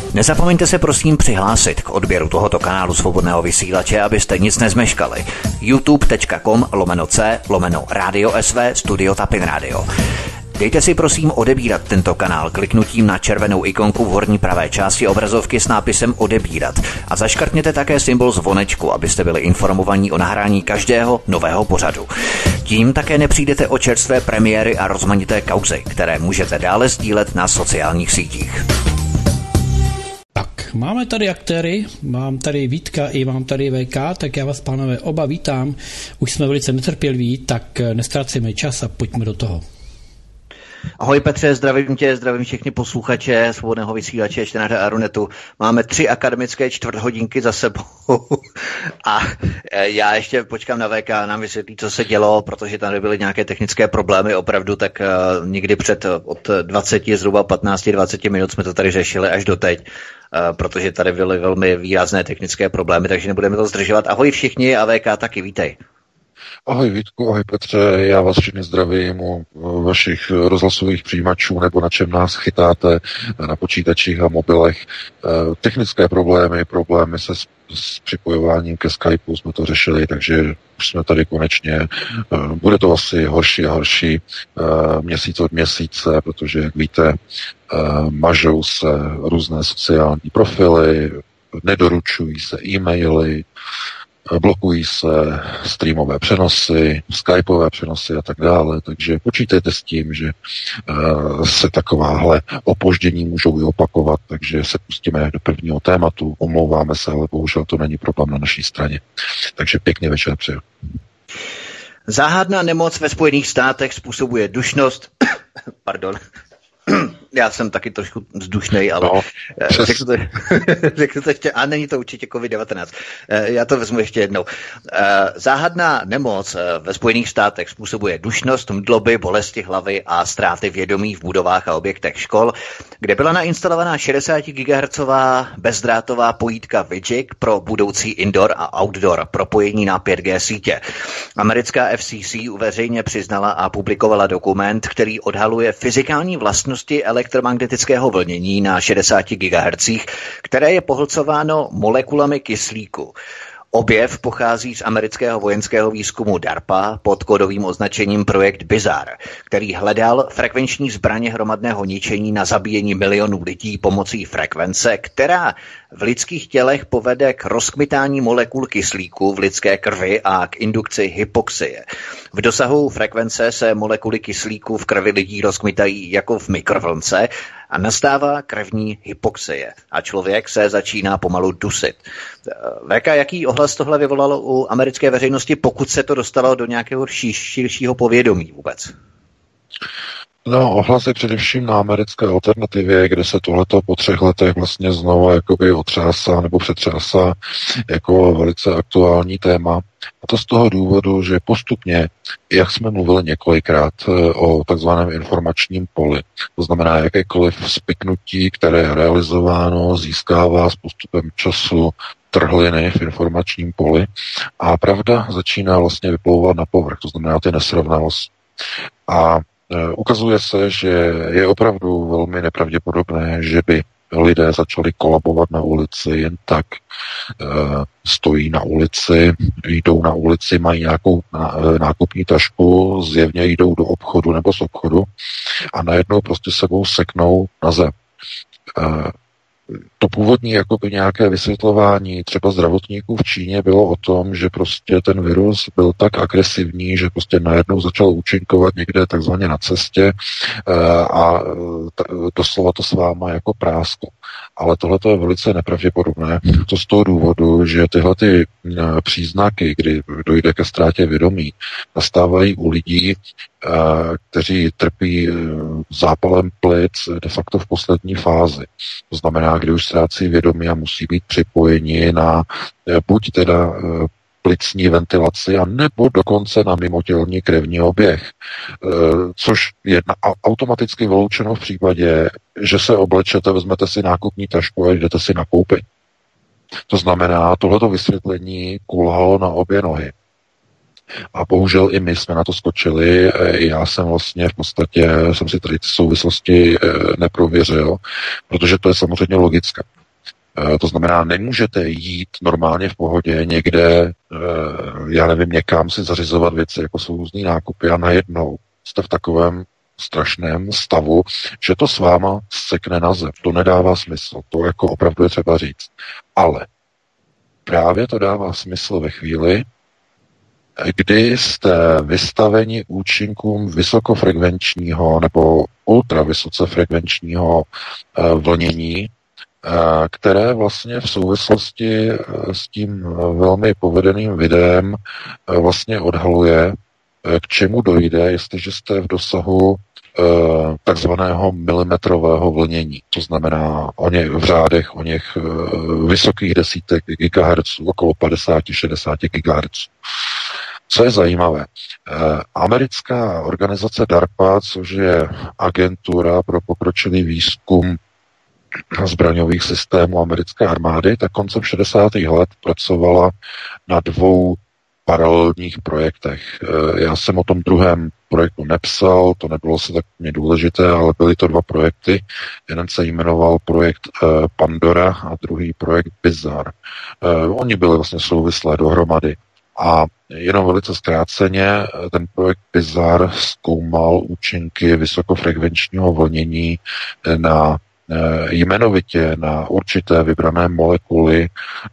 Nezapomeňte se prosím přihlásit k odběru tohoto kanálu Svobodného vysílače, abyste nic nezmeškali. youtube.com/c/Radio SV Studio Tapin Radio. Dejte si prosím odebírat tento kanál kliknutím na červenou ikonku v horní pravé části obrazovky s nápisem odebírat a zaškrtněte také symbol zvonečku, abyste byli informovaní o nahrání každého nového pořadu. Tím také nepřijdete o čerstvé premiéry a rozmanité kauzy, které můžete dále sdílet na sociálních sítích. Tak, máme tady aktéry, mám tady Vítka i mám tady VK, tak já vás, pánové, oba vítám. Už jsme velice netrpěliví, tak nestrácíme čas a pojďme do toho. Ahoj Petře, zdravím tě, zdravím všechny posluchače Svobodného vysílače, čtenáře Aeronetu. Máme 3 akademické čtvrthodinky za sebou a já ještě počkám na VK, nám vysvětlí, co se dělo, protože tady byly nějaké technické problémy opravdu, tak někdy před od 20, zhruba 15-20 minut jsme to tady řešili až doteď, protože tady byly velmi výrazné technické problémy, takže nebudeme to zdržovat. Ahoj všichni a VK taky, vítej. Ahoj Vítku, ahoj Petře, já vás všechny zdravím u vašich rozhlasových přijímačů nebo na čem nás chytáte na počítačích a mobilech. Technické problémy se s připojováním ke Skypeu jsme to řešili, takže už jsme tady konečně. Bude to asi horší a horší měsíc od měsíce, protože, jak víte, mažou se různé sociální profily, nedoručují se e-maily, blokují se streamové přenosy, skypové přenosy a tak dále, takže počítejte s tím, že se takováhle opoždění můžou i opakovat, takže se pustíme do prvního tématu, omlouváme se, ale bohužel to není problém na naší straně. Takže pěkný večer přeju. Záhadná nemoc ve Spojených státech způsobuje dušnost, pardon, já jsem taky trošku vzdušnej, ale řeknu to ještě, a není to určitě COVID-19. Já to vezmu ještě jednou. Záhadná nemoc ve Spojených státech způsobuje dušnost, mdloby, bolesti hlavy a ztráty vědomí v budovách a objektech škol, kde byla nainstalovaná 60 GHz bezdrátová pojítka Wi-Fi pro budoucí indoor a outdoor propojení na 5G sítě. Americká FCC veřejně přiznala a publikovala dokument, který odhaluje fyzikální vlastnosti elektromagnetického vlnění na 60 GHz, které je pohlcováno molekulami kyslíku. Objev pochází z amerického vojenského výzkumu DARPA pod kódovým označením projekt Bizarre, který hledal frekvenční zbraně hromadného ničení na zabíjení milionů lidí pomocí frekvence, která v lidských tělech povede k rozkmitání molekul kyslíku v lidské krvi a k indukci hypoxie. V dosahu frekvence se molekuly kyslíku v krvi lidí rozkmitají jako v mikrovlnce a nastává krevní hypoxie a člověk se začíná pomalu dusit. VK, jaký ohlas tohle vyvolalo u americké veřejnosti, pokud se to dostalo do nějakého širšího povědomí vůbec? No, ohlas je především na americké alternativě, kde se tohleto po 3 letech vlastně znovu jakoby otřásá nebo přetřásá jako velice aktuální téma. A to z toho důvodu, že postupně, jak jsme mluvili několikrát o takzvaném informačním poli, to znamená jakékoliv spiknutí, které je realizováno, získává s postupem času trhliny v informačním poli a pravda začíná vlastně vyplouvat na povrch, to znamená ty nesrovnalosti. A ukazuje se, že je opravdu velmi nepravděpodobné, že by lidé začali kolabovat na ulici jen tak. Stojí na ulici, jdou na ulici, mají nějakou nákupní tašku, zjevně jdou do obchodu nebo z obchodu a najednou prostě sebou seknou na zem. To původní jakoby nějaké vysvětlování třeba zdravotníků v Číně bylo o tom, že prostě ten virus byl tak agresivní, že prostě najednou začal účinkovat někde takzvaně na cestě a doslova to s váma jako prásklo. Ale tohle je velice nepravděpodobné. To z toho důvodu, že tyhle ty příznaky, kdy dojde ke ztrátě vědomí, nastávají u lidí, kteří trpí zápalem plic de facto v poslední fázi. To znamená, kdy už ztrácí vědomí a musí být připojeni na buď teda plicní ventilaci a nebo dokonce na mimotělní krevní oběh. Což je automaticky vyloučeno v případě, že se oblečete, vezmete si nákupní tašku a jdete si nakoupit. To znamená, tohleto vysvětlení kulhalo na obě nohy. A bohužel i my jsme na to skočili. Já jsem vlastně v podstatě, jsem si tady ty souvislosti neprověřil, protože to je samozřejmě logické. To znamená, nemůžete jít normálně v pohodě někde, já nevím, někam si zařizovat věci, jako jsou různý nákupy a najednou jste v takovém strašném stavu, že to s váma sekne na zem. To nedává smysl. To jako opravdu je třeba říct. Ale právě to dává smysl ve chvíli, kdy jste vystaveni účinkům vysokofrekvenčního nebo ultravysoce frekvenčního vlnění, které vlastně v souvislosti s tím velmi povedeným videem vlastně odhaluje, k čemu dojde, jestliže jste v dosahu takzvaného milimetrového vlnění. To znamená v řádech o něch vysokých desítek gigahertzů, okolo 50-60 GHz. Co je zajímavé, americká organizace DARPA, což je agentura pro pokročilý výzkum zbraňových systémů americké armády, tak koncem 60. let pracovala na 2 paralelních projektech. Já jsem o tom druhém projektu nepsal, to nebylo se tak mě důležité, ale byly to 2 projekty. Jeden se jmenoval projekt Pandora a druhý projekt Bizarre. Oni byli vlastně souvislé dohromady. A jenom velice zkráceně, ten projekt Bizarre zkoumal účinky vysokofrekvenčního vlnění na jmenovitě na určité vybrané molekuly,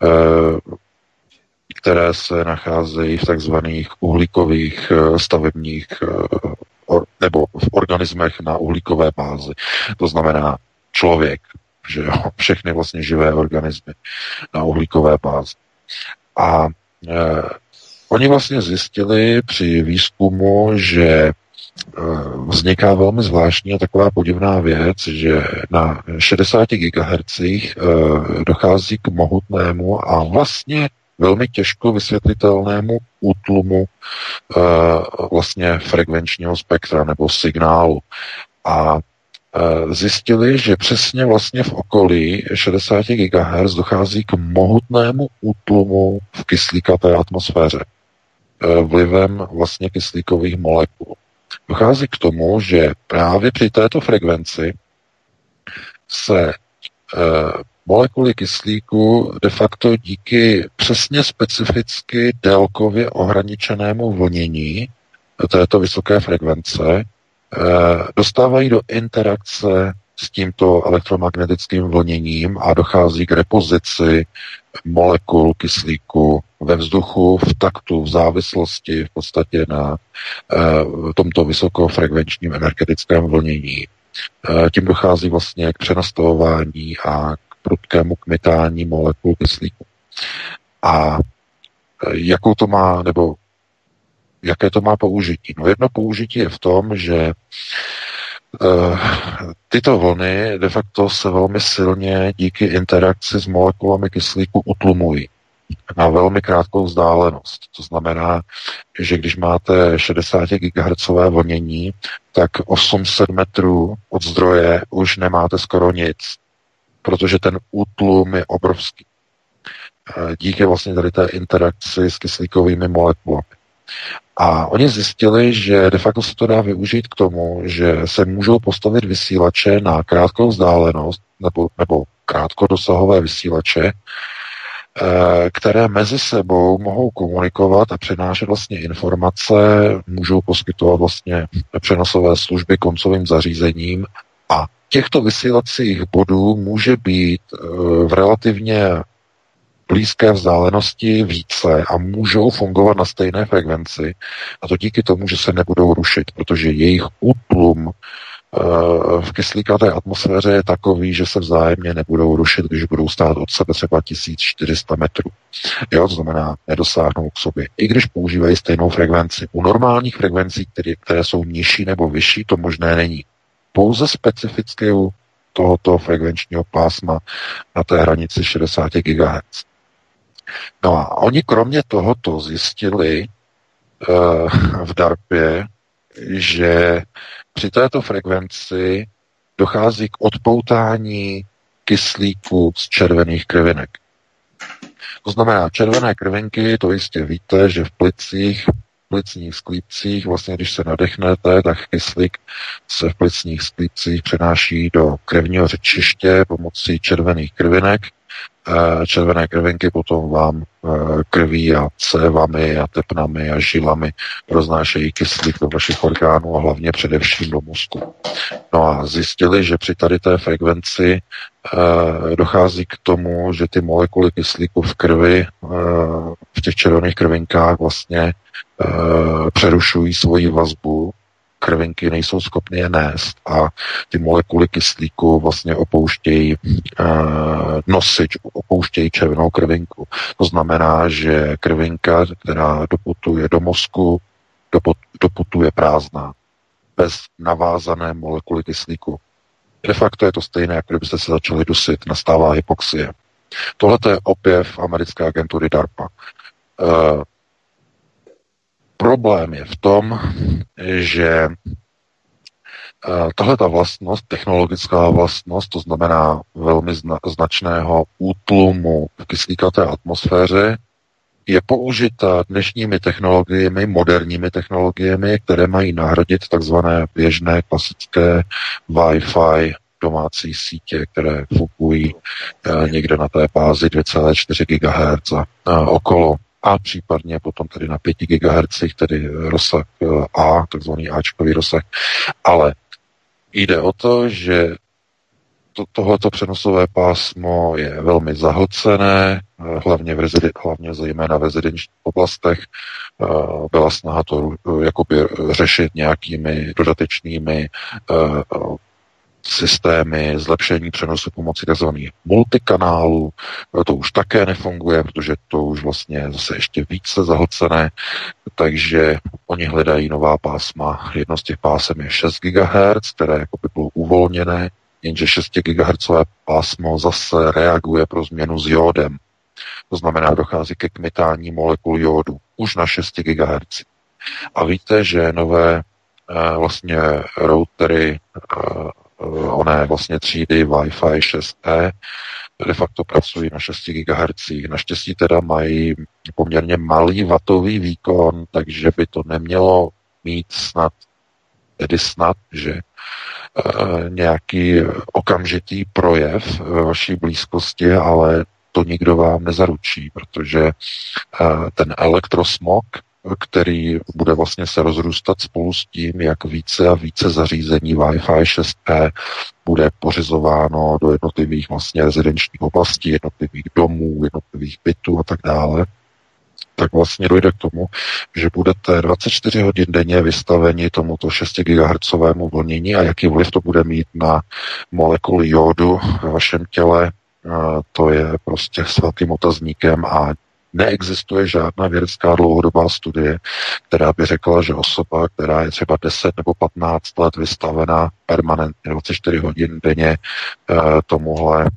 které se nacházejí v takzvaných uhlíkových stavebních nebo v organismech na uhlíkové bázi. To znamená člověk, že jo, všechny vlastně živé organismy na uhlíkové bázi. A oni vlastně zjistili při výzkumu, že vzniká velmi zvláštní a taková podivná věc, že na 60 GHz dochází k mohutnému a vlastně velmi těžko vysvětlitelnému útlumu vlastně frekvenčního spektra nebo signálu. A zjistili, že přesně vlastně v okolí 60 GHz dochází k mohutnému útlumu v kyslíkaté atmosféře vlivem vlastně kyslíkových molekul. Dochází k tomu, že právě při této frekvenci se molekuly kyslíku de facto díky přesně specificky délkově ohraničenému vlnění této vysoké frekvence dostávají do interakce s tímto elektromagnetickým vlněním a dochází k repozici molekul kyslíku ve vzduchu v taktu, v závislosti v podstatě na tomto vysokofrekvenčním energetickém vlnění. Tím dochází vlastně k přenastavování a k prudkému kmitání molekul kyslíku. A jakou to má, nebo jaké to má použití? No jedno použití je v tom, že tyto vlny de facto se velmi silně díky interakci s molekulami kyslíku utlumují na velmi krátkou vzdálenost. To znamená, že když máte 60 GHz vlnění, tak 800 metrů od zdroje už nemáte skoro nic, protože ten útlum je obrovský. Díky vlastně tady té interakci s kyslíkovými molekulami. A oni zjistili, že de facto se to dá využít k tomu, že se můžou postavit vysílače na krátkou vzdálenost nebo krátkodosahové vysílače, které mezi sebou mohou komunikovat a přenášet vlastně informace, můžou poskytovat vlastně přenosové služby koncovým zařízením a těchto vysílacích bodů může být v relativně blízké vzdálenosti více a můžou fungovat na stejné frekvenci a to díky tomu, že se nebudou rušit, protože jejich útlum v kyslíkaté atmosféře je takový, že se vzájemně nebudou rušit, když budou stát od sebe třeba 1400 metrů. Jo, to znamená, nedosáhnou k sobě. I když používají stejnou frekvenci. U normálních frekvencí, které jsou nižší nebo vyšší, to možné není. Pouze specificky u tohoto frekvenčního pásma na té hranici 60 GHz. No a oni kromě tohoto zjistili v DARPě, že při této frekvenci dochází k odpoutání kyslíku z červených krvinek. To znamená, červené krvinky, to jistě víte, že v plicních sklípcích, vlastně když se nadechnete, tak kyslík se v plicních sklípcích přenáší do krevního řečiště pomocí červených krvinek Červené krvinky potom vám krví a cévami a tepnami a žilami roznášejí kyslík do vašich orgánů a hlavně především do mozku. No a zjistili, že při tady té frekvenci dochází k tomu, že ty molekuly kyslíku v krvi, v těch červených krvinkách vlastně přerušují svoji vazbu, krvinky nejsou schopny je nést a ty molekuly kyslíku vlastně opouštějí nosič, opouštějí červenou krvinku. To znamená, že krvinka, která doputuje do mozku, doputuje prázdná, bez navázané molekuly kyslíku. De facto je to stejné, jako kdybyste se začali dusit, nastává hypoxie. Tohle je objev americké agentury DARPA. Problém je v tom, že tahle ta vlastnost, technologická vlastnost, to znamená velmi značného útlumu v kyslíkaté atmosféře, je použita dnešními technologiemi, moderními technologiemi, které mají nahradit takzvané běžné klasické Wi-Fi domácí sítě, které fungují někde na té bázi 2,4 GHz okolo a případně potom tedy na 5 GHz, tedy rozsah A, takzvaný Ačkový rozsah. Ale jde o to, že tohleto přenosové pásmo je velmi zahlcené, hlavně zejména v rezidenčních oblastech. Byla snaha to jakoby řešit nějakými dodatečnými systémy zlepšení přenosu pomocí tzv. Multikanálů. To už také nefunguje, protože to už vlastně zase ještě více zahlcené, takže oni hledají nová pásma. Jedno z těch pásem je 6 GHz, které jako by bylo uvolněné, jenže 6 GHz pásmo zase reaguje pro změnu s jódem. To znamená, dochází ke kmitání molekul jódu už na 6 GHz. A víte, že nové vlastně routery oné vlastně třídy Wi-Fi 6E de facto pracují na 6 GHz. Naštěstí teda mají poměrně malý watový výkon, takže by to nemělo mít snad, že nějaký okamžitý projev ve vaší blízkosti, ale to nikdo vám nezaručí, protože ten elektrosmog, který bude vlastně se rozrůstat spolu s tím, jak více a více zařízení Wi-Fi 6E bude pořizováno do jednotlivých vlastně rezidenčních oblastí, jednotlivých domů, jednotlivých bytů a tak dále, tak vlastně dojde k tomu, že budete 24 hodin denně vystaveni tomuto 6 GHz vlnění a jaký vliv to bude mít na molekuly jódu ve vašem těle, to je prostě s velkým otazníkem a neexistuje žádná vědecká dlouhodobá studie, která by řekla, že osoba, která je třeba 10 nebo 15 let vystavená permanentně 24 hodin denně tomuhle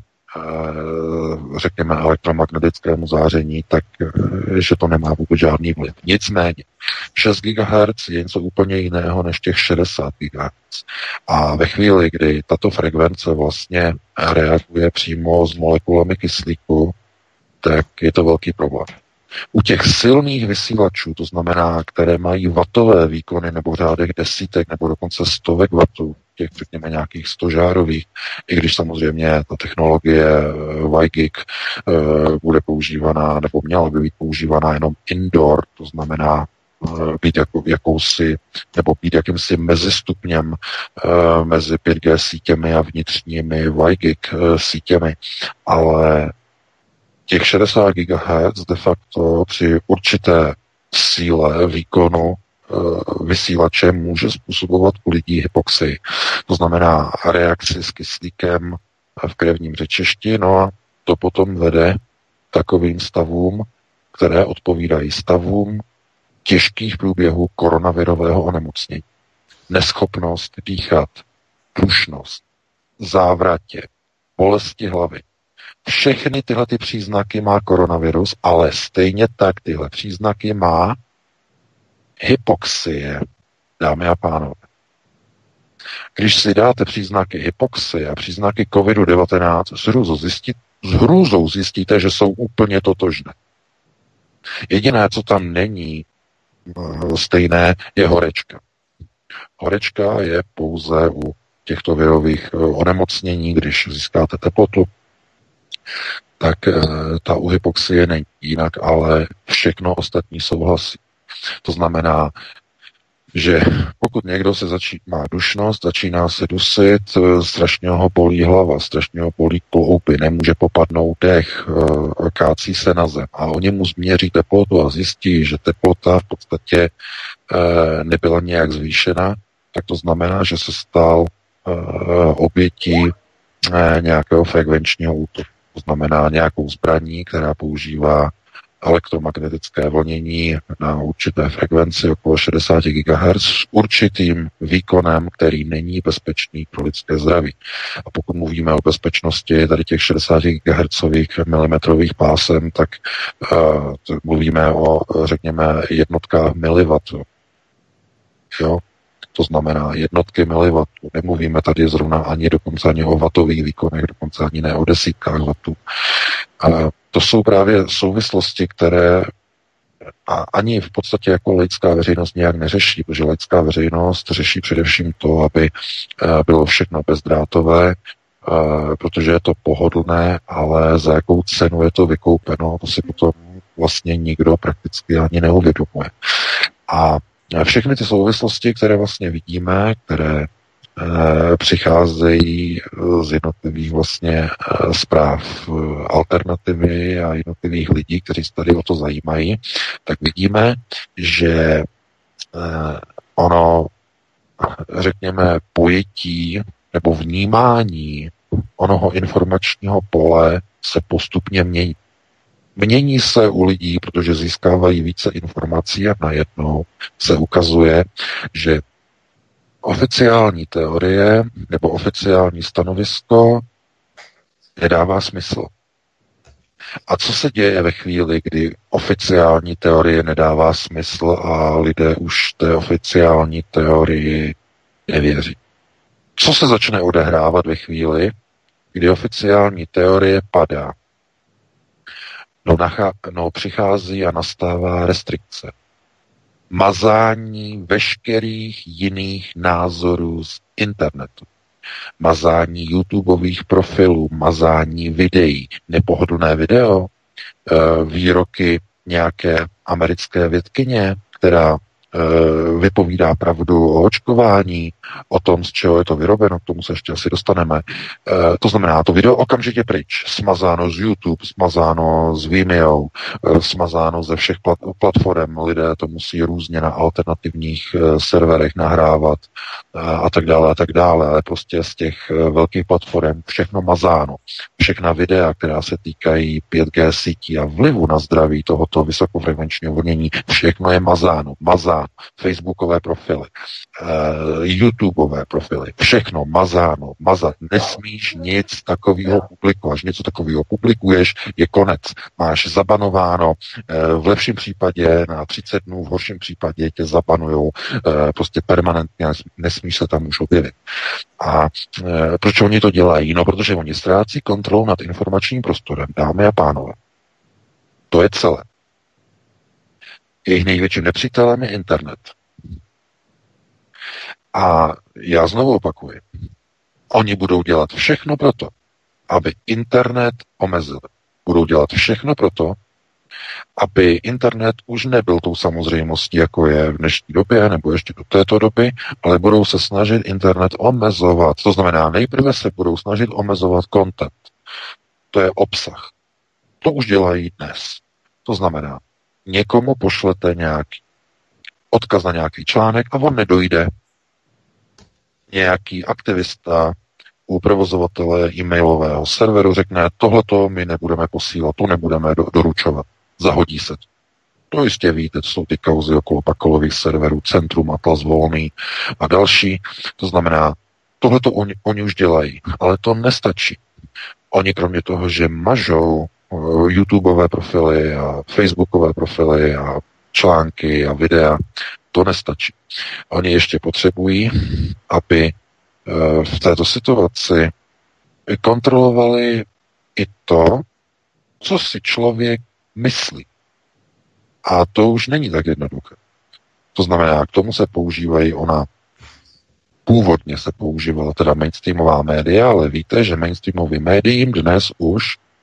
řekněme elektromagnetickému záření, tak že to nemá vůbec žádný vliv. Nicméně 6 GHz je něco úplně jiného než těch 60 GHz. A ve chvíli, kdy tato frekvence vlastně reaguje přímo s molekulami kyslíku, tak je to velký problém. U těch silných vysílačů, to znamená, které mají vatové výkony nebo v řádech desítek nebo dokonce stovek vatů, těch řekněme nějakých stožárových, i když samozřejmě ta technologie WiGig bude používaná nebo měla by být používaná jenom indoor, to znamená být jakousi, nebo být jakýmsi mezistupněm mezi 5G sítěmi a vnitřními WiGig sítěmi, ale těch 60 GHz de facto při určité síle výkonu vysílače může způsobovat u lidí hypoxii. To znamená reakci s kyslíkem v krevním řečišti, no a to potom vede takovým stavům, které odpovídají stavům těžkých průběhů koronavirového onemocnění. Neschopnost dýchat, dušnost, závratě, bolesti hlavy. Všechny tyhle ty příznaky má koronavirus, ale stejně tak tyhle příznaky má hypoxie, dámy a pánové. Když si dáte příznaky hypoxie a příznaky COVID-19, s hrůzou zjistíte, že jsou úplně totožné. Jediné, co tam není stejné, je horečka. Horečka je pouze u těchto virových onemocnění, když získáte teplotu, tak ta u hypoxie není jinak, ale všechno ostatní souhlasí. To znamená, že pokud někdo má dušnost, začíná se dusit, strašně ho bolí hlava, strašně ho bolí klouby, nemůže popadnout dech, kácí se na zem a oni mu změří teplotu a zjistí, že teplota v podstatě nebyla nějak zvýšena, tak to znamená, že se stal obětí nějakého frekvenčního útoku. To znamená nějakou zbraní, která používá elektromagnetické vlnění na určité frekvenci okolo 60 GHz s určitým výkonem, který není bezpečný pro lidské zdraví. A pokud mluvíme o bezpečnosti tady těch 60 GHz milimetrových pásem, tak mluvíme o, řekněme, jednotkách miliwattů. Jo? To znamená jednotky miliwattů. Nemluvíme tady zrovna dokonce ani o watových výkonech, dokonce ani ne o desítkách wattů. To jsou právě souvislosti, které ani v podstatě jako laická veřejnost nějak neřeší, protože laická veřejnost řeší především to, aby bylo všechno bezdrátové, protože je to pohodlné, ale za jakou cenu je to vykoupeno, to si potom vlastně nikdo prakticky ani neuvědomuje. A všechny ty souvislosti, které vlastně vidíme, které přicházejí z jednotlivých vlastně zpráv alternativy a jednotlivých lidí, kteří se tady o to zajímají, tak vidíme, že ono, řekněme, pojetí nebo vnímání onoho informačního pole se postupně mění. Mění se u lidí, protože získávají více informací a najednou se ukazuje, že oficiální teorie nebo oficiální stanovisko nedává smysl. A co se děje ve chvíli, kdy oficiální teorie nedává smysl a lidé už té oficiální teorii nevěří? Co se začne odehrávat ve chvíli, kdy oficiální teorie padá? No, přichází a nastává restrikce. Mazání veškerých jiných názorů z internetu. Mazání YouTubeových profilů, mazání videí, nepohodlné video, výroky nějaké americké vědkyně, která vypovídá pravdu o očkování, o tom, z čeho je to vyrobeno, k tomu se ještě asi dostaneme. To znamená, to video okamžitě pryč, smazáno z YouTube, smazáno z Vimeo, smazáno ze všech platform, lidé to musí různě na alternativních serverech nahrávat a tak dále, ale prostě z těch velkých platform všechno mazáno. Všechna videa, která se týkají 5G sítí a vlivu na zdraví tohoto vysokofrekvenčního vlnění, všechno je mazáno. Facebookové profily, YouTubeové profily, všechno mazáno, mazat. Nesmíš nic takového publikovat. Až něco takového publikuješ, je konec. Máš zabanováno, v lepším případě na 30 dnů, v horším případě tě zabanujou prostě permanentně, nesmíš se tam už objevit. A proč oni to dělají? No, protože oni ztrácí kontrolu nad informačním prostorem, dámy a pánové. To je celé. Jejich největším nepřítelem je internet. A já znovu opakuji, oni budou dělat všechno proto, aby internet omezili. Budou dělat všechno proto, aby internet už nebyl tou samozřejmostí, jako je v dnešní době, nebo ještě do této doby, ale budou se snažit internet omezovat. To znamená, nejprve se budou snažit omezovat content. To je obsah. To už dělají dnes. To znamená, někomu pošlete nějaký odkaz na nějaký článek a on nedojde. Nějaký aktivista u provozovatele e-mailového serveru řekne, tohleto my nebudeme posílat, to nebudeme doručovat. Zahodí se to. To jistě víte, to jsou ty kauzy okolo pakolových serverů, Centrum, Atlas Volný a další. To znamená, tohleto oni už dělají, ale to nestačí. Oni kromě toho, že mažou YouTubeové profily a Facebookové profily a články a videa, to nestačí. Oni ještě potřebují, aby v této situaci kontrolovali i to, co si člověk myslí. A to už není tak jednoduché. To znamená, k tomu se používají původně se používala teda mainstreamová média, ale víte, že mainstreamovým médiím dnes už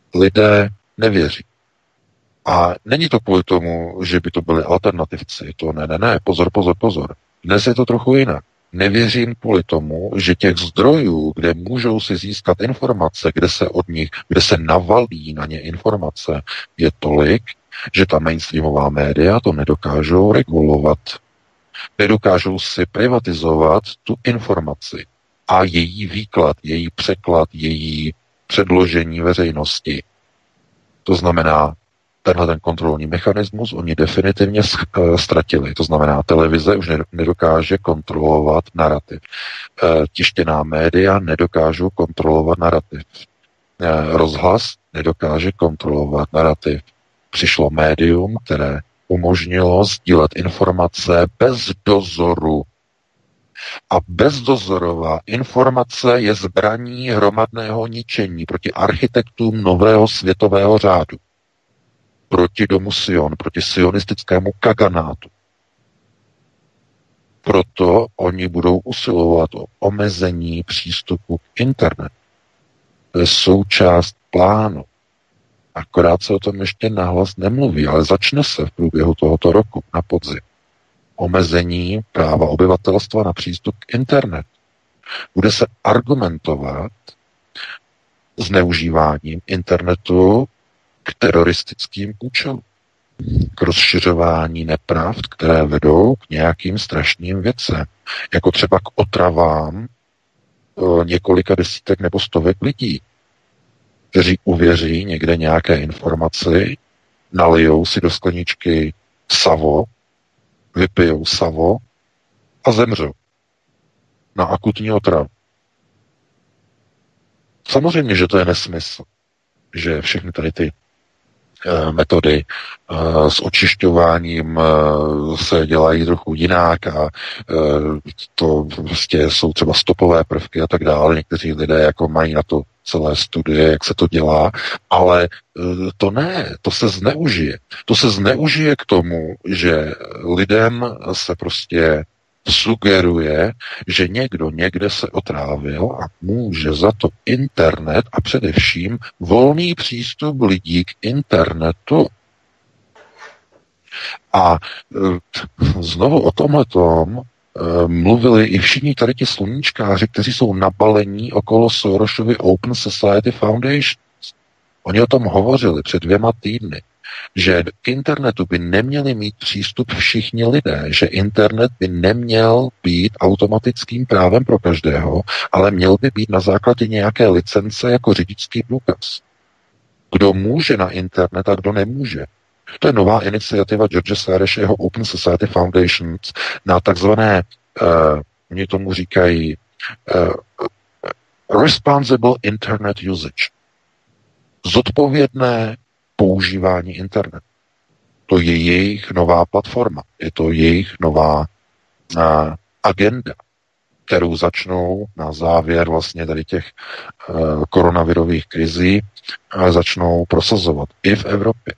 lidé nevěří. A není to kvůli tomu, že by to byli alternativci. To ne, pozor. Dnes je to trochu jinak. Nevěřím kvůli tomu, že těch zdrojů, kde můžou si získat informace, kde se navalí na ně informace, je tolik, že ta mainstreamová média to nedokážou regulovat. Nedokážou si privatizovat tu informaci a její výklad, její překlad, její předložení veřejnosti. To znamená, tenhle ten kontrolní mechanismus oni definitivně ztratili. To znamená, televize už nedokáže kontrolovat narrativ. Tištěná média nedokážou kontrolovat narrativ. Rozhlas nedokáže kontrolovat narrativ. Přišlo médium, které umožnilo sdílet informace bez dozoru. A bezdozorová informace je zbraní hromadného ničení proti architektům nového světového řádu. Proti domu Sion, proti sionistickému kaganátu. Proto oni budou usilovat o omezení přístupu k internetu. To je součást plánu. Akorát se o tom ještě nahlas nemluví, ale začne se v průběhu tohoto roku na podzim. Omezení práva obyvatelstva na přístup k internetu. Bude se argumentovat zneužíváním internetu k teroristickým účelům, k rozšiřování nepravd, které vedou k nějakým strašným věcem, jako třeba k otravám několika desítek nebo stovek lidí, kteří uvěří někde nějaké informaci, nalijou si do skleničky savo, vypijou savo a zemřou na akutní otravu. Samozřejmě, že to je nesmysl, že všechny tady ty metody s očišťováním se dělají trochu jinak a to prostě jsou třeba stopové prvky a tak dále. Někteří lidé jako mají na to celé studie, jak se to dělá, ale to ne, to se zneužije. To se zneužije k tomu, že lidem se prostě sugeruje, že někdo někde se otrávil a může za to internet a především volný přístup lidí k internetu. A znovu o tomhletom mluvili i všichni tady ti sluníčkáři, kteří jsou nabalení okolo Sorosovy Open Society Foundation. Oni o tom hovořili před 2 týdny, že k internetu by neměli mít přístup všichni lidé, že internet by neměl být automatickým právem pro každého, ale měl by být na základě nějaké licence jako řidičský průkaz. Kdo může na internet a kdo nemůže. To je nová iniciativa George Sorosového Open Society Foundation na takzvané, oni tomu říkají, responsible internet usage. Zodpovědné používání internetu. To je jejich nová platforma. Je to jejich nová agenda, kterou začnou na závěr vlastně tady těch koronavirových krizí začnou prosazovat i v Evropě.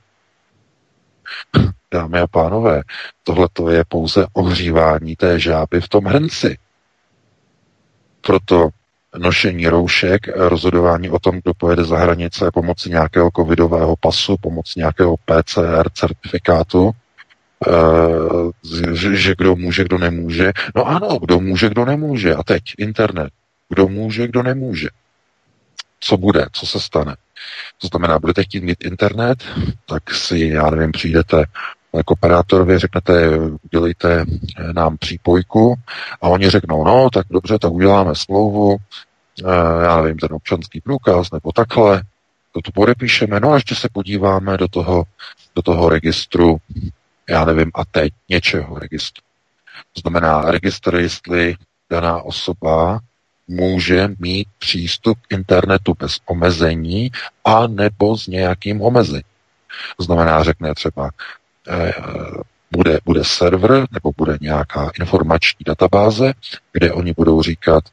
Dámy a pánové, tohle je pouze ohřívání té žáby v tom hrnci. Proto nošení roušek, rozhodování o tom, kdo pojede za hranice pomocí nějakého covidového pasu, pomocí nějakého PCR certifikátu, že kdo může, kdo nemůže. No ano, kdo může, kdo nemůže. A teď internet. Kdo může, kdo nemůže. Co bude, co se stane? To znamená, budete chtít mít internet, tak si, já nevím, přijdete k operátorovi, řeknete, udělejte nám přípojku a oni řeknou, no, tak dobře, tak uděláme smlouvu, já nevím, ten občanský průkaz, nebo takhle, to podepíšeme, no a ještě se podíváme do toho registru, já nevím, a teď něčeho registru. To znamená registr, jestli daná osoba může mít přístup k internetu bez omezení a nebo s nějakým omezením. To znamená, řekne třeba, bude server nebo bude nějaká informační databáze, kde oni budou říkat,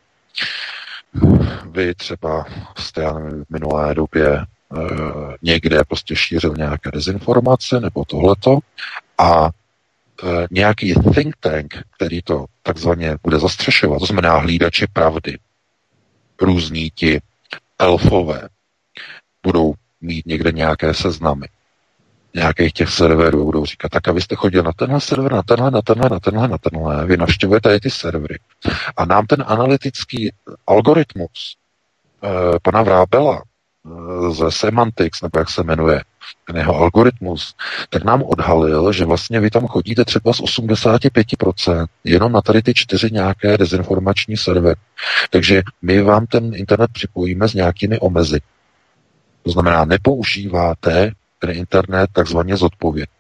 vy třeba jste, já nevím, v minulé době někde prostě šířil nějaké dezinformace nebo tohleto a nějaký think tank, který to takzvaně bude zastřešovat, to znamená hlídači pravdy, různí ti elfové, budou mít někde nějaké seznamy nějakých těch serverů, budou říkat, tak a vy jste chodil na tenhle server, na tenhle, vy navštěvujete i ty servery. A nám ten analytický algoritmus pana Vrábela ze Semantics, nebo jak se jmenuje, ten jeho algoritmus, tak nám odhalil, že vlastně vy tam chodíte třeba z 85% jenom na tady ty 4 nějaké dezinformační servery. Takže my vám ten internet připojíme s nějakými omezení. To znamená, nepoužíváte ten internet takzvaně zodpovědně.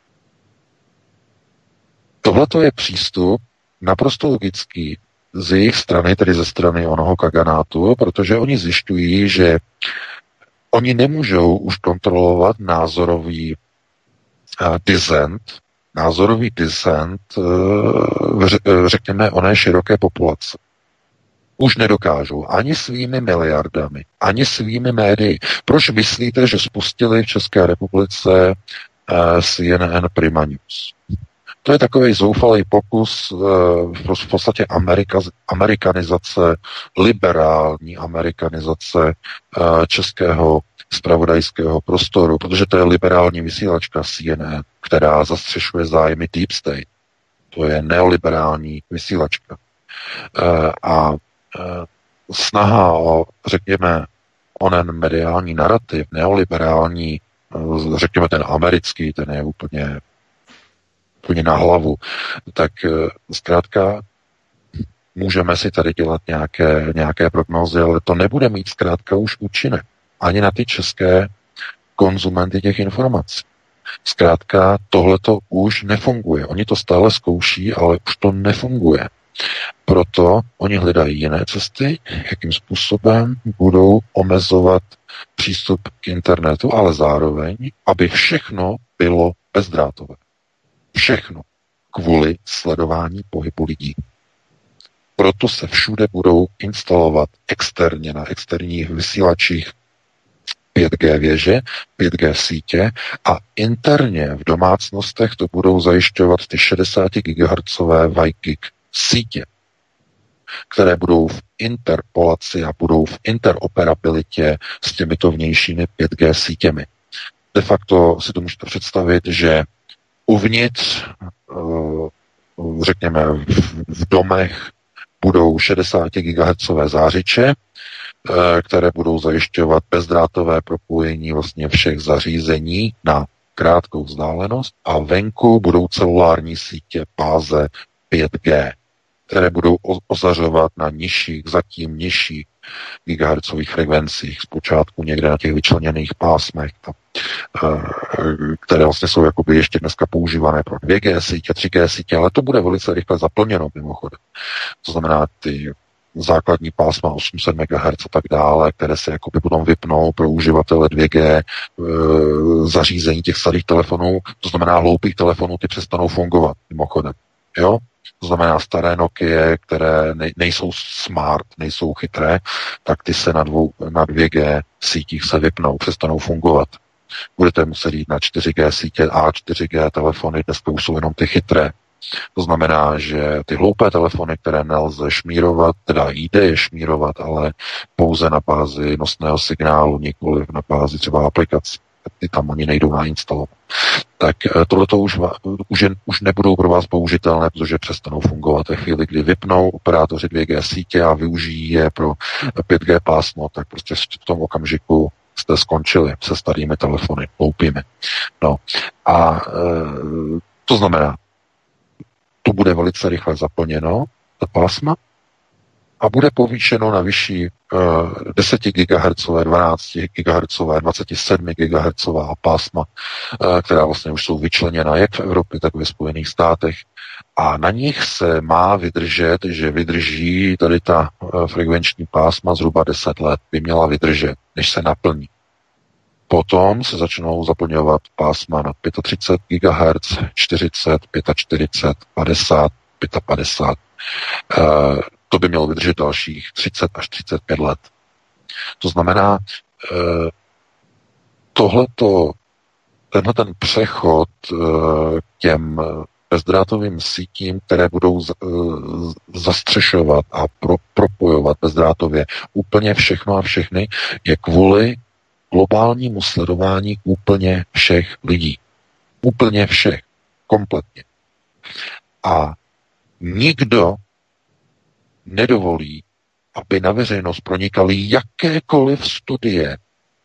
Tohle je přístup naprosto logický z jejich strany, tedy ze strany onoho Kaganátu, protože oni zjišťují, že oni nemůžou už kontrolovat názorový dissent, řekněme, oné široké populace. Už nedokážou ani svými miliardami, ani svými médii. Proč myslíte, že spustili v České republice CNN Prima News? To je takový zoufalý pokus v podstatě amerikanizace, liberální amerikanizace českého zpravodajského prostoru, protože to je liberální vysílačka CNN, která zastřešuje zájmy Deep State. To je neoliberální vysílačka. A snaha o, řekněme, onen mediální narrativ, neoliberální, řekněme ten americký, ten je úplně na hlavu, tak zkrátka můžeme si tady dělat nějaké prognózy, ale to nebude mít zkrátka už účinek ani na ty české konzumenty těch informací. Zkrátka tohleto už nefunguje. Oni to stále zkouší, ale už to nefunguje. Proto oni hledají jiné cesty, jakým způsobem budou omezovat přístup k internetu, ale zároveň, aby všechno bylo bezdrátové. Všechno kvůli sledování pohybu lidí. Proto se všude budou instalovat externě na externích vysílačích 5G věže, 5G sítě a interně v domácnostech to budou zajišťovat ty 60 GHz Wi-Fi sítě, které budou v interpolaci a budou v interoperabilitě s těmito vnějšími 5G sítěmi. De facto si to můžete představit, že uvnitř, řekněme, v domech budou 60 GHz zářiče, které budou zajišťovat bezdrátové propojení vlastně všech zařízení na krátkou vzdálenost a venku budou celulární sítě páze 5G, které budou ozařovat na zatím nižších gigahertzových frekvencích, zpočátku někde na těch vyčleněných pásmech, které vlastně jsou jakoby ještě dneska používané pro 2G sítě, 3G sítě, ale to bude velice rychle zaplněno mimochodem. To znamená ty základní pásma 800 MHz a tak dále, které se jakoby potom vypnou pro uživatele 2G zařízení těch starých telefonů, to znamená hloupých telefonů, ty přestanou fungovat mimochodem. Jo? To znamená staré Nokia, které nejsou smart, nejsou chytré, tak ty se na 2G sítích se vypnou, přestanou fungovat. Budete muset jít na 4G sítě a 4G telefony, dneska už jsou jenom ty chytré. To znamená, že ty hloupé telefony, které nelze šmírovat, teda jde je šmírovat, ale pouze na bázi nosného signálu, nikoli na bázi třeba aplikací. Ty tam ani nejdou nainstalovat. Tak tohleto už nebudou pro vás použitelné, protože přestanou fungovat ve chvíli, kdy vypnou operátoři 2G sítě a využijí je pro 5G pásmo, tak prostě v tom okamžiku jste skončili se starými telefony, hloupými. No a to znamená, to bude velice rychle zaplněno, ta pásma, a bude povýšeno na vyšší 10 GHz, 12 GHz, 27 GHz pásma, která vlastně už jsou vyčleněna jak v Evropě, tak ve Spojených státech. A na nich se má vydržet, že vydrží tady ta frekvenční pásma zhruba 10 let, by měla vydržet, než se naplní. Potom se začnou zaplňovat pásma na 35 GHz, 40, 45, 50, 55. To by mělo vydržet dalších 30 až 35 let. To znamená, tenhle ten přechod k těm bezdrátovým sítím, které budou zastřešovat a propojovat bezdrátově úplně všechno a všechny, je kvůli globálnímu sledování úplně všech lidí. Úplně všech. Kompletně. A nikdo nedovolí, aby na veřejnost pronikaly jakékoliv studie,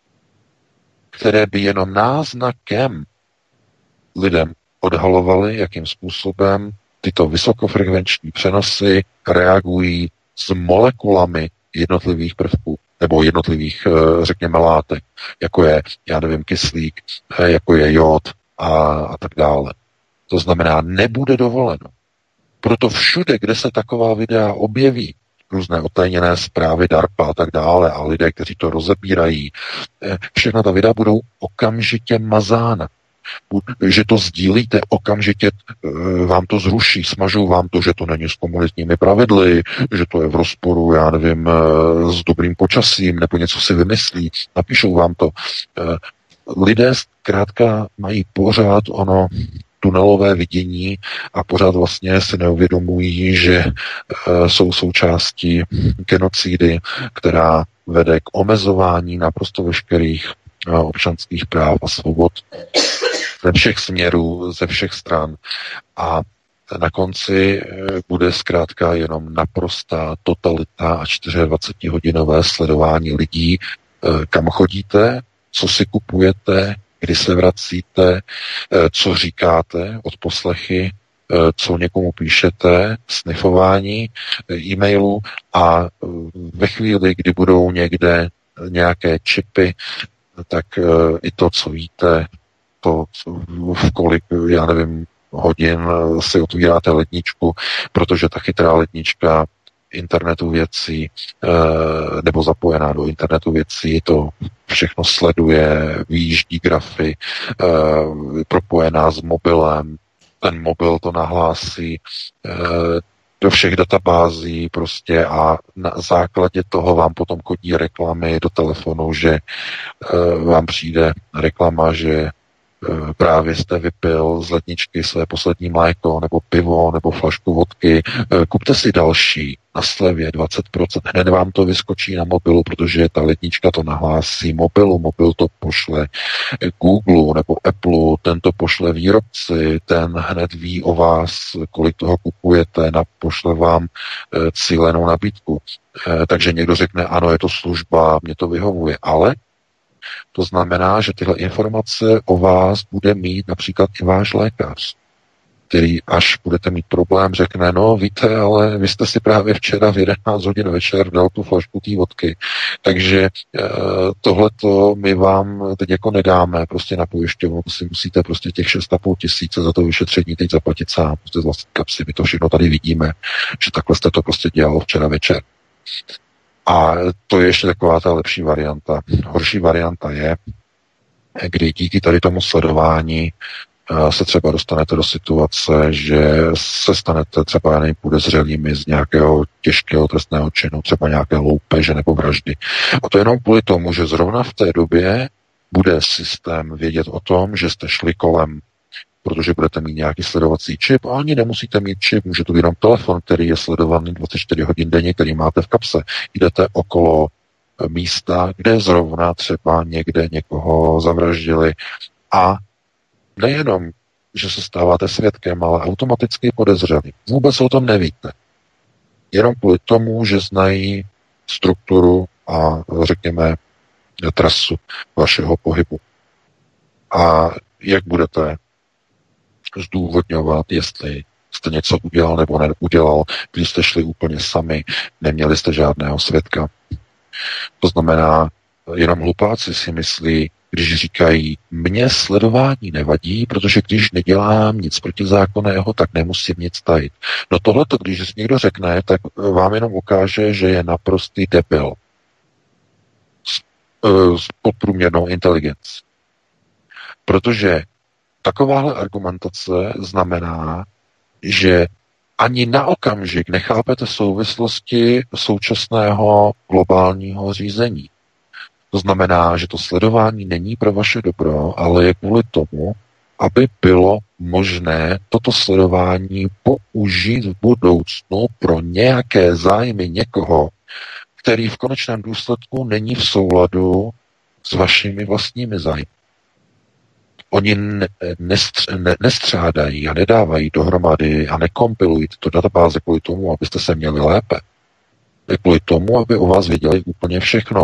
které by jenom náznakem lidem odhalovaly, jakým způsobem tyto vysokofrekvenční přenosy reagují s molekulami jednotlivých prvků nebo jednotlivých, řekněme, látek, jako je, já nevím, kyslík, jako je jód a tak dále. To znamená, nebude dovoleno. Proto všude, kde se taková videa objeví, různé otajněné zprávy DARPA a tak dále a lidé, kteří to rozebírají, všechna ta videa budou okamžitě mazána. Že to sdílíte, okamžitě vám to zruší, smažou vám to, že to není s komunitními pravidly, že to je v rozporu, já nevím, s dobrým počasím, nebo něco si vymyslí, napíšou vám to. Lidé zkrátka mají pořád ono tunelové vidění a pořád vlastně si neuvědomují, že jsou součástí genocidy, která vede k omezování naprosto veškerých občanských práv a svobod ze všech směrů, ze všech stran. A na konci bude zkrátka jenom naprostá totalita a 24-hodinové sledování lidí, kam chodíte, co si kupujete, kdy se vracíte, co říkáte, odposlechy, co někomu píšete, snifování e-mailu a ve chvíli, kdy budou někde nějaké čipy, tak i to, co víte, to v kolik, já nevím, hodin si otvíráte ledničku, protože ta chytrá lednička internetu věcí nebo zapojená do internetu věcí, to všechno sleduje, vyjíždí grafy, propojená s mobilem, ten mobil to nahlásí do všech databází prostě a na základě toho vám potom chodí reklamy do telefonu, že vám přijde reklama, že právě jste vypil z ledničky své poslední mléko, nebo pivo, nebo flašku vodky, kupte si další na slevě 20%, hned vám to vyskočí na mobilu, protože ta lednička to nahlásí mobilu, mobil to pošle Google nebo Apple, ten to pošle výrobci, ten hned ví o vás, kolik toho kupujete, pošle vám cílenou nabídku. Takže někdo řekne, ano, je to služba, mě to vyhovuje, ale to znamená, že tyhle informace o vás bude mít například i váš lékař, který až budete mít problém, řekne, no víte, ale vy jste si právě včera v 11 hodin večer dal tu flašku té vodky, takže tohleto my vám teď jako nedáme prostě na pojišťovnu, si musíte prostě těch 6,5 tisíce za to vyšetření teď zaplatit sám, prostě z vlastní kapsy, my to všechno tady vidíme, že takhle jste to prostě dělalo včera večer. A to je ještě taková ta lepší varianta. Horší varianta je, kdy díky tady tomu sledování se třeba dostanete do situace, že se stanete třeba nevím, podezřelými z nějakého těžkého trestného činu, třeba nějaké loupeže nebo vraždy. A to jenom kvůli tomu, že zrovna v té době bude systém vědět o tom, že jste šli kolem, protože budete mít nějaký sledovací čip, a ani nemusíte mít čip, může to být jenom telefon, který je sledovaný 24 hodin denně, který máte v kapse. Jdete okolo místa, kde zrovna třeba někde někoho zavraždili a nejenom, že se stáváte svědkem, ale automaticky podezřelý. Vůbec o tom nevíte. Jenom kvůli tomu, že znají strukturu a řekněme trasu vašeho pohybu. A jak budete zdůvodňovat, jestli jste něco udělal nebo neudělal, když jste šli úplně sami, neměli jste žádného svědka. To znamená, jenom hlupáci si myslí, když říkají, mně sledování nevadí, protože když nedělám nic protizákonného, tak nemusím nic tajit. No tohleto, když někdo řekne, tak vám jenom ukáže, že je naprostý debil s podprůměrnou inteligencí. Protože takováhle argumentace znamená, že ani na okamžik nechápete souvislosti současného globálního řízení. To znamená, že to sledování není pro vaše dobro, ale je kvůli tomu, aby bylo možné toto sledování použít v budoucnu pro nějaké zájmy někoho, který v konečném důsledku není v souladu s vašimi vlastními zájmy. Oni nestřádají a nedávají dohromady a nekompilují tyto databáze kvůli tomu, abyste se měli lépe. Je kvůli tomu, aby o vás věděli úplně všechno.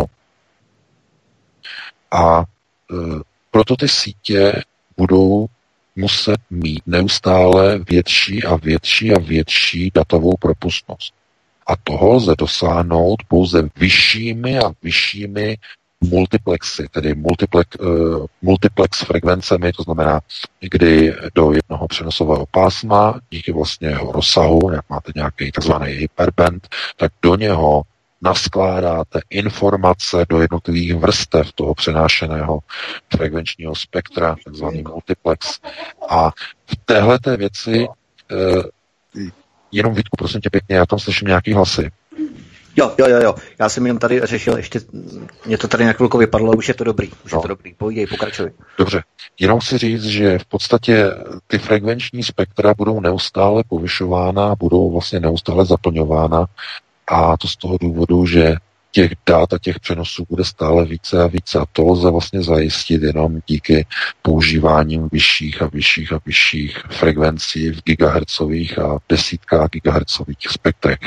A proto ty sítě budou muset mít neustále větší a větší a větší datovou propustnost. A toho lze dosáhnout pouze vyššími a vyššími multiplexy, tedy multiplex frekvencemi, to znamená, kdy do jednoho přenosového pásma, díky vlastně jeho rozsahu, jak máte nějaký takzvaný hyperband, tak do něho naskládáte informace do jednotlivých vrstev toho přenášeného frekvenčního spektra, takzvaný multiplex. A v téhleté věci, jenom Vítku, prosím tě pěkně, já tam slyším nějaký hlasy. Jo. Já jsem jenom tady řešil, ještě mě to tady na chvilku vypadlo, už je to dobrý. Je to dobrý. Povídej, pokračuj. Dobře. Jenom chci říct, že v podstatě ty frekvenční spektra budou neustále povyšována, budou vlastně neustále zaplňována a to z toho důvodu, že těch dat a těch přenosů bude stále více a více a to lze vlastně zajistit jenom díky používáním vyšších a vyšších a vyšších frekvencí v gigahertzových a desítkách gigahertzových spektrech.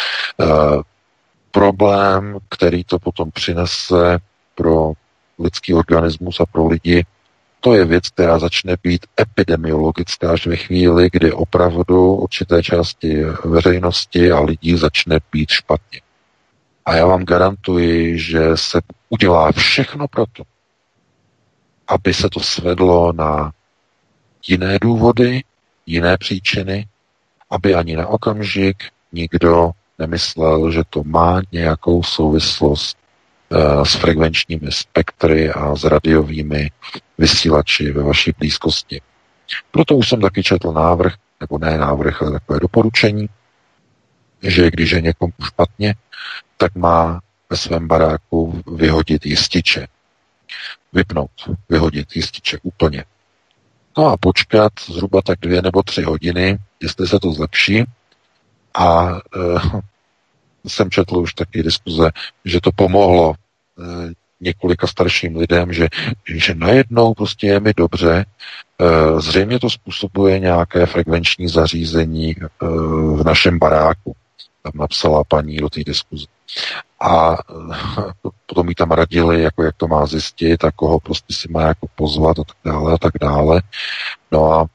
Problém, který to potom přinese pro lidský organismus a pro lidi, to je věc, která začne být epidemiologická až ve chvíli, kdy opravdu určité části veřejnosti a lidí začne být špatně. A já vám garantuji, že se udělá všechno proto, aby se to svedlo na jiné důvody, jiné příčiny, aby ani na okamžik nikdo nemyslel, že to má nějakou souvislost s frekvenčními spektry a s radiovými vysílači ve vaší blízkosti. Proto už jsem taky četl návrh, nebo ne návrh, ale takové doporučení, že když je někomu špatně, tak má ve svém baráku vyhodit jističe. Vypnout, vyhodit jističe úplně. No a počkat zhruba tak 2 nebo 3 hodiny, jestli se to zlepší. A jsem četl už taky diskuze, že to pomohlo několika starším lidem, že najednou prostě je mi dobře. Zřejmě to způsobuje nějaké frekvenční zařízení v našem baráku. Tam napsala paní do té diskuze. A potom jí tam radili, jako jak to má zjistit a koho prostě si má jako pozvat a tak dále a tak dále. No a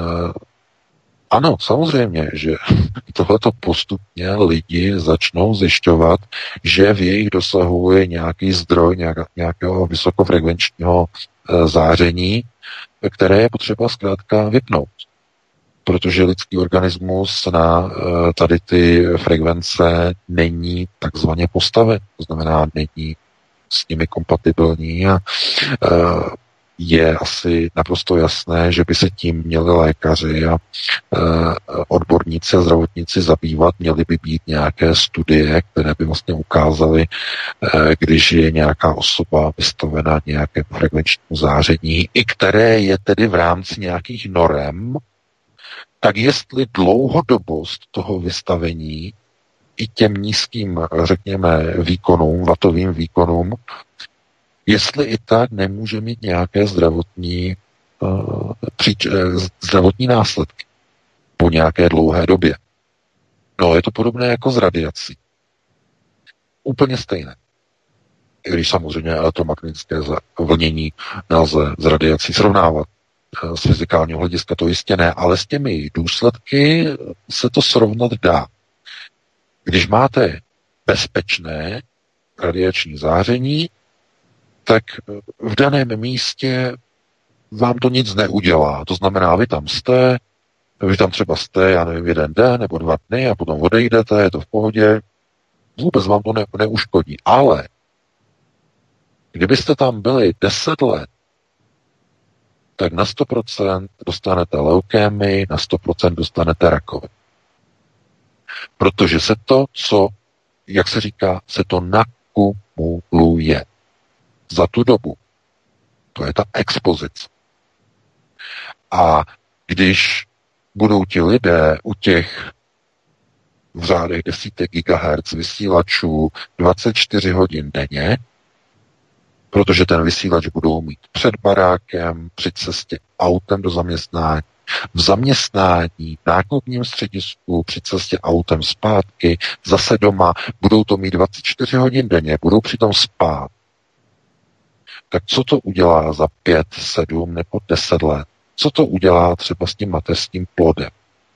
ano, samozřejmě, že tohleto postupně lidi začnou zjišťovat, že v jejich dosahu je nějaký zdroj nějakého vysokofrekvenčního záření, které je potřeba zkrátka vypnout. Protože lidský organismus na tady ty frekvence není takzvaně postaven, to znamená, není s nimi kompatibilní a je asi naprosto jasné, že by se tím měli lékaři a odborníci a zdravotníci zabývat, měly by být nějaké studie, které by vlastně ukázaly, když je nějaká osoba vystavena nějakému frekvenčnímu záření, i které je tedy v rámci nějakých norem, tak jestli dlouhodobost toho vystavení i těm nízkým, řekněme, výkonům, vatovým výkonům, jestli i tak nemůže mít nějaké zdravotní následky po nějaké dlouhé době. No, je to podobné jako s radiací. Úplně stejné. I když samozřejmě elektromagnetické vlnění nelze s radiací srovnávat. Z fyzikálního hlediska to jistě ne, ale s těmi důsledky se to srovnat dá. Když máte bezpečné radiační záření, tak v daném místě vám to nic neudělá. To znamená, vy tam třeba jste, já nevím, 1 den nebo 2 dny a potom odejdete, je to v pohodě, vůbec vám to neuškodí. Ale kdybyste tam byli 10 let, tak na 100% dostanete leukémii, na 100% dostanete rakovinu. Protože se to, jak se říká, se to nakumuluje za tu dobu. To je ta expozice. A když budou ti lidé u těch v řádech desítek gigahertz vysílačů 24 hodin denně, protože ten vysílač budou mít před barákem, při cestě autem do zaměstnání, v zaměstnání, v nákupním středisku, při cestě autem zpátky, zase doma, budou to mít 24 hodin denně, budou přitom spát. Tak co to udělá za 5, 7 nebo 10 let? Co to udělá třeba s tím mateřským plodem?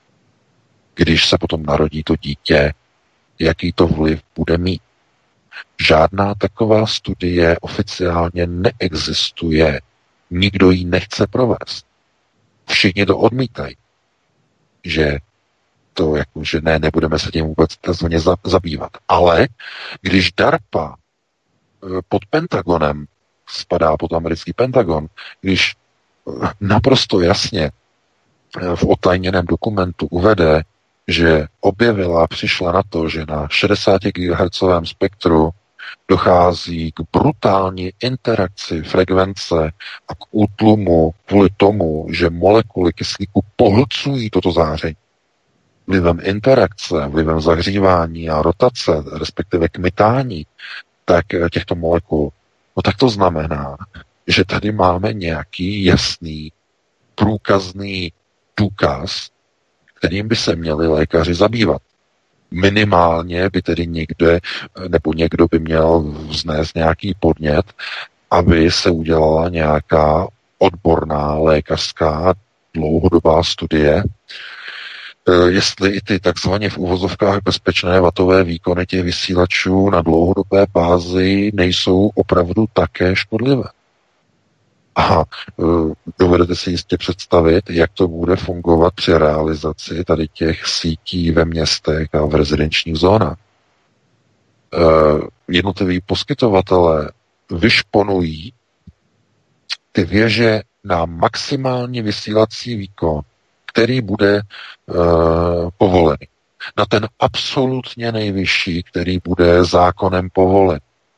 Když se potom narodí to dítě, jaký to vliv bude mít? Žádná taková studie oficiálně neexistuje. Nikdo ji nechce provést. Všichni to odmítají. Že to jako, že nebudeme se tím vůbec takzvaně zabývat. Ale když DARPA pod Pentagonem spadá pod americký Pentagon, když naprosto jasně v otajněném dokumentu uvede, že objevila, přišla na to, že na 60 GHz spektru dochází k brutální interakci frekvence a k útlumu kvůli tomu, že molekuly kyslíku pohlcují toto záření. Vlivem interakce, vlivem zahřívání a rotace, respektive kmitání, tak těchto molekul. No tak to znamená, že tady máme nějaký jasný, průkazný důkaz, kterým by se měli lékaři zabývat. Minimálně by tedy někdo by měl vznést nějaký podnět, aby se udělala nějaká odborná lékařská dlouhodobá studie, jestli i ty takzvaně v uvozovkách bezpečné vatové výkony těch vysílačů na dlouhodobé bázi nejsou opravdu také škodlivé. A dovedete si jistě představit, jak to bude fungovat při realizaci tady těch sítí ve městech a v rezidenčních zónách. Jednotliví poskytovatelé vyšponují ty věže na maximální vysílací výkon, který bude povolený. Na ten absolutně nejvyšší, který bude zákonem povolen.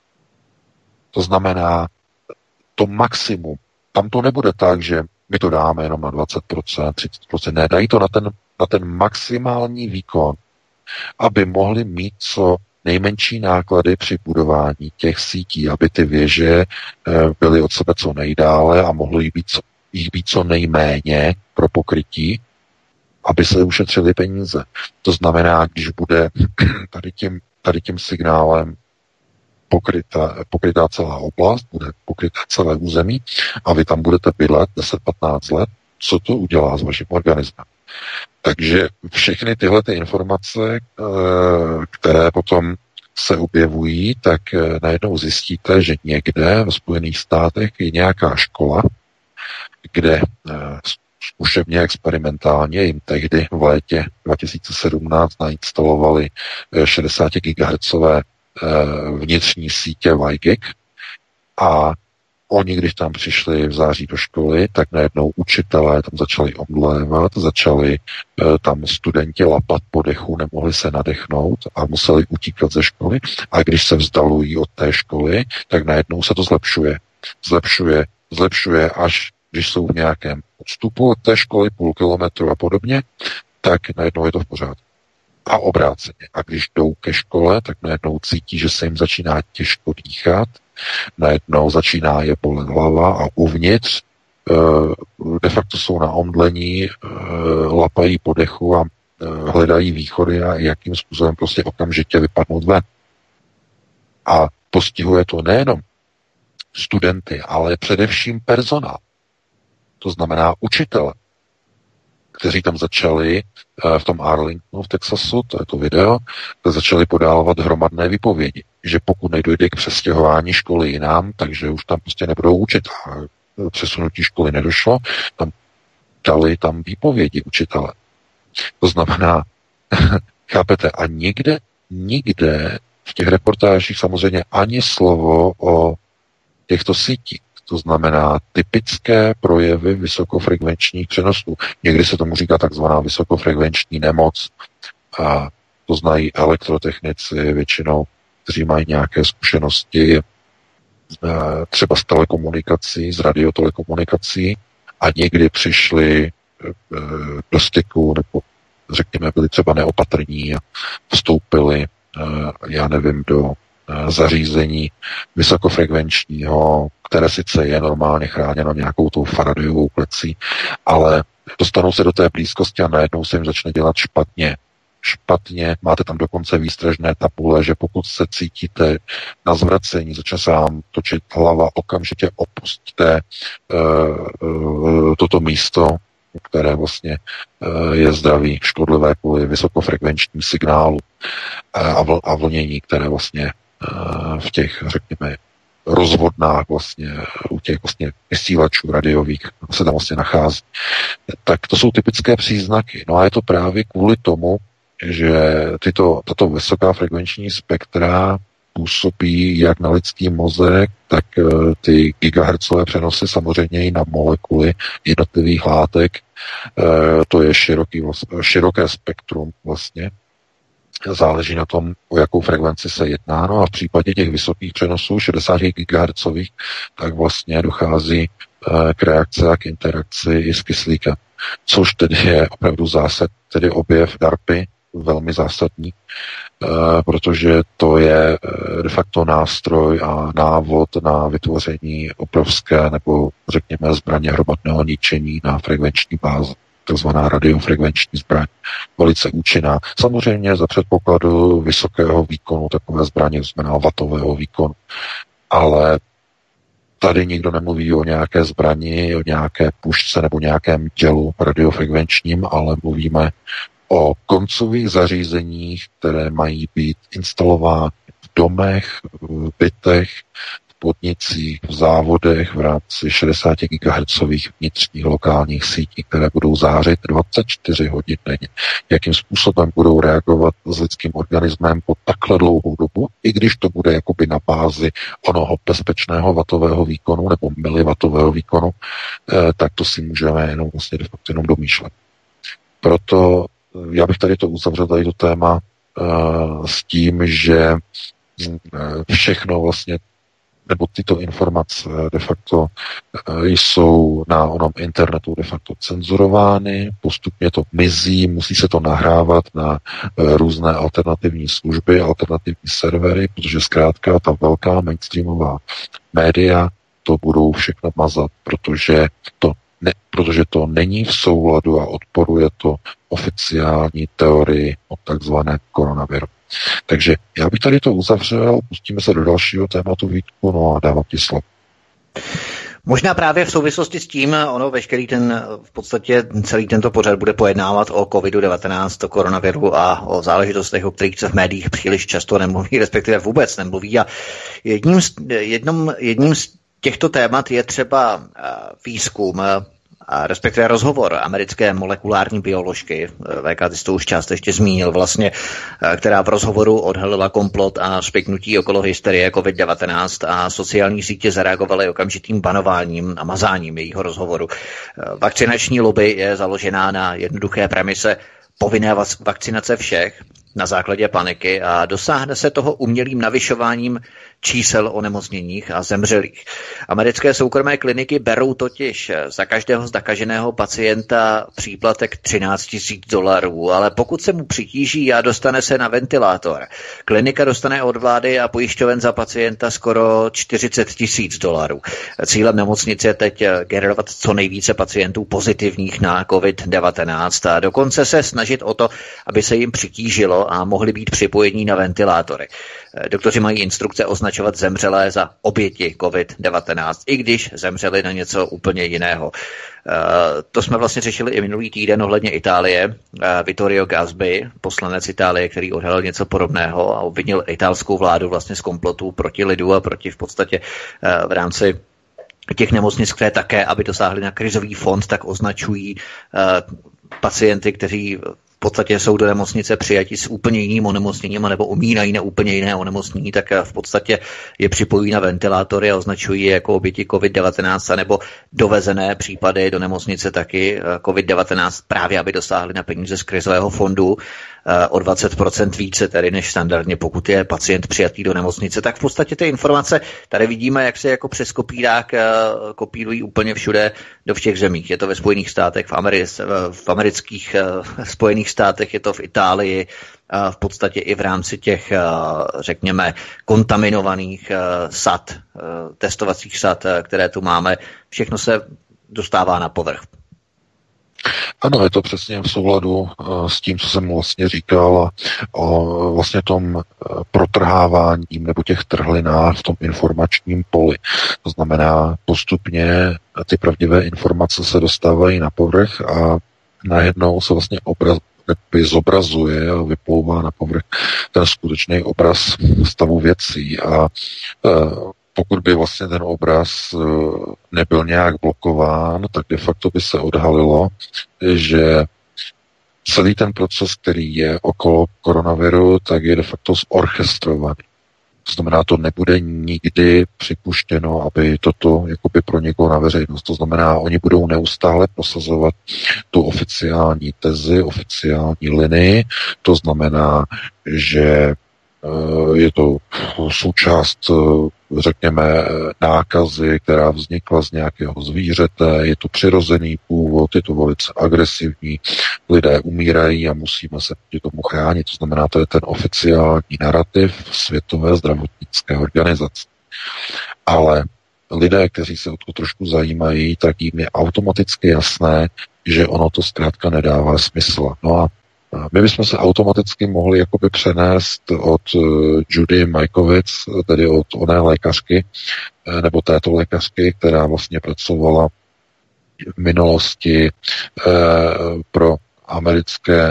To znamená to maximum. Tam to nebude tak, že my to dáme jenom na 20%, 30%. Ne, dají to na ten maximální výkon, aby mohli mít co nejmenší náklady při budování těch sítí, aby ty věže byly od sebe co nejdále a mohlo jich být co nejméně pro pokrytí, aby se ušetřili peníze. To znamená, když bude tady tím signálem pokrytá celá oblast, bude pokrytá celé území a vy tam budete bydlet 10-15 let, co to udělá s vaším organismem. Takže všechny tyhle ty informace, které potom se objevují, tak najednou zjistíte, že někde ve Spojených státech je nějaká škola, kde zkušebně experimentálně jim tehdy v létě 2017 nainstalovali 60 GHz vnitřní sítě Wi-Fi a oni, když tam přišli v září do školy, tak najednou učitelé tam začali omdlévat, začali tam studenti lapat po dechu, nemohli se nadechnout a museli utíkat ze školy. A když se vzdalují od té školy, tak najednou se to zlepšuje, až když jsou v nějakém odstupu od té školy, půl kilometru a podobně, tak najednou je to v pořádku. A obráceně. A když jdou ke škole, tak najednou cítí, že se jim začíná těžko dýchat, najednou začíná je bolet hlava a uvnitř de facto jsou na omdlení, lapají po dechu a hledají východy a jakým způsobem prostě okamžitě vypadnout ven. A postihuje to nejenom studenty, ale především personál. To znamená učitele, kteří tam začali v tom Arlingtonu v Texasu, to je to video, začali podávat hromadné výpovědi, že pokud nedojde k přestěhování školy jinam, takže už tam prostě nebudou učit. A přesunutí školy nedošlo, dali tam výpovědi učitele. To znamená, chápete, a nikde v těch reportážích samozřejmě ani slovo o těchto sítích. To znamená typické projevy vysokofrekvenčních přenosů. Někdy se tomu říká takzvaná vysokofrekvenční nemoc. A to znají elektrotechnici většinou, kteří mají nějaké zkušenosti třeba s telekomunikací, s radiotelekomunikací a někdy přišli do styku, nebo řekněme byli třeba neopatrní a vstoupili, já nevím, do zařízení vysokofrekvenčního, které sice je normálně chráněno nějakou tou Faradayovou klecí, ale dostanou se do té blízkosti a najednou se jim začne dělat špatně. Máte tam dokonce výstražné tabule, že pokud se cítíte na zvracení, začne se vám točit hlava, okamžitě opustíte toto místo, které vlastně je zdraví, škodlivé kvůli vysokofrekvenčním signálu a vlnění, které vlastně v těch, řekněme, rozvodnách vlastně u těch vlastně vysílačů radiových se tam vlastně nachází. Tak to jsou typické příznaky. No a je to právě kvůli tomu, že tato vysoká frekvenční spektra působí jak na lidský mozek, tak ty gigahertzové přenosy samozřejmě i na molekuly jednotlivých látek. To je široké spektrum vlastně. Záleží na tom, o jakou frekvenci se jedná. No a v případě těch vysokých přenosů 60 GHz, tak vlastně dochází k reakci a k interakci i s kyslíkem. Což tedy je opravdu tedy objev DARPy, velmi zásadní, protože to je de facto nástroj a návod na vytvoření obrovské nebo řekněme zbraně hromadného ničení na frekvenční bázi. Takzvaná radiofrekvenční zbraň, velice účinná. Samozřejmě za předpokladu vysokého výkonu takové zbraně, to znamená watového výkonu. Ale tady nikdo nemluví o nějaké zbrani, o nějaké pušce nebo nějakém tělu radiofrekvenčním, ale mluvíme o koncových zařízeních, které mají být instalovány v domech, v bytech, v podnicích, v závodech v rámci 60 GHz vnitřních lokálních sítí, které budou zářit 24 hodin denně. Jakým způsobem budou reagovat s lidským organismem po takhle dlouhou dobu, i když to bude jakoby na bázi onoho bezpečného watového výkonu nebo miliwatového výkonu, tak to si můžeme jenom vlastně jenom domýšlet. Proto já bych tady to uzavřel, tady to téma s tím, že všechno vlastně, nebo tyto informace de facto jsou na onom internetu de facto cenzurovány, postupně to mizí, musí se to nahrávat na různé alternativní služby, alternativní servery, protože zkrátka ta velká mainstreamová média to budou všechno mazat, protože to není v souladu a odporuje to oficiální teorii o takzvaném koronaviru. Takže já bych tady to uzavřel, pustíme se do dalšího tématu, Vítku, no a dávám ti slovo. Možná právě v souvislosti s tím, v podstatě celý tento pořad bude pojednávat o COVID-19, o koronaviru a o záležitostech, o kterých se v médiích příliš často nemluví, respektive vůbec nemluví. A jedním z těchto témat je třeba výzkum, respektive rozhovor americké molekulární bioložky, VK, ty jsi to už částečně zmínil vlastně, která v rozhovoru odhalila komplot a spiknutí okolo hysterie COVID-19 a sociální sítě zareagovaly okamžitým banováním a mazáním jejího rozhovoru. Vakcinační lobby je založená na jednoduché premise povinné vakcinace všech na základě paniky a dosáhne se toho umělým navyšováním čísel onemocněních a zemřelých. Americké soukromé kliniky berou totiž za každého nakaženého pacienta příplatek $13,000, ale pokud se mu přitíží a dostane se na ventilátor, klinika dostane od vlády a pojišťoven za pacienta skoro $40,000. Cílem nemocnice je teď generovat co nejvíce pacientů pozitivních na COVID-19 a dokonce se snažit o to, aby se jim přitížilo a mohli být připojení na ventilátory. Doktoři mají instrukce označovat zemřelé za oběti COVID-19, i když zemřeli na něco úplně jiného. To jsme vlastně řešili i minulý týden ohledně Itálie. Vittorio Gasby, poslanec Itálie, který odhalil něco podobného a obvinil italskou vládu vlastně z komplotu proti lidu a proti v podstatě v rámci těch nemocnic, které také, aby dosáhly na krizový fond, tak označují pacienty, kteří v podstatě jsou do nemocnice přijati s úplně jiným onemocněním nebo umírají na úplně jiné onemocnění, tak v podstatě je připojují na ventilátory a označují je jako oběti COVID-19 nebo dovezené případy do nemocnice taky COVID-19 právě, aby dosáhli na peníze z krizového fondu o 20% více tedy než standardně, pokud je pacient přijatý do nemocnice. Tak v podstatě ty informace tady vidíme, jak se jako přes kopírák kopírují úplně všude do všech zemích. Je to ve Spojených státech, v amerických Spojených Spojených státech, je to v Itálii, v podstatě i v rámci těch, řekněme, kontaminovaných sad, testovacích sad, které tu máme. Všechno se dostává na povrch. Ano, je to přesně v souladu s tím, co jsem vlastně říkal o vlastně tom protrhávání nebo těch trhlinách v tom informačním poli. To znamená, postupně ty pravdivé informace se dostávají na povrch a najednou se vlastně zobrazuje a vyplouvá na povrch ten skutečný obraz stavu věcí a pokud by vlastně ten obraz nebyl nějak blokován, tak de facto by se odhalilo, že celý ten proces, který je okolo koronaviru, tak je de facto zorchestrovaný. To znamená, to nebude nikdy připuštěno, aby toto jakoby proniklo na veřejnost. To znamená, oni budou neustále prosazovat tu oficiální tezi, oficiální linii. To znamená, že je to součást, řekněme, nákazy, která vznikla z nějakého zvířete, je to přirozený původ, je to velice agresivní, lidé umírají a musíme se proti tomu chránit. To znamená, to je ten oficiální narrativ Světové zdravotnické organizace. Ale lidé, kteří se o to trošku zajímají, tak jim je automaticky jasné, že ono to zkrátka nedává smysl. No a my bychom se automaticky mohli jakoby přenést od Judy Mikovits, tedy od oné lékařky, nebo této lékařky, která vlastně pracovala v minulosti pro americké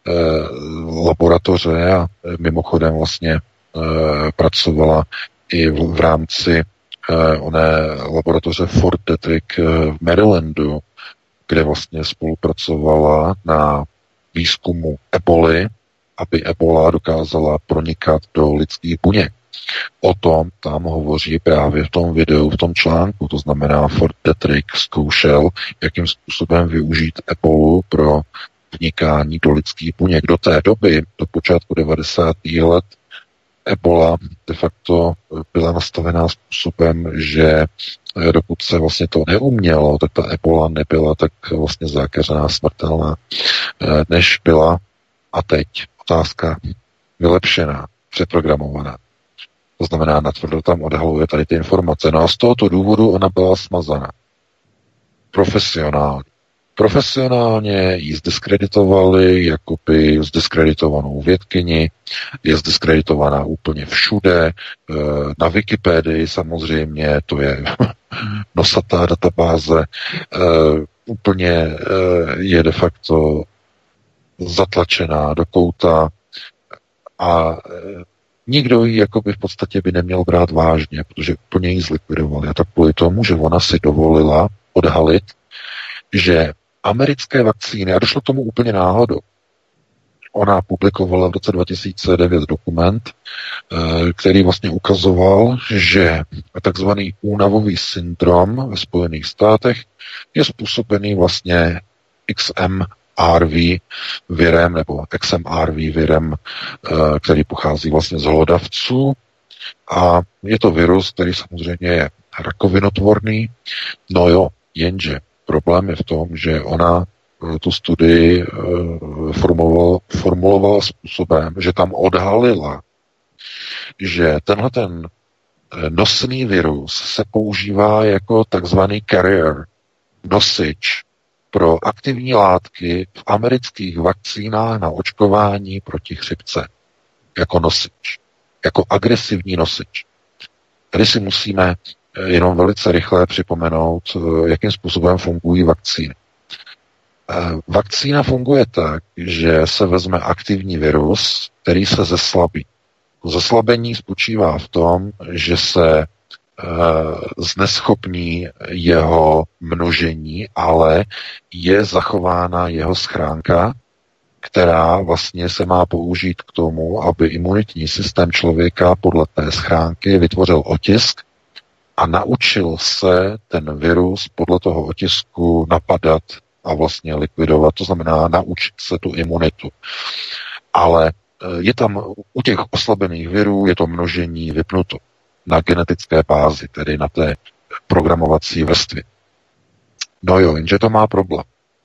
laboratoře a mimochodem vlastně pracovala i v rámci oné laboratoře Fort Detrick v Marylandu, kde vlastně spolupracovala na výzkumu eboli, aby ebola dokázala pronikat do lidských buněk. O tom tam hovoří právě v tom videu, v tom článku. To znamená, Fort Detrick zkoušel, jakým způsobem využít ebolu pro vnikání do lidských buněk. Do té doby, do počátku 90. let, ebola de facto byla nastavená způsobem, že dokud se vlastně to neumělo, tak ta ebola nebyla tak vlastně zákeřená, smrtelná, než byla a teď otázka vylepšená, přeprogramovaná. To znamená, natvrdo tam odhaluje tady ty informace. No a z tohoto důvodu ona byla smazaná. Profesionálně ji zdiskreditovali, jakoby zdiskreditovanou vědkyni, je zdiskreditovaná úplně všude, na Wikipedii samozřejmě, to je nosatá databáze, úplně je de facto zatlačená do kouta a nikdo ji jakoby v podstatě by neměl brát vážně, protože úplně ji zlikvidovali. A tak kvůli tomu, že ona si dovolila odhalit, že americké vakcíny, a došlo k tomu úplně náhodou, ona publikovala v roce 2009 dokument, který vlastně ukazoval, že takzvaný únavový syndrom ve Spojených státech je způsobený vlastně XMRV virem nebo XMRV virem, který pochází vlastně z hlodavců a je to virus, který samozřejmě je rakovinotvorný, no jo, jenže problém je v tom, že ona tu studii formulovala způsobem, že tam odhalila, že tenhle ten nosný virus se používá jako takzvaný carrier, nosič pro aktivní látky v amerických vakcínách na očkování proti chřipce. Jako nosič. Jako agresivní nosič. Tady si musíme jenom velice rychle připomenout, jakým způsobem fungují vakcíny. Vakcína funguje tak, že se vezme aktivní virus, který se zeslabí. Zeslabení spočívá v tom, že se zneschopní jeho množení, ale je zachována jeho schránka, která vlastně se má použít k tomu, aby imunitní systém člověka podle té schránky vytvořil otisk a naučil se ten virus podle toho otisku napadat a vlastně likvidovat, to znamená naučit se tu imunitu. Ale je tam u těch oslabených virů, je to množení vypnuto na genetické bázi, tedy na té programovací vrstvě. No jo, jenže to má problém.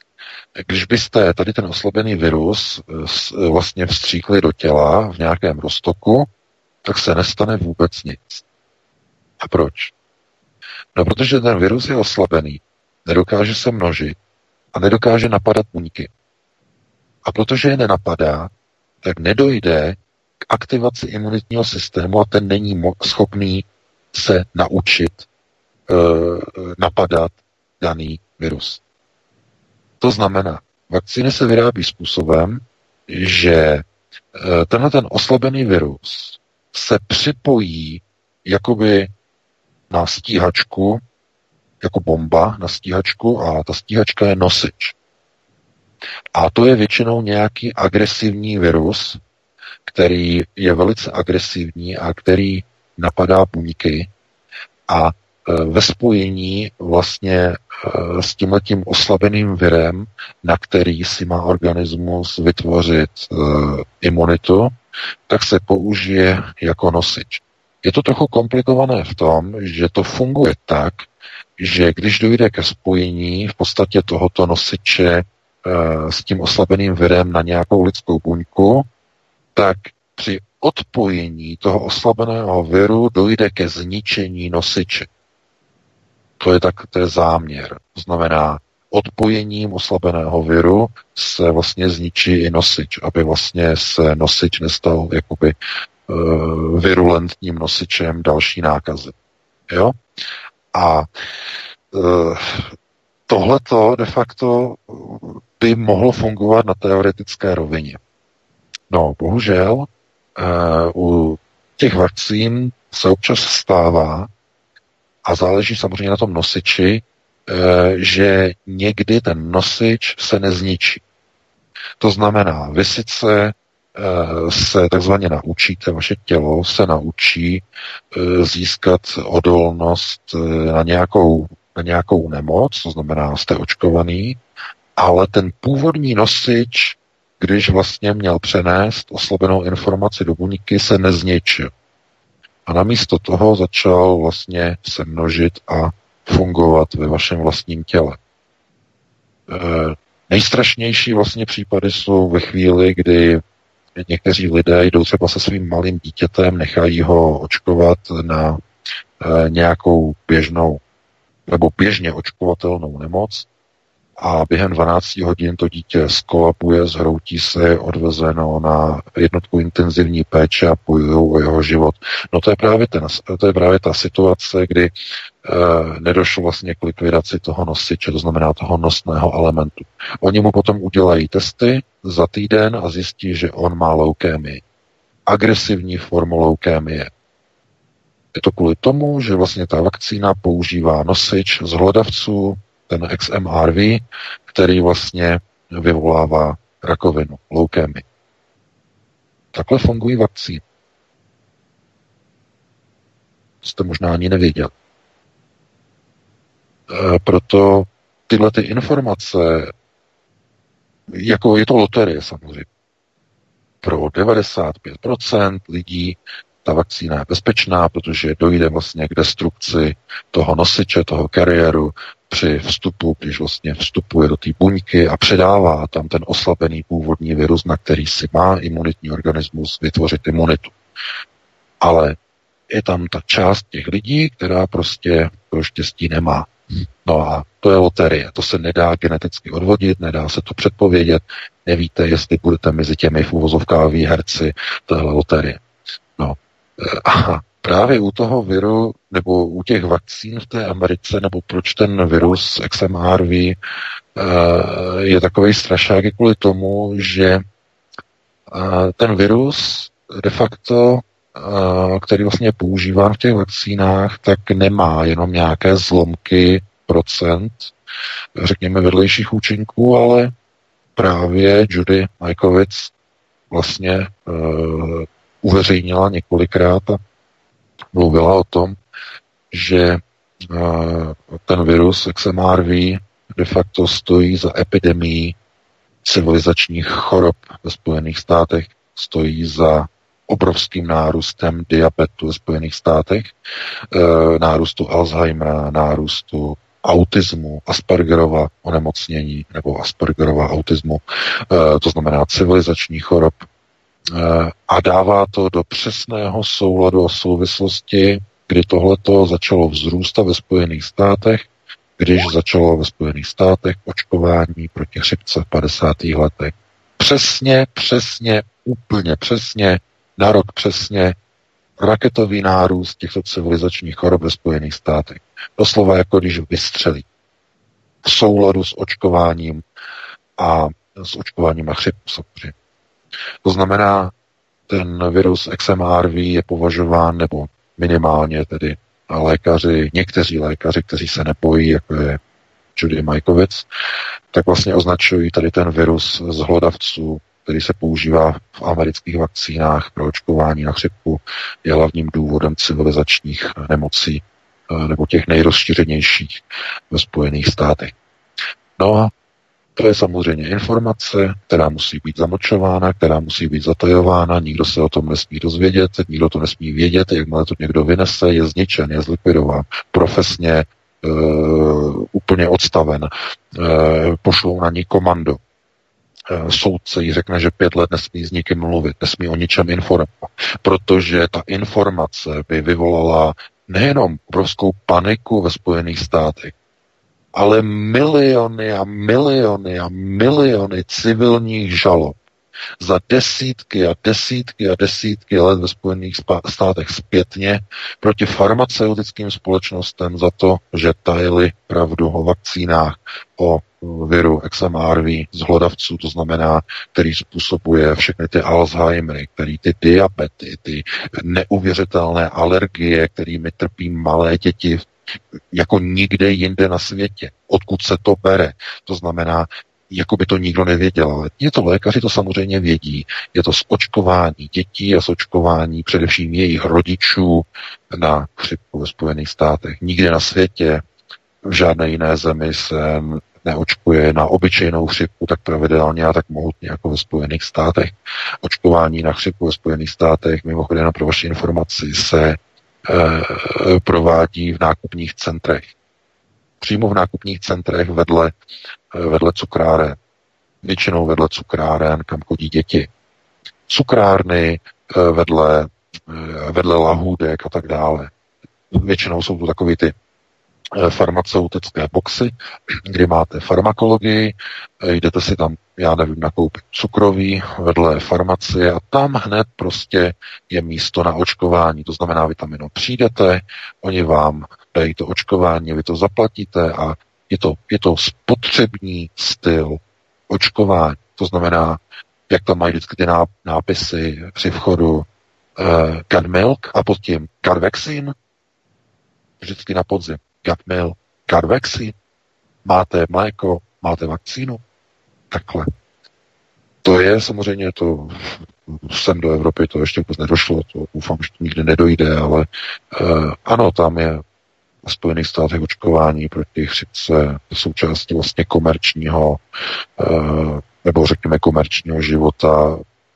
Když byste tady ten oslabený virus vlastně vstříkli do těla v nějakém roztoku, tak se nestane vůbec nic. A proč? No, protože ten virus je oslabený, nedokáže se množit a nedokáže napadat buňky. A protože je nenapadá, tak nedojde k aktivaci imunitního systému a ten není schopný se naučit napadat daný virus. To znamená, vakcíny se vyrábí způsobem, že tenhle ten oslabený virus se připojí jakoby na stíhačku, jako bomba na stíhačku a ta stíhačka je nosič. A to je většinou nějaký agresivní virus, který je velice agresivní a který napadá buňky a ve spojení vlastně s tímhletím oslabeným virem, na který si má organismus vytvořit imunitu, tak se použije jako nosič. Je to trochu komplikované v tom, že to funguje tak, že když dojde ke spojení v podstatě tohoto nosiče s tím oslabeným virem na nějakou lidskou buňku, tak při odpojení toho oslabeného viru dojde ke zničení nosiče. To je záměr. To znamená, odpojením oslabeného viru se vlastně zničí i nosič, aby vlastně se nosič nestal jakoby virulentním nosičem další nákazy. Jo? A tohleto de facto by mohlo fungovat na teoretické rovině. No, bohužel u těch vakcín se občas stává, a záleží samozřejmě na tom nosiči, že někdy ten nosič se nezničí. To znamená, vy sice se takzvaně naučíte, vaše tělo se naučí získat odolnost na nějakou nemoc, to znamená, jste očkovaný, ale ten původní nosič, když vlastně měl přenést oslabenou informaci do buňky, se nezničil. A namísto toho začal vlastně se množit a fungovat ve vašem vlastním těle. Nejstrašnější vlastně případy jsou ve chvíli, kdy někteří lidé jdou třeba se svým malým dítětem, nechají ho očkovat na nějakou běžnou nebo běžně očkovatelnou nemoc a během 12 hodin to dítě skolabuje, zhroutí se, odvezeno na jednotku intenzivní péče a bojují o jeho život. No to je právě ta situace, kdy nedošlo vlastně k likvidaci toho nosiče, to znamená toho nosného elementu. Oni mu potom udělají testy za týden a zjistí, že on má leukémii. Agresivní formu leukémie. Je to kvůli tomu, že vlastně ta vakcína používá nosič z hlodavců, ten XMRV, který vlastně vyvolává rakovinu, leukémii. Takhle fungují vakcíny. To jste možná ani nevěděli. Proto tyhle ty informace, jako je to loterie samozřejmě, pro 95% lidí ta vakcína je bezpečná, protože dojde vlastně k destrukci toho nosiče, toho kariéru při vstupu, když vlastně vstupuje do té buňky a předává tam ten oslabený původní virus, na který si má imunitní organismus vytvořit imunitu. Ale je tam ta část těch lidí, která prostě to štěstí nemá. No a to je loterie. To se nedá geneticky odvodit, nedá se to předpovědět. Nevíte, jestli budete mezi těmi v uvozovkách výherci téhle loterie. No a právě u toho viru, nebo u těch vakcín v té Americe, nebo proč ten virus XMRV je takovej strašák, je kvůli tomu, že ten virus de facto, který vlastně je používán v těch vakcínách, tak nemá jenom nějaké zlomky procent, řekněme, vedlejších účinků, ale právě Judy Mikovits vlastně uveřejnila několikrát a mluvila o tom, že ten virus XMRV de facto stojí za epidemií civilizačních chorob ve Spojených státech, stojí za obrovským nárůstem diabetu ve Spojených státech, nárůstu Alzheimera, nárůstu autismu, Aspergerova onemocnění nebo Aspergerova autismu, to znamená civilizačních chorob, a dává to do přesného souladu a souvislosti, kdy tohleto začalo vzrůstat ve Spojených státech, když začalo ve Spojených státech očkování proti chřipce v 50. letech. Přesně, úplně přesně, na rok přesně, raketový nárůst těchto civilizačních chorob ve Spojených státech. Doslova jako když vystřelí. V souladu s očkováním na chřipku samozřejmě. To znamená, ten virus XMRV je považován, nebo minimálně tedy někteří lékaři, kteří se nebojí, jako je Judy Mikovits, tak vlastně označují tady ten virus z hlodavců, který se používá v amerických vakcínách pro očkování na chřipku, je hlavním důvodem civilizačních nemocí nebo těch nejrozšířenějších ve Spojených státech. No a to je samozřejmě informace, která musí být zamlčována, která musí být zatajována, nikdo se o tom nesmí dozvědět, nikdo to nesmí vědět, jakmile to někdo vynese, je zničen, je zlikvidován, profesně úplně odstaven, pošlou na ní komando. Soudce jí řekne, že 5 let nesmí s nikým mluvit, nesmí o ničem informovat, protože ta informace by vyvolala nejenom obrovskou paniku ve Spojených státech, ale miliony a miliony a miliony civilních žalob za desítky a desítky a desítky let ve Spojených státech zpětně proti farmaceutickým společnostem za to, že tajili pravdu o vakcínách, o viru XMRV z hlodavců, to znamená, který způsobuje všechny ty Alzheimery, který ty diabety, ty neuvěřitelné alergie, kterými trpí malé děti jako nikde jinde na světě. Odkud se to bere? To znamená, jako by to nikdo nevěděl, ale lékaři to samozřejmě vědí. Je to z očkování dětí a z očkování především jejich rodičů na chřipku ve Spojených státech. Nikde na světě, v žádné jiné zemi se neočkuje na obyčejnou chřipku tak pravidelně a tak mohutně jako ve Spojených státech. Očkování na chřipku ve Spojených státech, mimochodem pro vaši informaci, se provádí v nákupních centrech. Přímo v nákupních centrech vedle cukráren. Většinou vedle cukráren, kam chodí děti. Cukrárny vedle lahůdek a tak dále. Většinou jsou to takové ty farmaceutické boxy, kdy máte farmakologii, jdete si tam, já nevím, nakoupit cukroví vedle farmacie a tam hned prostě je místo na očkování. To znamená, vy tam jenom přijdete, oni vám dají to očkování, vy to zaplatíte a je to spotřební styl očkování. To znamená, jak tam mají vždycky ty nápisy při vchodu got milk a pod tím got vaccine, vždycky na podzim. Got milk, got vaccine, máte mléko, máte vakcínu. Takhle. To je samozřejmě to, sem do Evropy to ještě vůbec nedošlo, to doufám, že to nikdy nedojde, ale ano, tam je v Spojených státech očkování proti chřipce součástí vlastně komerčního, nebo řekněme komerčního života,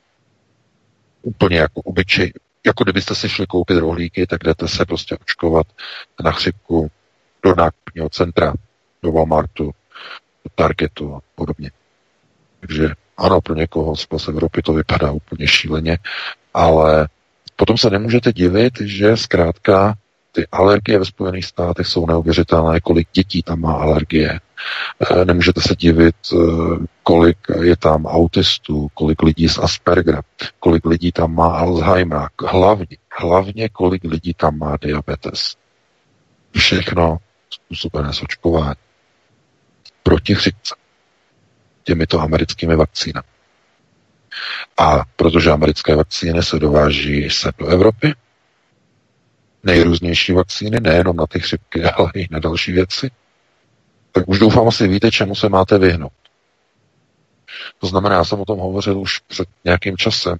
úplně jako obyčej. Jako kdybyste si šli koupit rohlíky, tak jdete se prostě očkovat na chřipku do nákupního centra, do Walmartu, do Targetu a podobně. Takže ano, pro někoho z Evropy to vypadá úplně šíleně, ale potom se nemůžete divit, že zkrátka ty alergie ve Spojených státech jsou neuvěřitelné, kolik dětí tam má alergie. Nemůžete se divit, kolik je tam autistů, kolik lidí s Aspergerem, kolik lidí tam má Alzheimera, hlavně kolik lidí tam má diabetes. Všechno způsobené s očkování proti chřipce těmito americkými vakcínami. A protože americké vakcíny se dováží se do Evropy, nejrůznější vakcíny, nejenom na ty chřipky, ale i na další věci, tak už doufám asi víte, čemu se máte vyhnout. To znamená, já jsem o tom hovořil už před nějakým časem.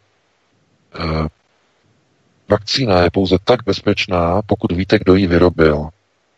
Vakcína je pouze tak bezpečná, pokud víte, kdo ji vyrobil.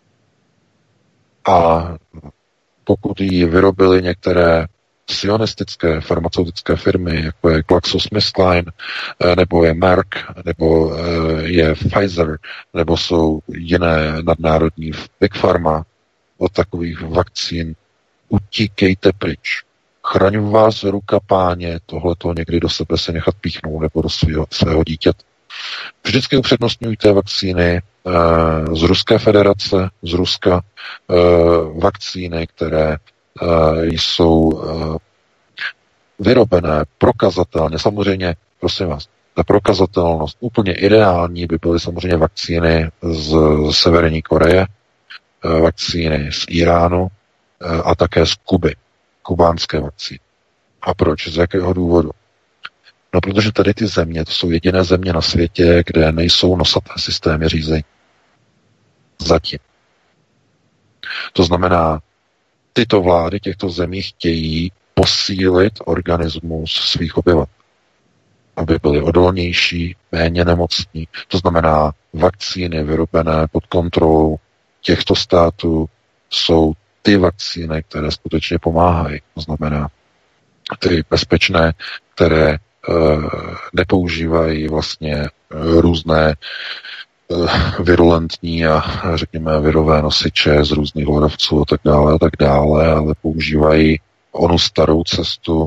A pokud ji vyrobily některé sionistické farmaceutické firmy, jako je GlaxoSmithKline, nebo je Merck, nebo je Pfizer, nebo jsou jiné nadnárodní Big Pharma, od takových vakcín, utíkejte pryč. Chraň vás ruka Páně, tohleto někdy do sebe se nechat píchnout nebo do svého dítěte. Vždycky upřednostňujte vakcíny z Ruské federace, z Ruska, vakcíny, které jsou vyrobené prokazatelně. Samozřejmě, prosím vás, ta prokazatelnost úplně ideální by byly samozřejmě vakcíny z Severní Koreje, vakcíny z Iránu a také z Kuby, kubánské vakcíny. A proč? Z jakého důvodu? No, protože tady ty země, to jsou jediné země na světě, kde nejsou nosaté systémy řízení. Zatím. To znamená, tyto vlády těchto zemí chtějí posílit organismus svých obyvatel, aby byli odolnější, méně nemocní. To znamená, vakcíny vyrobené pod kontrolou těchto států jsou ty vakcíny, které skutečně pomáhají. To znamená, ty bezpečné, které nepoužívají vlastně různé virulentní a řekněme virové nosiče z různých hlodavců a tak dále, ale používají onu starou cestu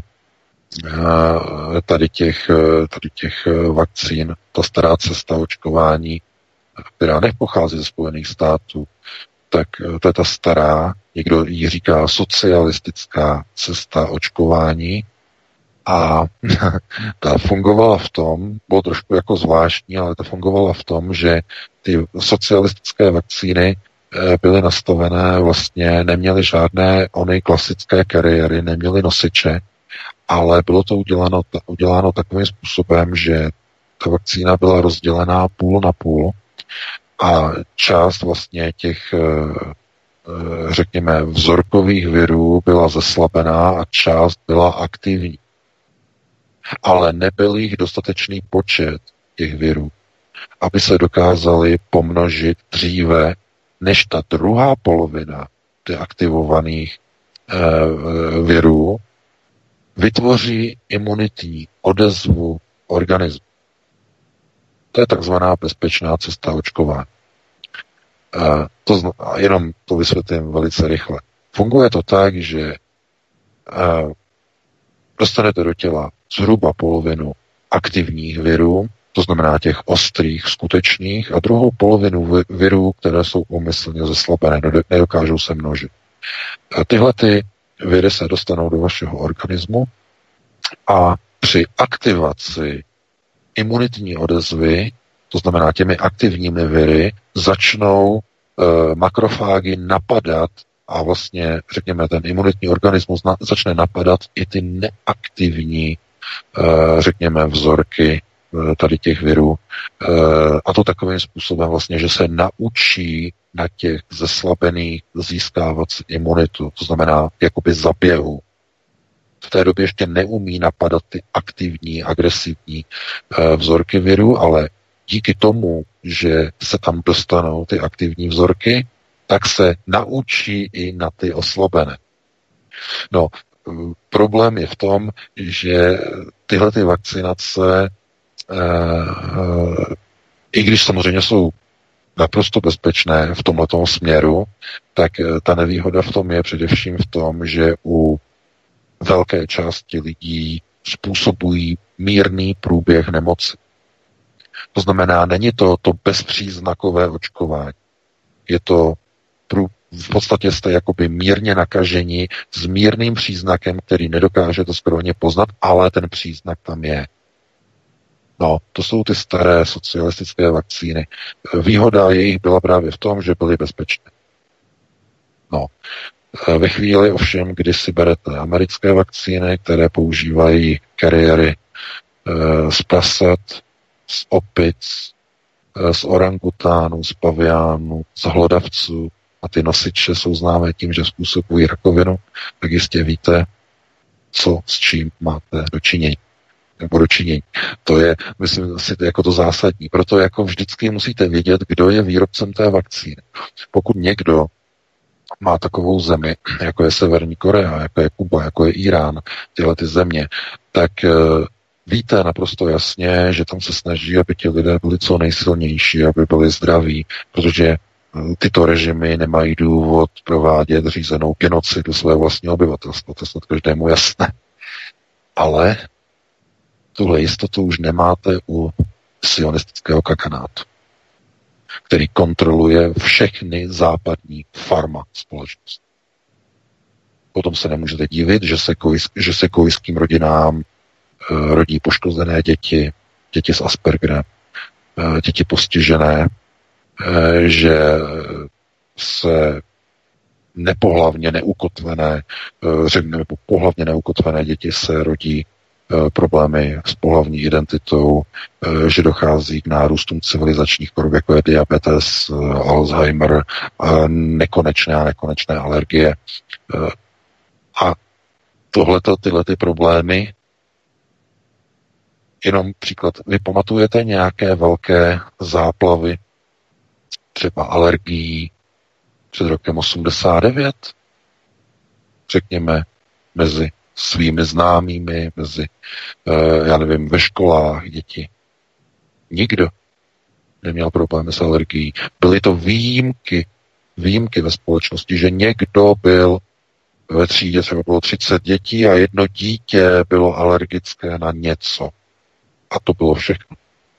tady těch vakcín, ta stará cesta očkování, která nepochází ze Spojených států, tak to je ta stará, někdo ji říká socialistická cesta očkování, a ta fungovala v tom, bylo trošku jako zvláštní, ale ta fungovala v tom, že ty socialistické vakcíny byly nastavené, vlastně neměly žádné ony klasické kariéry, neměly nosiče, ale bylo to uděláno takovým způsobem, že ta vakcína byla rozdělená půl na půl a část vlastně těch řekněme vzorkových virů byla zeslabená a část byla aktivní. Ale nebyl jich dostatečný počet těch virů, aby se dokázali pomnožit dříve, než ta druhá polovina deaktivovaných virů vytvoří imunitní odezvu organismu. To je takzvaná bezpečná cesta očkování. Jenom to vysvětlím velice rychle. Funguje to tak, že dostanete do těla zhruba polovinu aktivních virů, to znamená těch ostrých, skutečných, a druhou polovinu virů, které jsou úmyslně zeslabené, nedokážou se množit. A tyhle ty viry se dostanou do vašeho organismu a při aktivaci imunitní odezvy, to znamená těmi aktivními viry, začnou makrofágy napadat a vlastně, řekněme, ten imunitní organismus začne napadat i ty neaktivní, řekněme, vzorky tady těch virů. A to takovým způsobem vlastně, že se naučí na těch zeslabených získávat imunitu. To znamená, jakoby zaběhu. V té době ještě neumí napadat ty aktivní, agresivní vzorky virů, ale díky tomu, že se tam dostanou ty aktivní vzorky, tak se naučí i na ty oslabené. No, problém je v tom, že tyhle ty vakcinace, i když samozřejmě jsou naprosto bezpečné v tomhletom směru, tak ta nevýhoda v tom je především v tom, že u velké části lidí způsobují mírný průběh nemoci. To znamená, není to bezpříznakové očkování. Je to v podstatě jste jakoby mírně nakaženi s mírným příznakem, který nedokážete skoro ani poznat, ale ten příznak tam je. No, to jsou ty staré socialistické vakcíny. Výhoda jejich byla právě v tom, že byly bezpečné. No, ve chvíli ovšem, kdy si berete americké vakcíny, které používají kariéry z prasat, z opic, z orangutánů, z paviánů, z hlodavců, a ty nosiče jsou známé tím, že způsobují rakovinu, tak jistě víte, s čím máte dočinění. To je, myslím, asi jako to zásadní. Proto jako vždycky musíte vědět, kdo je výrobcem té vakcíny. Pokud někdo má takovou zemi, jako je Severní Korea, jako je Kuba, jako je Irán, tyhle ty země, tak víte naprosto jasně, že tam se snaží, aby ti lidé byli co nejsilnější, aby byli zdraví, protože tyto režimy nemají důvod provádět řízenou genocidu svého vlastního obyvatelstva. To je snad každému jasné. Ale tuhle jistotu už nemáte u sionistického kaganátu, který kontroluje všechny západní farma společnosti. Potom se nemůžete divit, že se kojským rodinám rodí poškozené děti, děti s Aspergerem, děti postižené, že se nepohlavně neukotvené, řekněme pohlavně neukotvené děti se rodí problémy s pohlavní identitou, že dochází k nárůstům civilizačních chorob, jako je diabetes, Alzheimer, nekonečné alergie. A tyhle problémy, jenom příklad, vy pamatujete nějaké velké záplavy, třeba alergií před rokem 89, řekněme, mezi svými známými, já nevím, ve školách děti. Nikdo neměl problémy s alergií. Byly to výjimky ve společnosti, že někdo byl ve třídě, třeba bylo 30 dětí a jedno dítě bylo alergické na něco. A to bylo všechno.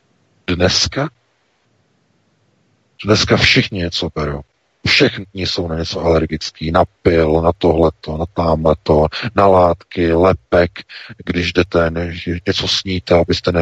Dneska všichni něco berou. Všichni jsou na něco alergický, na pil, na tohleto, na támhleto, na látky, lepek, když jdete, něco sníte, abyste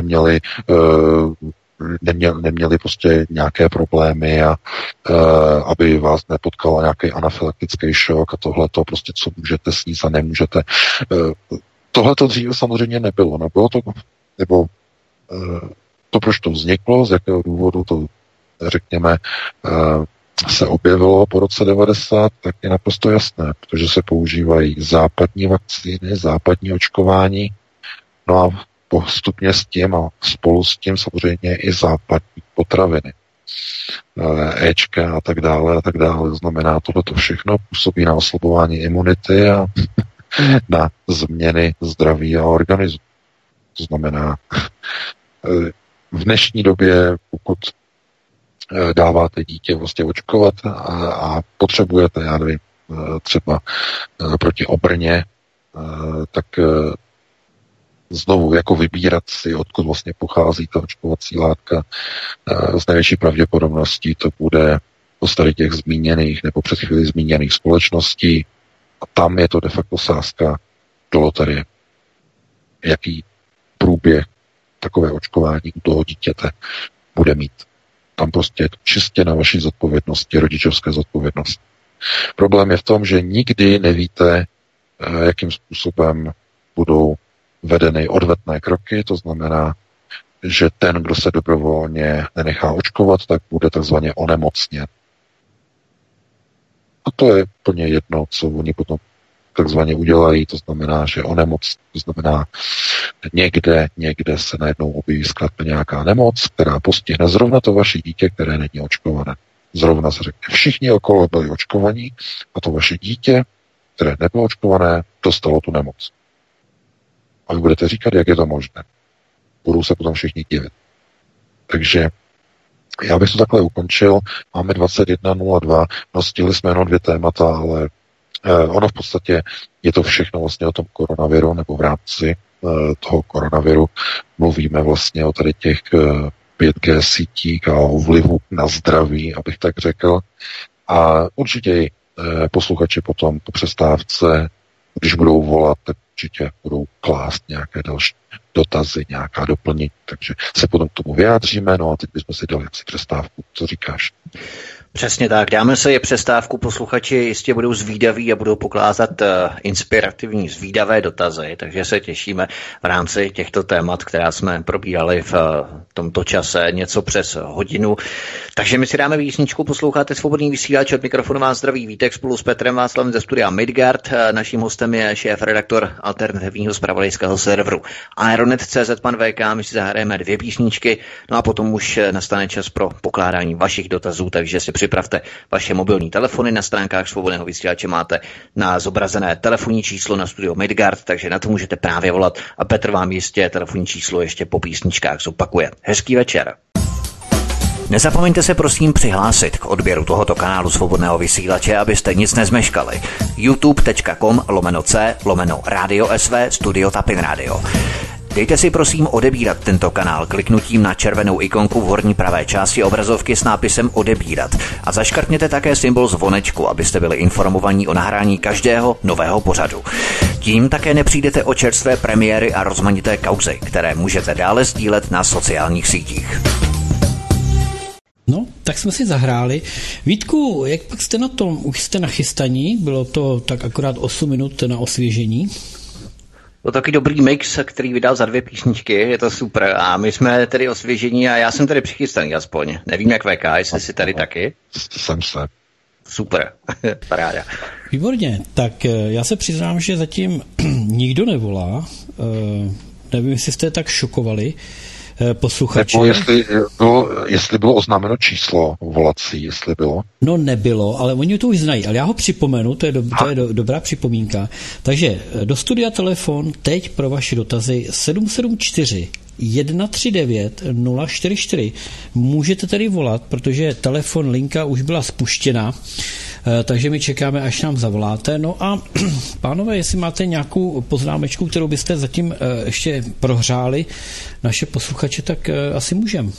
neměli prostě nějaké problémy a aby vás nepotkal nějaký anafylaktický šok a tohleto, prostě co můžete snít a nemůžete. Tohleto dříve samozřejmě nebylo. Nebylo to, nebo to, proč to vzniklo, z jakého důvodu to, řekněme, se objevilo po roce 90, tak je naprosto jasné, protože se používají západní vakcíny, západní očkování, no a postupně s tím a spolu s tím samozřejmě i západní potraviny, Ečka a tak dále, znamená tohleto všechno působí na oslabování imunity a na změny zdraví a organismu. To znamená, v dnešní době, pokud dáváte dítě vlastně očkovat a potřebujete, já nevím, třeba proti obrně, tak znovu jako vybírat si, odkud vlastně pochází ta očkovací látka. S největší pravděpodobností to bude z tady těch zmíněných nebo před chvíli zmíněných společností a tam je to de facto sázka do loterie. Jaký průběh takové očkování u toho dítěte bude mít. Tam prostě je to čistě na vaší zodpovědnosti, rodičovské zodpovědnosti. Problém je v tom, že nikdy nevíte, jakým způsobem budou vedeny odvetné kroky, to znamená, že ten, kdo se dobrovolně nenechá očkovat, tak bude takzvaně onemocněn. A to je plně jedno, co oni potom takzvaně udělají, to znamená, že to znamená, někde se najednou objeví zkrátka nějaká nemoc, která postihne zrovna to vaše dítě, které není očkované. Zrovna se řekne, všichni okolo byli očkovaní a to vaše dítě, které nebylo očkované, dostalo tu nemoc. A vy budete říkat, jak je to možné. Budou se potom všichni divit. Takže já bych to takhle ukončil. Máme 21:02, no stihli jsme jenom 2 témata, ale ono v podstatě je to všechno vlastně o tom koronaviru, nebo v rámci toho koronaviru mluvíme vlastně o tady těch 5G sítích a o vlivu na zdraví, abych tak řekl. A určitě i posluchači potom po přestávce, když budou volat, tak určitě budou klást nějaké další dotazy, nějaká doplnění, takže se potom k tomu vyjádříme, no a teď bychom si dali asi přestávku. Co říkáš? Přesně tak. Dáme se je přestávku, posluchači jistě budou zvídaví a budou pokládat inspirativní zvídavé dotazy, takže se těšíme v rámci těchto témat, která jsme probírali v tomto čase něco přes hodinu. Takže my si dáme písničku, posloucháte Svobodný vysílač, od mikrofonu vás zdraví Vítek spolu s Petrem Václavem ze studia Midgard. Naším hostem je šéf-redaktor alternativního zpravodajského serveru Aeronet.cz pan VK. My si zahrajeme 2 písničky, no a potom už nastane čas pro pokládání vašich dotazů, takže si připravte vaše mobilní telefony. Na stránkách Svobodného vysílače máte na zobrazené telefonní číslo na studio Midgard, takže na to můžete právě volat a Petr vám jistě telefonní číslo ještě po písničkách zopakuje. Hezký večer. Nezapomeňte se prosím přihlásit k odběru tohoto kanálu Svobodného vysílače, abyste nic nezmeškali. youtube.com/c/Radio SV Studio Tapin Radio. Dejte si prosím odebírat tento kanál kliknutím na červenou ikonku v horní pravé části obrazovky s nápisem odebírat a zaškrtněte také symbol zvonečku, abyste byli informovaní o nahrání každého nového pořadu. Tím také nepřijdete o čerstvé premiéry a rozmanité kauzy, které můžete dále sdílet na sociálních sítích. No, tak jsme si zahráli. Vítku, jak pak jste na tom? Už jste nachystaní? Bylo to tak akorát 8 minut na osvěžení? To taky dobrý mix, který vydal za 2 písničky, je to super. A my jsme tedy osvěžení a já jsem tady přichystaný aspoň. Nevím, jak VK, jestli jsi tady taky. Jsem se. Super, paráda. Výborně, tak já se přiznám, že zatím nikdo nevolá. Nevím, jestli jste tak šokovali posluchače. Nebo jestli bylo oznámeno číslo volací, jestli bylo. No nebylo, ale oni to už znají, ale já ho připomenu, to je dobrá připomínka. Takže do studia telefon teď pro vaše dotazy 774 139 044. Můžete tedy volat, protože telefon linka už byla spuštěna, takže my čekáme, až nám zavoláte. No a pánové, jestli máte nějakou poznámečku, kterou byste zatím ještě prohřáli naše posluchače, tak asi můžeme.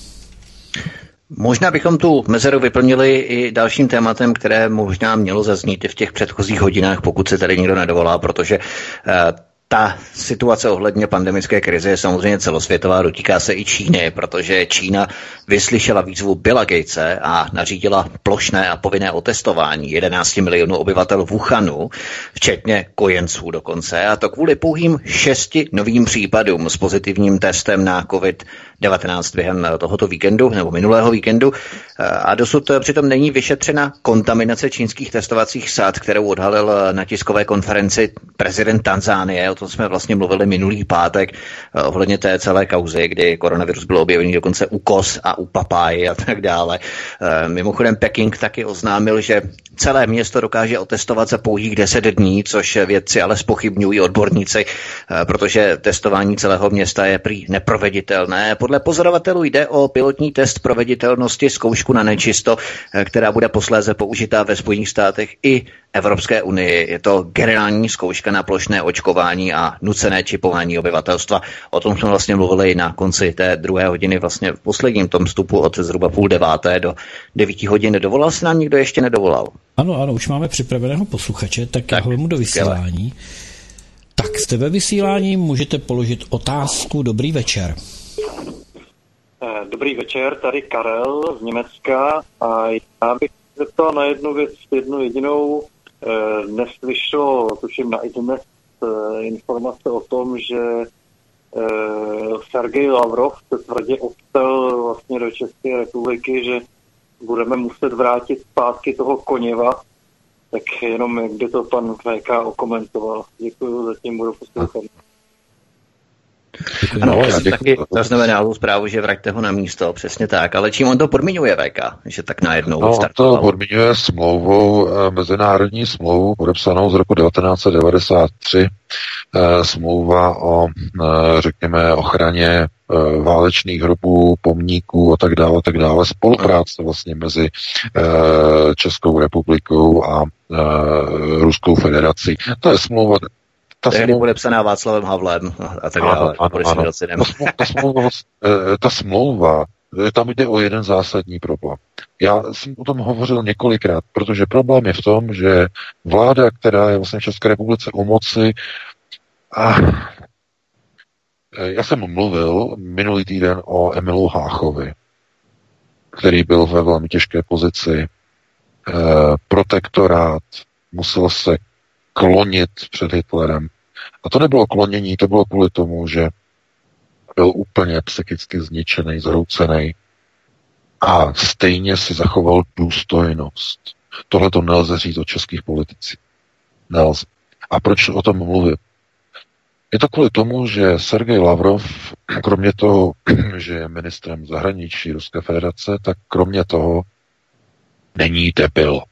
Možná bychom tu mezeru vyplnili i dalším tématem, které možná mělo zaznít v těch předchozích hodinách, pokud se tady nikdo nedovolá, protože ta situace ohledně pandemické krize je samozřejmě celosvětová, dotýká se i Číny, protože Čína vyslyšela výzvu Billa Gatese a nařídila plošné a povinné otestování 11 milionů obyvatel Wuhanu, včetně kojenců dokonce, a to kvůli pouhým 6 novým případům s pozitivním testem na COVID-19 během tohoto víkendu nebo minulého víkendu. A dosud přitom není vyšetřena kontaminace čínských testovacích sád, kterou odhalil na tiskové konferenci prezident Tanzánie. O tom jsme vlastně mluvili minulý pátek ohledně té celé kauzy, kdy koronavirus byl objevený dokonce u koz a u papáji a tak dále. Mimochodem Peking taky oznámil, že celé město dokáže otestovat za pouhých 10 dní, což vědci ale zpochybňují odborníci, protože testování celého města je prý neproveditelné. Podle pozorovatelů jde o pilotní test proveditelnosti, zkoušku na nečisto, která bude posléze použitá ve Spojených státech i Evropské unii. Je to generální zkouška na plošné očkování a nucené čipování obyvatelstva. O tom jsme vlastně mluvili na konci té 2. hodiny, vlastně v posledním tom vstupu od zhruba 8:30 do 9 hodin. Dovolal se nám někdo, ještě nedovolal? Ano, už máme připraveného posluchače, tak já ho vemu do vysílání. Tak jste ve vysílání, můžete položit otázku. Dobrý večer. Dobrý večer, tady Karel z Německa a já bych zeptal na jednu věc, jednu jedinou. Dnes vyšlo, tuším na iDnes, informace o tom, že Sergej Lavrov se tvrdě optel vlastně do České republiky, že budeme muset vrátit zpátky toho Koněva, tak jenom jak by to pan VK okomentoval. Děkuji, zatím budu poslouchat. Ano, já taky zaznamenal zprávu, že vraťte ho na místo, přesně tak, ale čím on to podmiňuje VK, že tak najednou startoval? To podmiňuje smlouvou, mezinárodní smlouvu podepsanou z roku 1993, smlouva o, řekněme, ochraně válečných hrobů, pomníků a tak dále, spolupráce vlastně mezi Českou republikou a Ruskou federací. To je smlouva. Tehdy podepsaná Václavem Havlem a tak dále. Ta smlouva, tam jde o jeden zásadní problém. Já jsem o tom hovořil několikrát, protože problém je v tom, že vláda, která je vlastně v České republice u moci, já jsem mluvil minulý týden o Emilu Háchovi, který byl ve velmi těžké pozici, protektorát, musel se klonit před Hitlerem. A to nebylo klonění, to bylo kvůli tomu, že byl úplně psychicky zničený, zhroucený a stejně si zachoval důstojnost. Tohle to nelze říct o českých politicích. Nelze. A proč o tom mluvím? Je to kvůli tomu, že Sergej Lavrov, kromě toho, že je ministrem zahraničí Ruské federace, tak kromě toho není debil.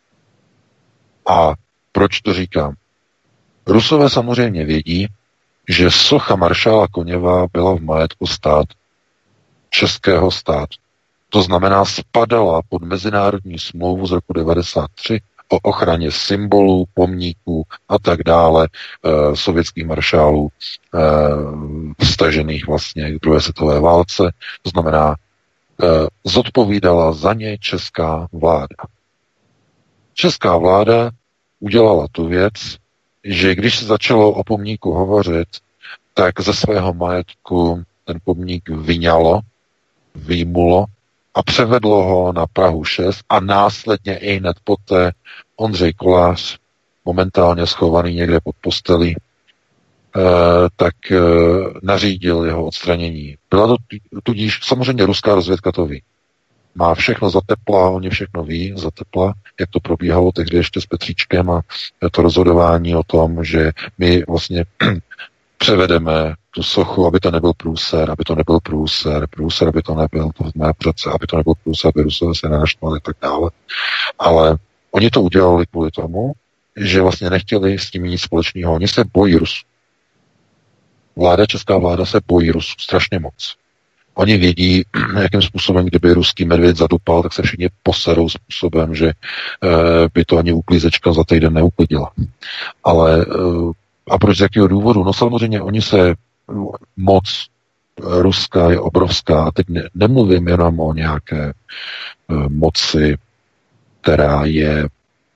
A proč to říkám? Rusové samozřejmě vědí, že socha maršála Koněva byla v majetku státu, českého státu. To znamená, spadala pod mezinárodní smlouvu z roku 1993 o ochraně symbolů, pomníků a tak dále sovětských maršálů vstažených vlastně k druhé světové válce. To znamená, zodpovídala za ně česká vláda. Česká vláda udělala tu věc, že když se začalo o pomníku hovořit, tak ze svého majetku ten pomník vyjmulo a převedlo ho na Prahu 6 a následně i hned poté Ondřej Kolář, momentálně schovaný někde pod postelí, tak nařídil jeho odstranění. Byla to tudíž, samozřejmě ruská rozvědka to ví. Má všechno za tepla, oni všechno ví za tepla, jak to probíhalo tehdy ještě s Petříčkem a to rozhodování o tom, že my vlastně převedeme tu sochu, aby to nebyl průser, aby to nebyl průser, aby to nebyl, to znamená přece, aby to nebyl průser, aby Rusové se nenaštvali a tak dále. Ale oni to udělali kvůli tomu, že vlastně nechtěli s tím nic společného. Oni se bojí Rusů. Česká vláda se bojí Rusů strašně moc. Oni vědí, jakým způsobem, kdyby ruský medvěd zadupal, tak se všichni poserou způsobem, že by to ani uklízečka za týden neuklidila. Ale a proč z jakého důvodu? No samozřejmě oni se moc ruská je obrovská. A teď nemluvím jenom o nějaké moci, která je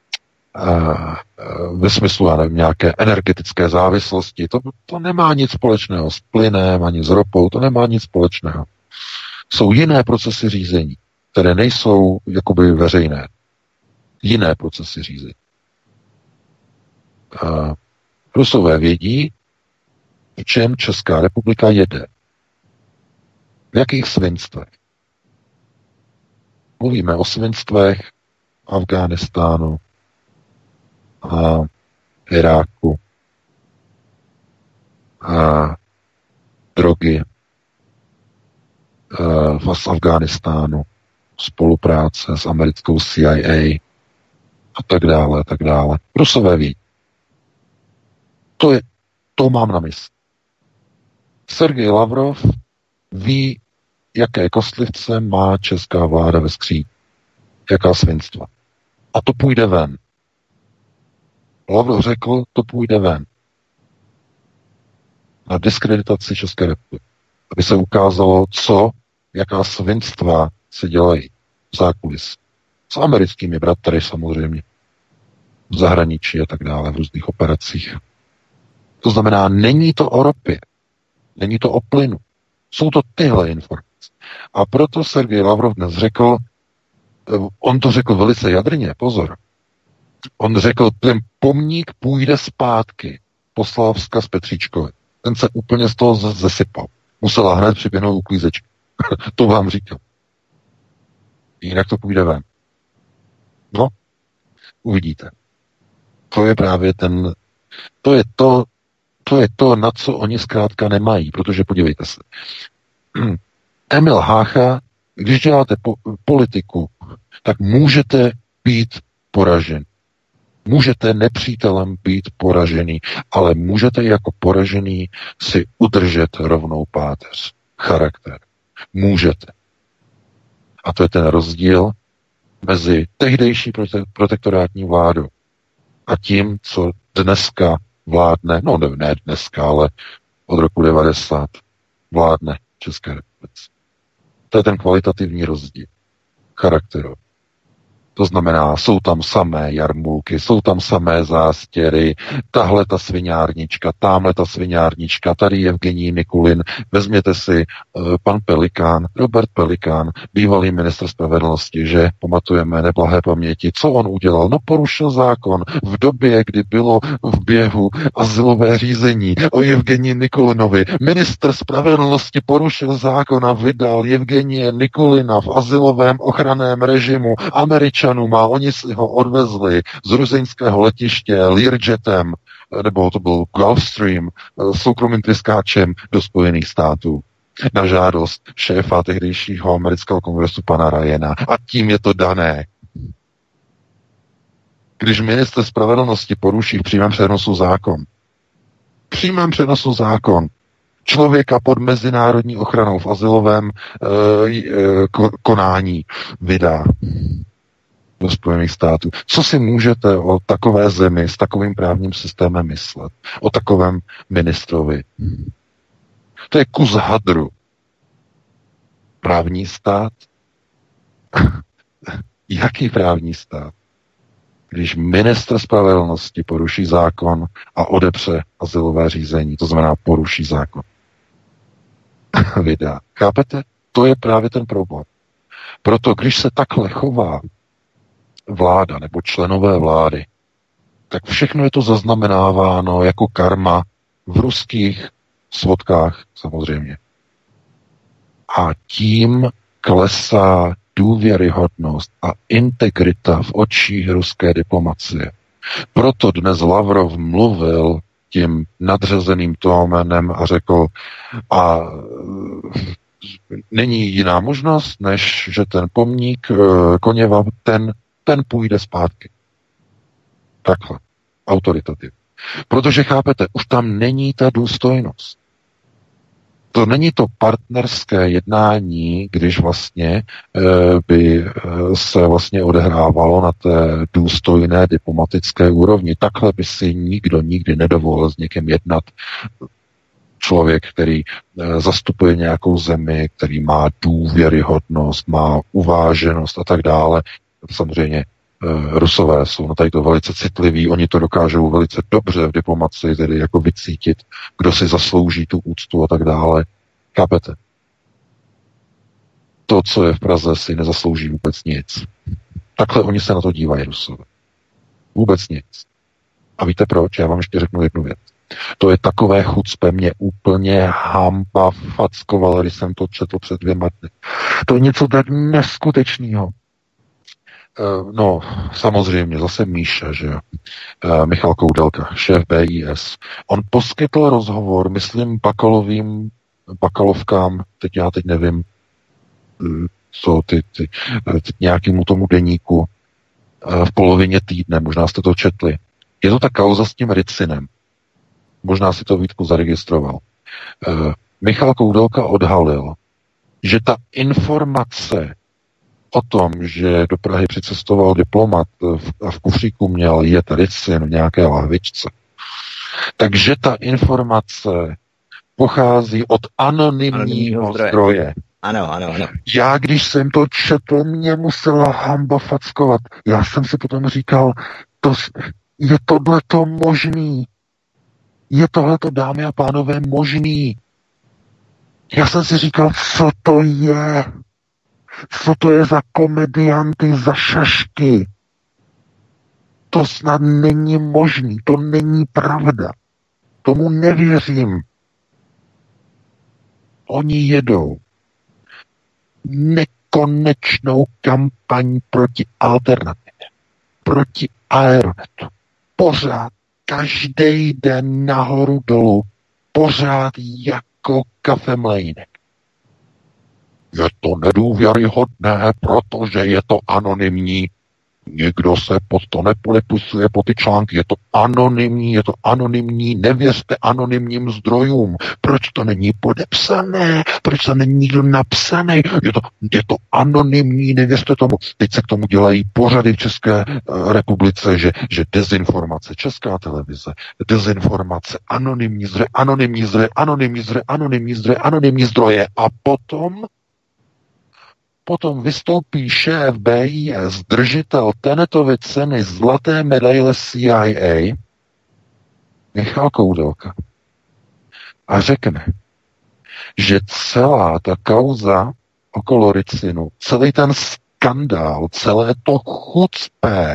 ve smyslu, já nevím, nějaké energetické závislosti. To nemá nic společného s plynem ani s ropou, to nemá nic společného. Jsou jiné procesy řízení, které nejsou jakoby veřejné. Jiné procesy řízení. Rusové vědí, v čem Česká republika jede. V jakých svinstvech. Mluvíme o svinstvech Afghánistánu a Iráku a drogy v Afghánistánu, spolupráce s americkou CIA a tak dále, a tak dále. Rusové ví. To mám na mysli. Sergej Lavrov ví, jaké kostlivce má česká vláda ve skříni. Jaká svinstva. A to půjde ven. Lavrov řekl, to půjde ven. Na diskreditaci České republiky. Aby se ukázalo, jaká svinstva se dělají v zákulisí. S americkými bratry samozřejmě. V zahraničí a tak dále, v různých operacích. To znamená, není to o ropě. Není to o plynu. Jsou to tyhle informace. A proto Sergej Lavrov dnes řekl, on to řekl velice jadrně, pozor. On řekl, ten pomník půjde zpátky. Poslal vzkaz Petříčkovi. Ten se úplně z toho zesypal. Musela hned přiběhnout uklízečka. To vám říkal. Jinak to půjde ven. No, uvidíte. To je právě to je to, na co oni zkrátka nemají, protože podívejte se. Emil Hácha, když děláte politiku, tak můžete být poražen. Můžete nepřítelem být poražený, ale můžete jako poražený si udržet rovnou páteř, charakter. Můžete. A to je ten rozdíl mezi tehdejší protektorátní vládou a tím, co dneska vládne, no ne dneska, ale od roku 90 vládne České republice. To je ten kvalitativní rozdíl charakteru. To znamená, jsou tam samé jarmulky, jsou tam samé zástěry, tahle ta sviňárnička, tamhle ta sviňárnička, tady Evgenij Nikulin. Vezměte si pan Pelikán, Robert Pelikán, bývalý ministr spravedlnosti, že pamatujeme neblahé paměti. Co on udělal? No porušil zákon v době, kdy bylo v běhu azylové řízení o Evgenii Nikulinovi. Ministr spravedlnosti porušil zákon a vydal Evgenije Nikulina v azylovém ochranném režimu Američanům a oni si ho odvezli z ruzeňského letiště Learjetem, nebo to byl Gulfstream, soukromým tryskáčem do Spojených států na žádost šéfa tehdejšího amerického kongresu pana Ryana. A tím je to dané. Když ministr spravedlnosti poruší v přímém přenosu zákon, člověka pod mezinárodní ochranou v azylovém konání vydá do Spojených států. Co si můžete o takové zemi s takovým právním systémem myslet? O takovém ministrovi? To je kus hadru. Právní stát? Jaký právní stát? Když ministr spravedlnosti poruší zákon a odepře azylové řízení, to znamená poruší zákon. Vydá. Chápete? To je právě ten problém. Proto, když se takhle chová vláda nebo členové vlády, tak všechno je to zaznamenáváno jako karma v ruských svodkách samozřejmě. A tím klesá důvěryhodnost a integrita v očích ruské diplomacie. Proto dnes Lavrov mluvil tím nadřazeným tónem a řekl, a není jiná možnost, než že ten pomník Koněva, ten půjde zpátky. Takhle. Autoritativně. Protože chápete, už tam není ta důstojnost. To není to partnerské jednání, když vlastně by se vlastně odehrávalo na té důstojné diplomatické úrovni. Takhle by si nikdo nikdy nedovolil s někým jednat. Člověk, který zastupuje nějakou zemi, který má důvěryhodnost, má uváženost a tak dále. Samozřejmě Rusové jsou na tady to velice citliví, oni to dokážou velice dobře v diplomacii, tedy jako vycítit, kdo si zaslouží tu úctu a tak dále. Chápete? To, co je v Praze, si nezaslouží vůbec nic. Takhle oni se na to dívají, Rusové. Vůbec nic. A víte proč? Já vám ještě řeknu jednu věc. To je takové chucpe, mě úplně hamba fackovalo, když jsem to četl před 2 dny. To je něco tak neskutečného. No, samozřejmě, zase Míša, že jo. Michal Koudelka, šéf BIS. On poskytl rozhovor, myslím, Bakalovkám, teď nevím, co nějakému tomu deníku v polovině týdne, možná jste to četli. Je to ta kauza s tím Ricinem. Možná si to Vítku zaregistroval. Michal Koudelka odhalil, že ta informace o tom, že do Prahy přicestoval diplomat a v kufříku měl jet Ricin v nějaké lahvičce, takže ta informace pochází od anonymního zdroje. Ano. Já, když jsem to četl, mě musela hamba fackovat. Já jsem si potom říkal, je tohleto možný? Je tohleto, dámy a pánové, možný? Já jsem si říkal, co to je? Co to je za komedianty, za šašky? To snad není možný, to není pravda. Tomu nevěřím. Oni jedou nekonečnou kampaň proti alternativě, proti Aeronetu. Pořád, každý den nahoru dolů, pořád jako kafemlejnek. Je to nedůvěryhodné, protože je to anonymní. Nikdo se pod to nepodepisuje, po ty články. Je to anonymní, nevěřte anonymním zdrojům. Proč to není podepsané? Proč to není nikdo napsaný? Je to anonymní, nevěřte tomu. Teď se k tomu dělají pořady v České republice, že dezinformace, Česká televize, dezinformace, anonymní zdroje. A potom vystoupí šéf BIS, držitel Tennetovy ceny zlaté medaile CIA, Michal Koudelka, a řekne, že celá ta kauza okolo Ricinu, celý ten skandál, celé to chucpé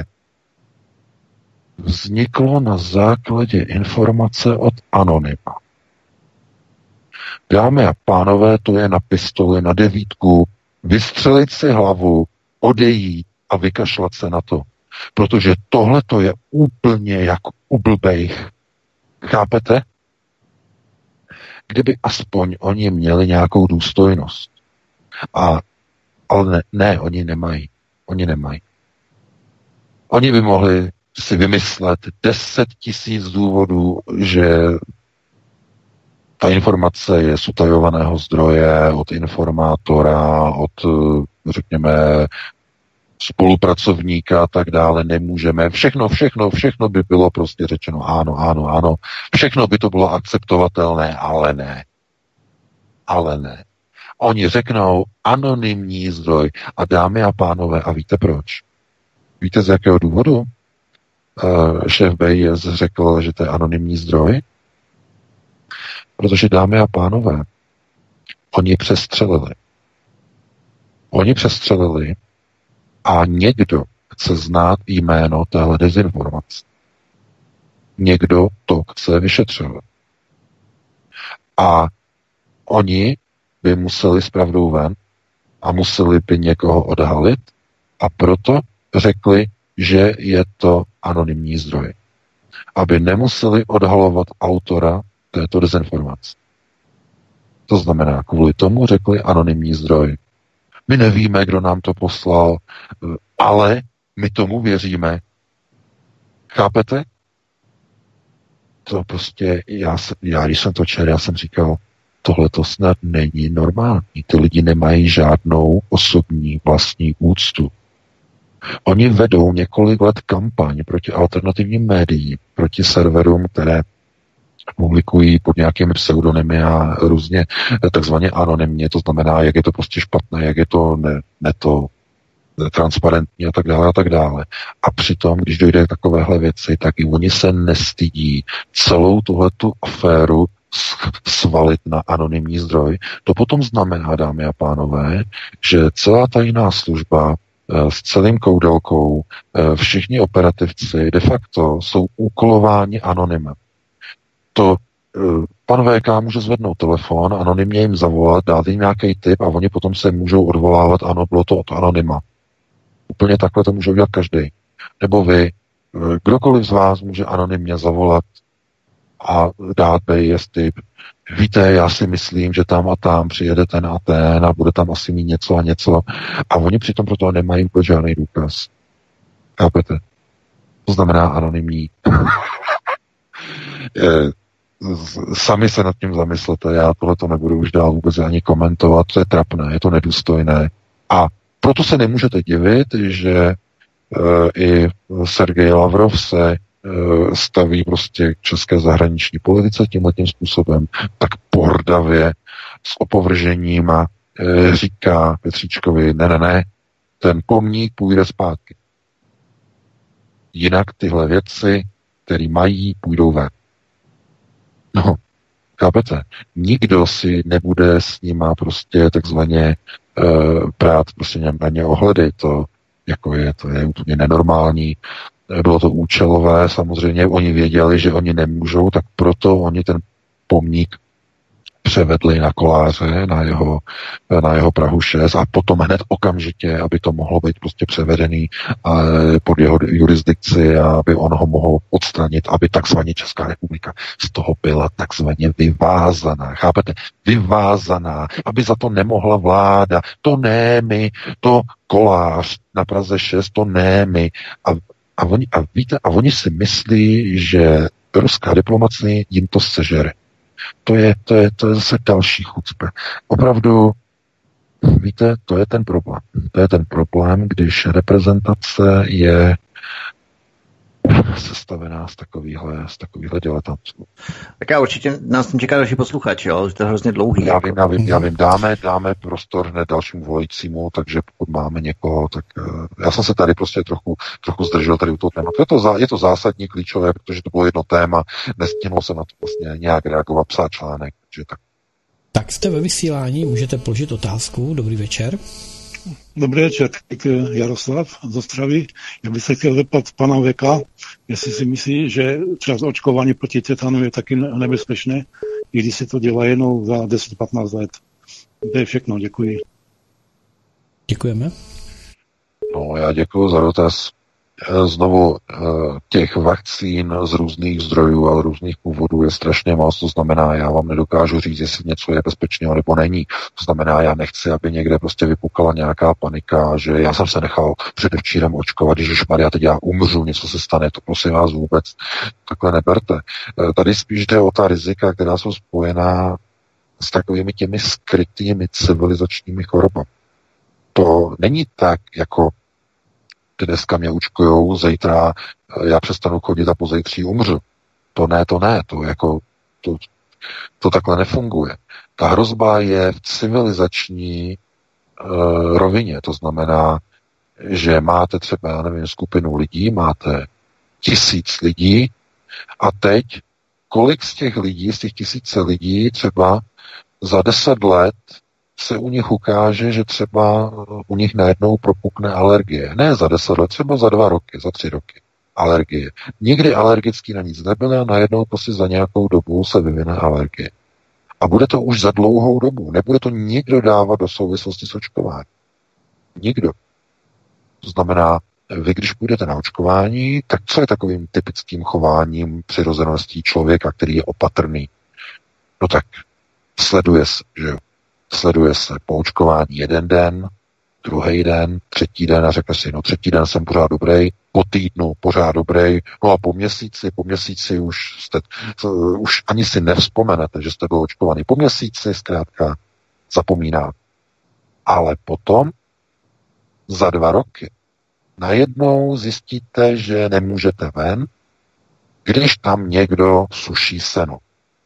vzniklo na základě informace od anonyma. Dámy a pánové, to je na pistoli, na 9, vystřelit si hlavu, odejít a vykašlat se na to. Protože tohle to je úplně jako u blbejch. Chápete? Kdyby aspoň oni měli nějakou důstojnost. Ale ne, oni nemají. Oni by mohli si vymyslet 10 000 důvodů, že Ta informace je z utajovaného zdroje, od informátora, od, řekněme, spolupracovníka a tak dále, nemůžeme. Všechno by bylo prostě řečeno ano. Všechno by to bylo akceptovatelné, ale ne. Oni řeknou anonymní zdroj. A dámy a pánové, a víte proč? Víte z jakého důvodu? Šéf BIS řekl, že to je anonymní zdroj? Protože, dámy a pánové, oni přestřelili a někdo chce znát jméno téhle dezinformace. Někdo to chce vyšetřovat. A oni by museli s pravdou ven a museli by někoho odhalit a proto řekli, že je to anonymní zdroj. Aby nemuseli odhalovat autora této dezinformace. To znamená, kvůli tomu řekli anonymní zdroj. My nevíme, kdo nám to poslal, ale my tomu věříme. Chápete? To prostě, já když jsem to četl, já jsem říkal, tohle to snad není normální. Ty lidi nemají žádnou osobní vlastní úctu. Oni vedou několik let kampaň proti alternativním médiím, proti serverům, které publikují pod nějakými pseudonymy a různě takzvaně anonymně, to znamená, jak je to prostě špatné, jak je to transparentní a tak dále. A přitom, když dojde k takovéhle věci, tak i oni se nestydí celou tuhletu aféru svalit na anonymní zdroj. To potom znamená, dámy a pánové, že celá tajná služba s celým koudelkou, všichni operativci de facto jsou úkolováni anonymem. To pan VK může zvednout telefon, anonymně jim zavolat, dát jim nějaký tip a oni potom se můžou odvolávat, ano, bylo to od anonyma. Úplně takhle to může udělat každý. Nebo vy, kdokoliv z vás může anonymně zavolat a dát BIS tip. Víte, já si myslím, že tam a tam přijede ten a ten a bude tam asi mít něco a něco. A oni přitom proto nemají vůbec žádný důkaz. Chápete? To znamená anonymní. Sami se nad tím zamyslete, já tohleto nebudu už dál vůbec ani komentovat, to je trapné, je to nedůstojné. A proto se nemůžete divit, že i Sergej Lavrov se staví prostě k české zahraniční politice tímhletím způsobem, tak pohrdavě s opovržením a říká Petříčkovi, ne, ten pomník půjde zpátky. Jinak tyhle věci, které mají, půjdou ven. No, chápete? Nikdo si nebude s nima prostě takzvaně brát prostě na ně ohledy. To je úplně nenormální. Bylo to účelové, samozřejmě oni věděli, že oni nemůžou, tak proto oni ten pomník převedli na Koláře, na jeho Prahu 6 a potom hned okamžitě, aby to mohlo být prostě převedený pod jeho jurisdikci a aby on ho mohl odstranit, aby takzvaně Česká republika z toho byla takzvaně vyvázaná. Chápete? Vyvázaná, aby za to nemohla vláda. To ne my, to Kolář na Praze 6, to ne my. A oni si myslí, že ruská diplomacie jim to sežere. To je zase další chucpe. Opravdu, víte, to je ten problém. To je ten problém, když reprezentace je sestavená z takovýchhle diletantů. Tak já určitě nás tím čeká další posluchač, jo? To je hrozně dlouhý. Já vím, dáme prostor hned dalšímu volajícímu, takže pokud máme někoho, tak já jsem se tady prostě trochu zdržel tady u toho tématu. Je to zásadní, klíčové, protože to bylo jedno téma, nestihlo se na to vlastně nějak reagovat, psát článek, takže tak. Tak jste ve vysílání, můžete položit otázku. Dobrý večer. Dobrý večer, Jaroslav z Ostravy. Já bych se chtěl zeptat pana VK, jestli si myslí, že třeba očkování proti tetanu je taky nebezpečné, i když se to dělá jenom za 10-15 let. To je všechno, děkuji. Děkujeme. No, já děkuji za dotaz. Znovu těch vakcín z různých zdrojů a různých původů je strašně moc, to znamená, já vám nedokážu říct, jestli něco je bezpečného nebo není. To znamená, já nechci, aby někde prostě vypukala nějaká panika, že já jsem se nechal předevčírem očkovat, ježišmarja, teď já umřu, něco se stane, to prosím vás vůbec takhle neberte. Tady spíš jde o ta rizika, která jsou spojená s takovými těmi skrytými civilizačními chorobami. To není tak, jako dneska mě učkujou, zítra já přestanu chodit a pozejtří umřu. To ne, to takhle nefunguje. Ta hrozba je v civilizační rovině, to znamená, že máte třeba, já nevím, skupinu lidí, máte 1000 lidí a teď kolik z těch lidí, z těch 1000 lidí třeba za 10 let se u nich ukáže, že třeba u nich najednou propukne alergie. Ne za 10 let, třeba za 2 roky, za 3 roky. Alergie. Nikdy alergický na nic nebyl a najednou prostě za nějakou dobu se vyvine alergie. A bude to už za dlouhou dobu. Nebude to nikdo dávat do souvislosti s očkováním. Nikdo. To znamená, vy když půjdete na očkování, tak co je takovým typickým chováním přirozeností člověka, který je opatrný? No tak sleduje se po očkování 1 den, 2. den, 3. den a řekne si, no 3. den jsem pořád dobrý, po týdnu pořád dobrý, no a po měsíci už ani si nevzpomenete, že jste byl očkovaný. Po měsíci zkrátka zapomínáte. Ale potom za 2 roky najednou zjistíte, že nemůžete ven, když tam někdo suší seno.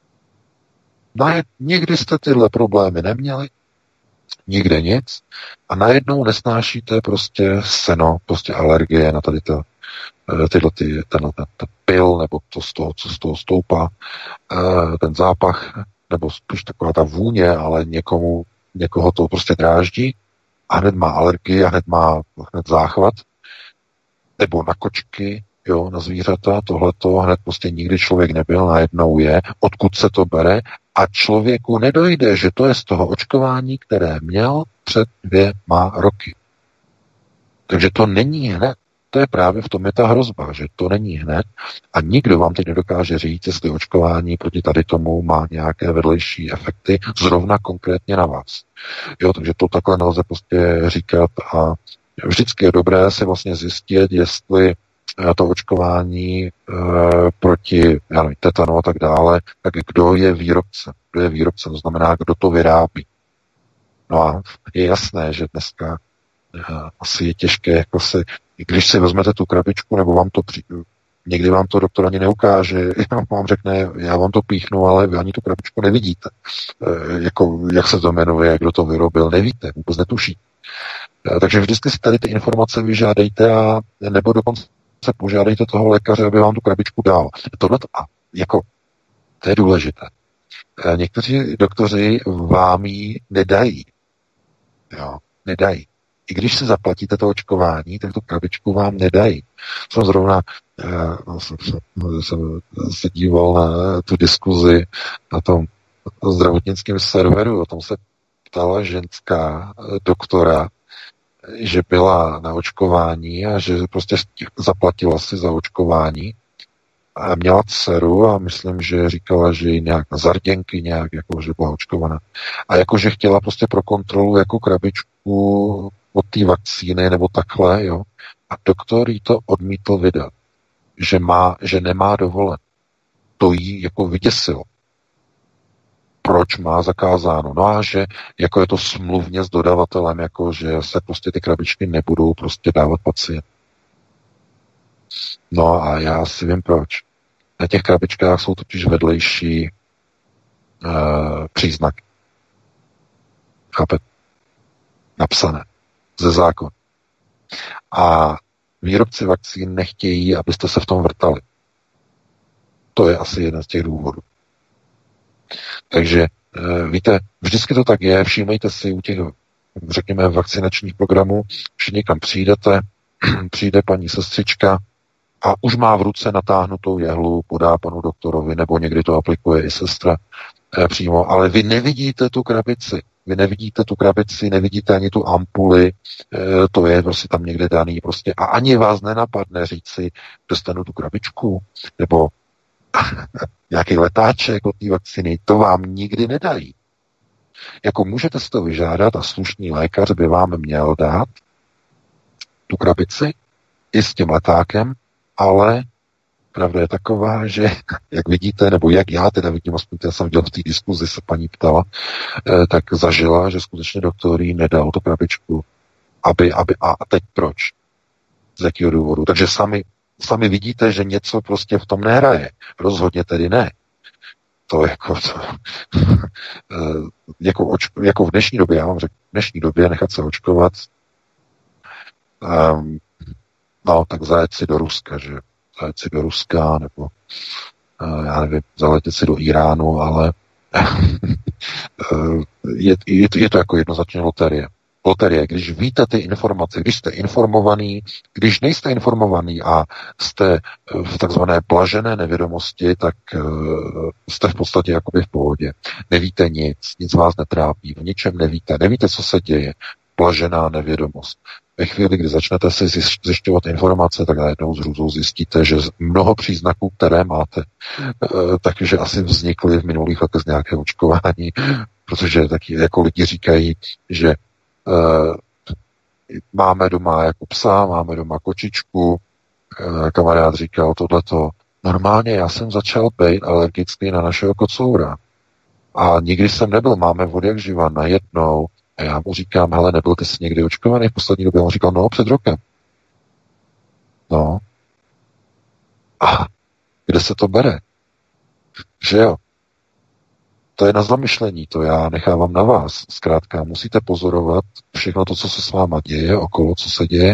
Nikdy jste tyhle problémy neměli, nikde nic a najednou nesnášíte prostě seno, prostě alergie na tady ten pil nebo to z toho, co z toho stoupá, ten zápach, nebo spíš taková ta vůně, ale někoho to prostě dráždí a hned má alergii a hned záchvat, nebo na kočky, jo, na zvířata, tohleto hned prostě nikdy člověk nebyl, najednou je, odkud se to bere a člověku nedojde, že to je z toho očkování, které měl před 2 roky. Takže to není hned. To je právě v tom je ta hrozba, že to není hned a nikdo vám teď nedokáže říct, jestli očkování proti tady tomu má nějaké vedlejší efekty zrovna konkrétně na vás. Jo, takže to takhle nelze prostě říkat a vždycky je dobré si vlastně zjistit, jestli to očkování proti tetanu a tak dále, tak kdo je výrobce. Kdo je výrobce, to znamená, kdo to vyrábí. No a je jasné, že dneska asi je těžké, jako když si vezmete tu krabičku, nebo vám to někdy vám to doktor ani neukáže, vám řekne, já vám to píchnu, ale vy ani tu krabičku nevidíte. Jak se to jmenuje, kdo to vyrobil, nevíte, vůbec netušíte. Takže vždycky si tady ty informace vyžádejte a nebo dokonce se požádejte toho lékaře, aby vám tu krabičku dal. To je důležité. Někteří doktoři vám ji nedají. Jo, nedají. I když si zaplatíte to očkování, tak tu krabičku vám nedají. Jsem zrovna jsem se díval na tu diskuzi na tom zdravotnickém serveru, o tom se ptala ženská doktora, že byla na očkování a že prostě zaplatila si za očkování a měla dceru a myslím, že říkala, že ji nějak na zarděnky nějak, jako, že byla očkovaná. A jakože chtěla prostě pro kontrolu jako krabičku od té vakcíny nebo takhle, jo. A doktor jí to odmítl vydat, že nemá dovolen. To jí jako vyděsilo. Proč má zakázáno? No a že jako je to smluvně s dodavatelem, jako že se prostě ty krabičky nebudou prostě dávat pacient. No a já si vím proč. Na těch krabičkách jsou totiž vedlejší příznaky. Chápete? Napsané. Ze zákona. A výrobci vakcín nechtějí, abyste se v tom vrtali. To je asi jeden z těch důvodů. Takže víte, vždycky to tak je, všímejte si u těch, řekněme, vakcinačních programů, že někam přijdete, přijde paní sestřička a už má v ruce natáhnutou jehlu, podá panu doktorovi, nebo někdy to aplikuje i sestra přímo, ale vy nevidíte tu krabici, Vy nevidíte tu krabici, nevidíte ani tu ampuli, to je prostě tam někde daný prostě a ani vás nenapadne říct si, dostanu tu krabičku, nebo nějaký letáček od té vakcíny, to vám nikdy nedají. Jako můžete si to vyžádat a slušný lékař by vám měl dát tu krabici i s tím letákem, ale pravda je taková, že jak vidíte, nebo jak já teda vidím, aspoň já jsem viděl v té diskuzi, se paní ptala, tak zažila, že skutečně doktor jí nedal tu krabičku, a teď proč? Z jakého důvodu? Takže sami vidíte, že něco prostě v tom nehraje. Rozhodně tedy ne. To jako v dnešní době, já vám řeknu, v dnešní době nechat se očkovat, no, tak zajet si do Ruska, že? Zajet si do Ruska, nebo já nevím, zaletět si do Iránu, ale je to jako jednoznačně loterie. Loterie, když víte ty informace, když jste informovaný, když nejste informovaný a jste v takzvané blažené nevědomosti, tak jste v podstatě jakoby v pohodě. Nevíte nic vás netrápí, v ničem nevíte, co se děje. Blažená nevědomost. Ve chvíli, kdy začnete si zjišťovat informace, tak najednou s hrůzou zjistíte, že mnoho příznaků, které máte, takže asi vznikly v minulých letech z nějakého očkování, protože taky jako lidi říkají, že máme doma jako psa, máme doma kočičku, kamarád říkal tohleto. Normálně já jsem začal být alergický na našeho kocoura. A nikdy jsem nebyl, máme od jak živa najednou. A já mu říkám, hele, nebyl ty jsi někdy očkovaný v poslední době? On říkal, no, před rokem. No. A kde se to bere? Že jo? To je na zamyšlení, to já nechávám na vás. Zkrátka, musíte pozorovat všechno to, co se s váma děje, okolo, co se děje.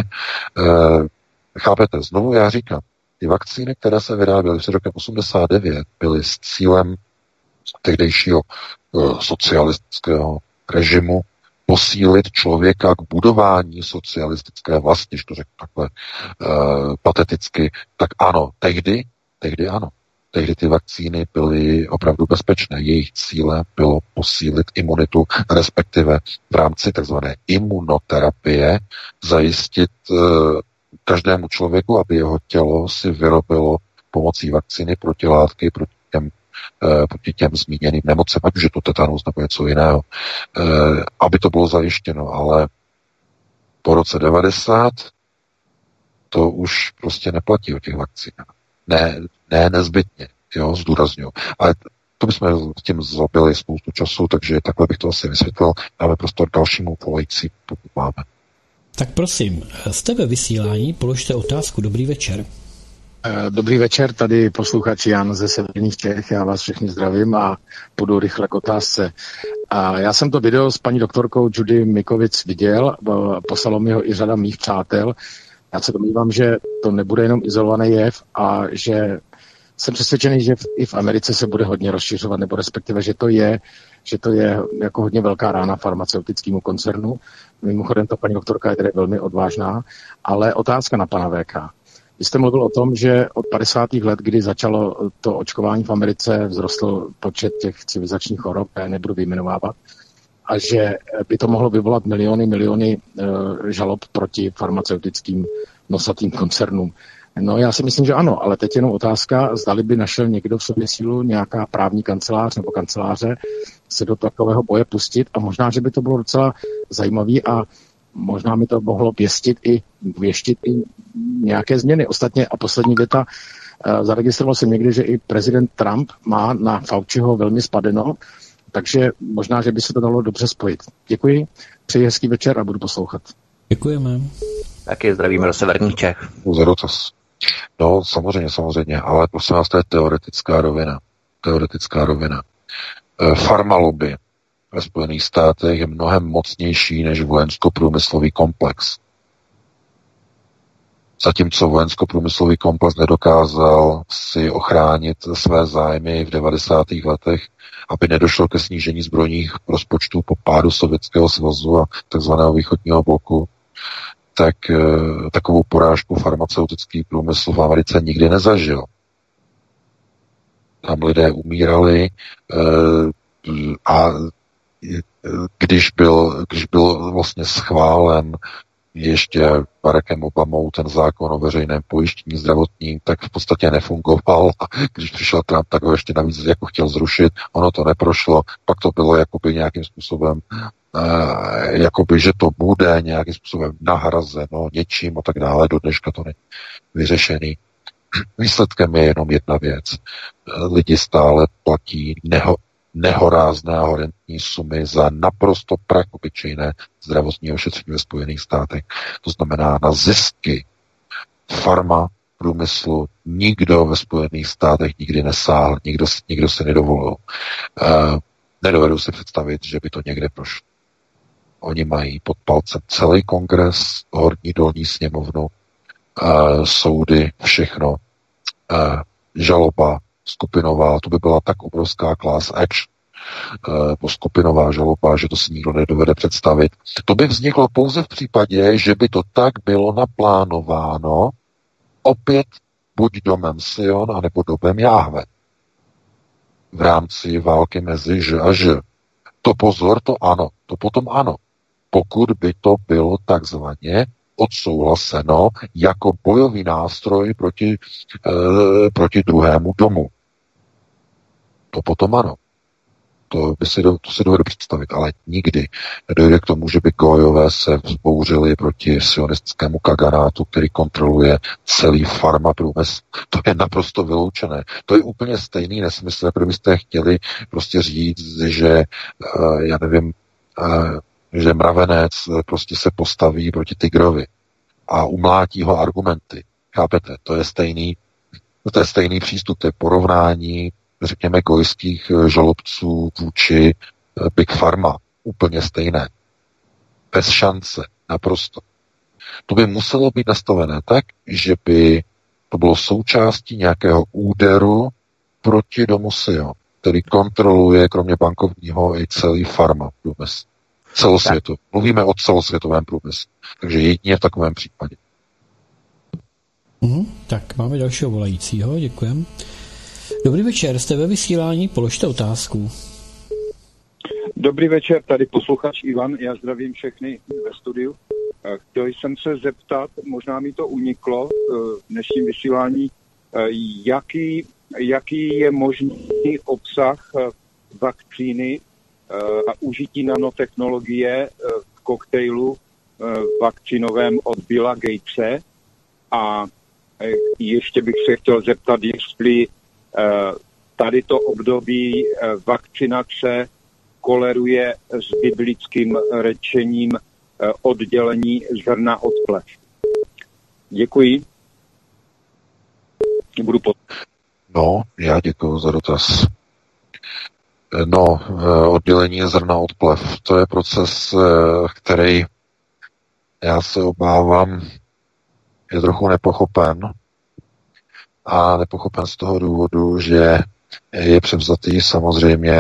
Chápete? Znovu já říkám, ty vakcíny, které se vyráběly před rokem 89, byly s cílem tehdejšího socialistického režimu posílit člověka k budování socialistické vlasti, že to řeknu takhle pateticky, tak ano, tehdy ano. Tehdy ty vakcíny byly opravdu bezpečné. Jejich cílem bylo posílit imunitu, respektive v rámci tzv. Imunoterapie zajistit každému člověku, aby jeho tělo si vyrobilo pomocí vakcíny protilátky proti těm zmíněným nemocem, ať už je to tetanus nebo něco jiného, aby to bylo zajištěno, ale po roce 90 to už prostě neplatí o těch vakcínách. Ne nezbytně, jo, zdůrazňuji. Ale to bychom tím zabili spoustu času, takže takhle bych to asi vysvětlil. Dáme prostor dalšímu volající, pokud máme. Tak prosím, jste ve vysílání, položte otázku. Dobrý večer. Dobrý večer, tady posluchač Jan ze severních Čech, já vás všechny zdravím a půjdu rychle k otázce. A já jsem to video s paní doktorkou Judy Mikovic viděl, poslalo mi ho i řada mých přátel. Já se domnívám, že to nebude jenom izolovaný jev a že jsem přesvědčený, že i v Americe se bude hodně rozšiřovat, nebo respektive, že to je jako hodně velká rána farmaceutickému koncernu. Mimochodem, ta paní doktorka je tedy velmi odvážná, ale otázka na pana VK. Vy jste mluvil o tom, že od 50. let, kdy začalo to očkování v Americe, vzrostl počet těch civilizačních chorob, já nebudu vyjmenovávat, a že by to mohlo vyvolat miliony žalob proti farmaceutickým nosatým koncernům. No já si myslím, že ano, ale teď jenom otázka, zdali by našel někdo v sobě sílu, nějaká právní kancelář nebo kanceláře se do takového boje pustit a možná, že by to bylo docela zajímavý a možná mi to mohlo věštit i nějaké změny. Ostatně a poslední věta, zaregistroval jsem někdy, že i prezident Trump má na Fauciho velmi spadeno, takže možná, že by se to dalo dobře spojit. Děkuji, přeji hezký večer a budu poslouchat. Děkujeme. Taky zdravíme do severních Čech. Za dotaz. No, samozřejmě, ale prosím vás, to je teoretická rovina. Farmalobby ve Spojených státech je mnohem mocnější než vojensko-průmyslový komplex. Zatímco vojensko-průmyslový komplex nedokázal si ochránit své zájmy v 90. letech, aby nedošlo ke snížení zbrojních rozpočtů po pádu Sovětského svazu a takzvaného východního bloku, tak takovou porážku farmaceutický průmysl v Americe nikdy nezažil. Tam lidé umírali a když byl vlastně schválen ještě Barackem Obamou ten zákon o veřejném pojištění zdravotním, tak v podstatě nefungoval. A když přišel Trump, tak ho ještě navíc jako chtěl zrušit. Ono to neprošlo. Pak to bylo jakoby nějakým způsobem, jakoby, že to bude nějakým způsobem nahrazeno něčím a tak dále. Do dneška to není vyřešený. Výsledkem je jenom jedna věc. Lidi stále platí nehorázné a horentní sumy za naprosto prakobyčejné zdravotní ošetření ve Spojených státech. To znamená na zisky farma průmyslu nikdo ve Spojených státech nikdy nesáhl, nikdo si nedovolil. Nedovedu si představit, že by to někde prošlo. Oni mají pod palcem celý kongres, horní dolní sněmovnu, soudy, všechno. Žaloba skupinová, to by byla tak obrovská class action, skupinová žaloba, že to si nikdo nedovede představit. To by vzniklo pouze v případě, že by to tak bylo naplánováno opět buď domem Sion, anebo domem Jáhve. V rámci války mezi Ž a Ž. To pozor, to ano, to potom ano. Pokud by to bylo takzvaně odsouhlaseno jako bojový nástroj proti druhému domu. To potom ano. To si dovedu představit, ale nikdy nedojde k tomu, že by Gojové se vzbouřili proti sionistickému kaganátu, který kontroluje celý farmaprůmysl. To je naprosto vyloučené. To je úplně stejný nesmysl, jako byste chtěli prostě říct, že já nevím, že mravenec prostě se postaví proti tygrovi a umlátí ho argumenty. Chápete? To je stejný přístup, to je porovnání, řekněme, gojských žalobců vůči Big Pharma. Úplně stejné. Bez šance. Naprosto. To by muselo být nastavené tak, že by to bylo součástí nějakého úderu proti domu Sion, který kontroluje kromě bankovního i celý farma průmysl. Celosvětu. Mluvíme o celosvětovém průmyslu. Takže jedině v takovém případě. Tak máme dalšího volajícího, děkujem. Dobrý večer, jste ve vysílání, položte otázku. Dobrý večer, tady posluchač Ivan, já zdravím všechny ve studiu. Chtěl jsem se zeptat, možná mi to uniklo v dnešním vysílání, jaký je možný obsah vakcíny a užití nanotechnologie v koktejlu vakcinovém od Billa Gatese. A ještě bych se chtěl zeptat, jestli tady to období vakcinace koleruje s biblickým rečením oddělení zrna od plev. Děkuji. No, já děkuji za dotaz. No, oddělení zrna od plev, to je proces, který já se obávám, je trochu nepochopen. A nepochopen z toho důvodu, že je převzatý samozřejmě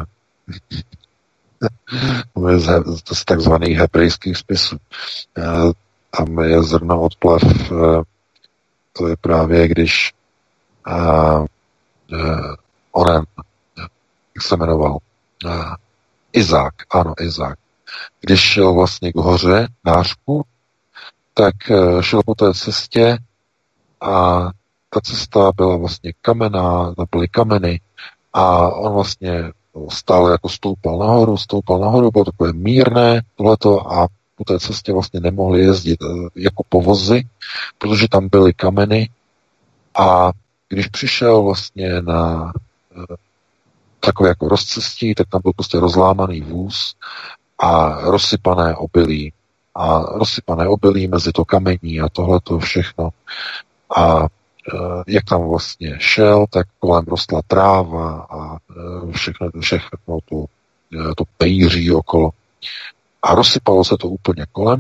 z takzvaných hebrejských spisů. Tam je zrno od plev, to je právě, když onen, jak se jmenoval, Izák, ano, Izák. Když šel vlastně k hoře nářku, tak šel po té cestě a ta cesta byla vlastně kamenná, tam byly kameny a on vlastně stále jako stoupal nahoru, bylo takové mírné tohleto a po té cestě vlastně nemohli jezdit jako povozy, protože tam byly kameny a když přišel vlastně na takové jako rozcestí, tak tam byl prostě rozlámaný vůz a rozsypané obilí mezi to kamení a tohleto všechno a jak tam vlastně šel, tak kolem rostla tráva a všechno to pejří okolo. A rozsypalo se to úplně kolem.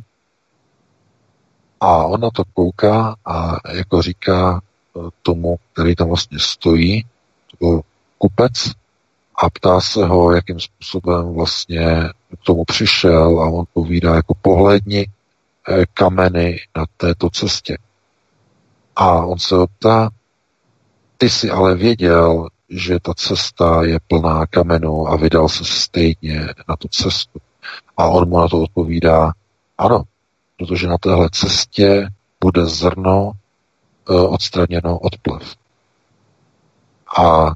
A on na to kouká a jako říká tomu, který tam vlastně stojí, to byl kupec, a ptá se ho, jakým způsobem vlastně k tomu přišel a on povídá jako pohledni kameny na této cestě. A on se ho ptá, ty jsi ale věděl, že ta cesta je plná kamenů a vydal se stejně na tu cestu. A on mu na to odpovídá, ano, protože na téhle cestě bude zrno odstraněno od plev. A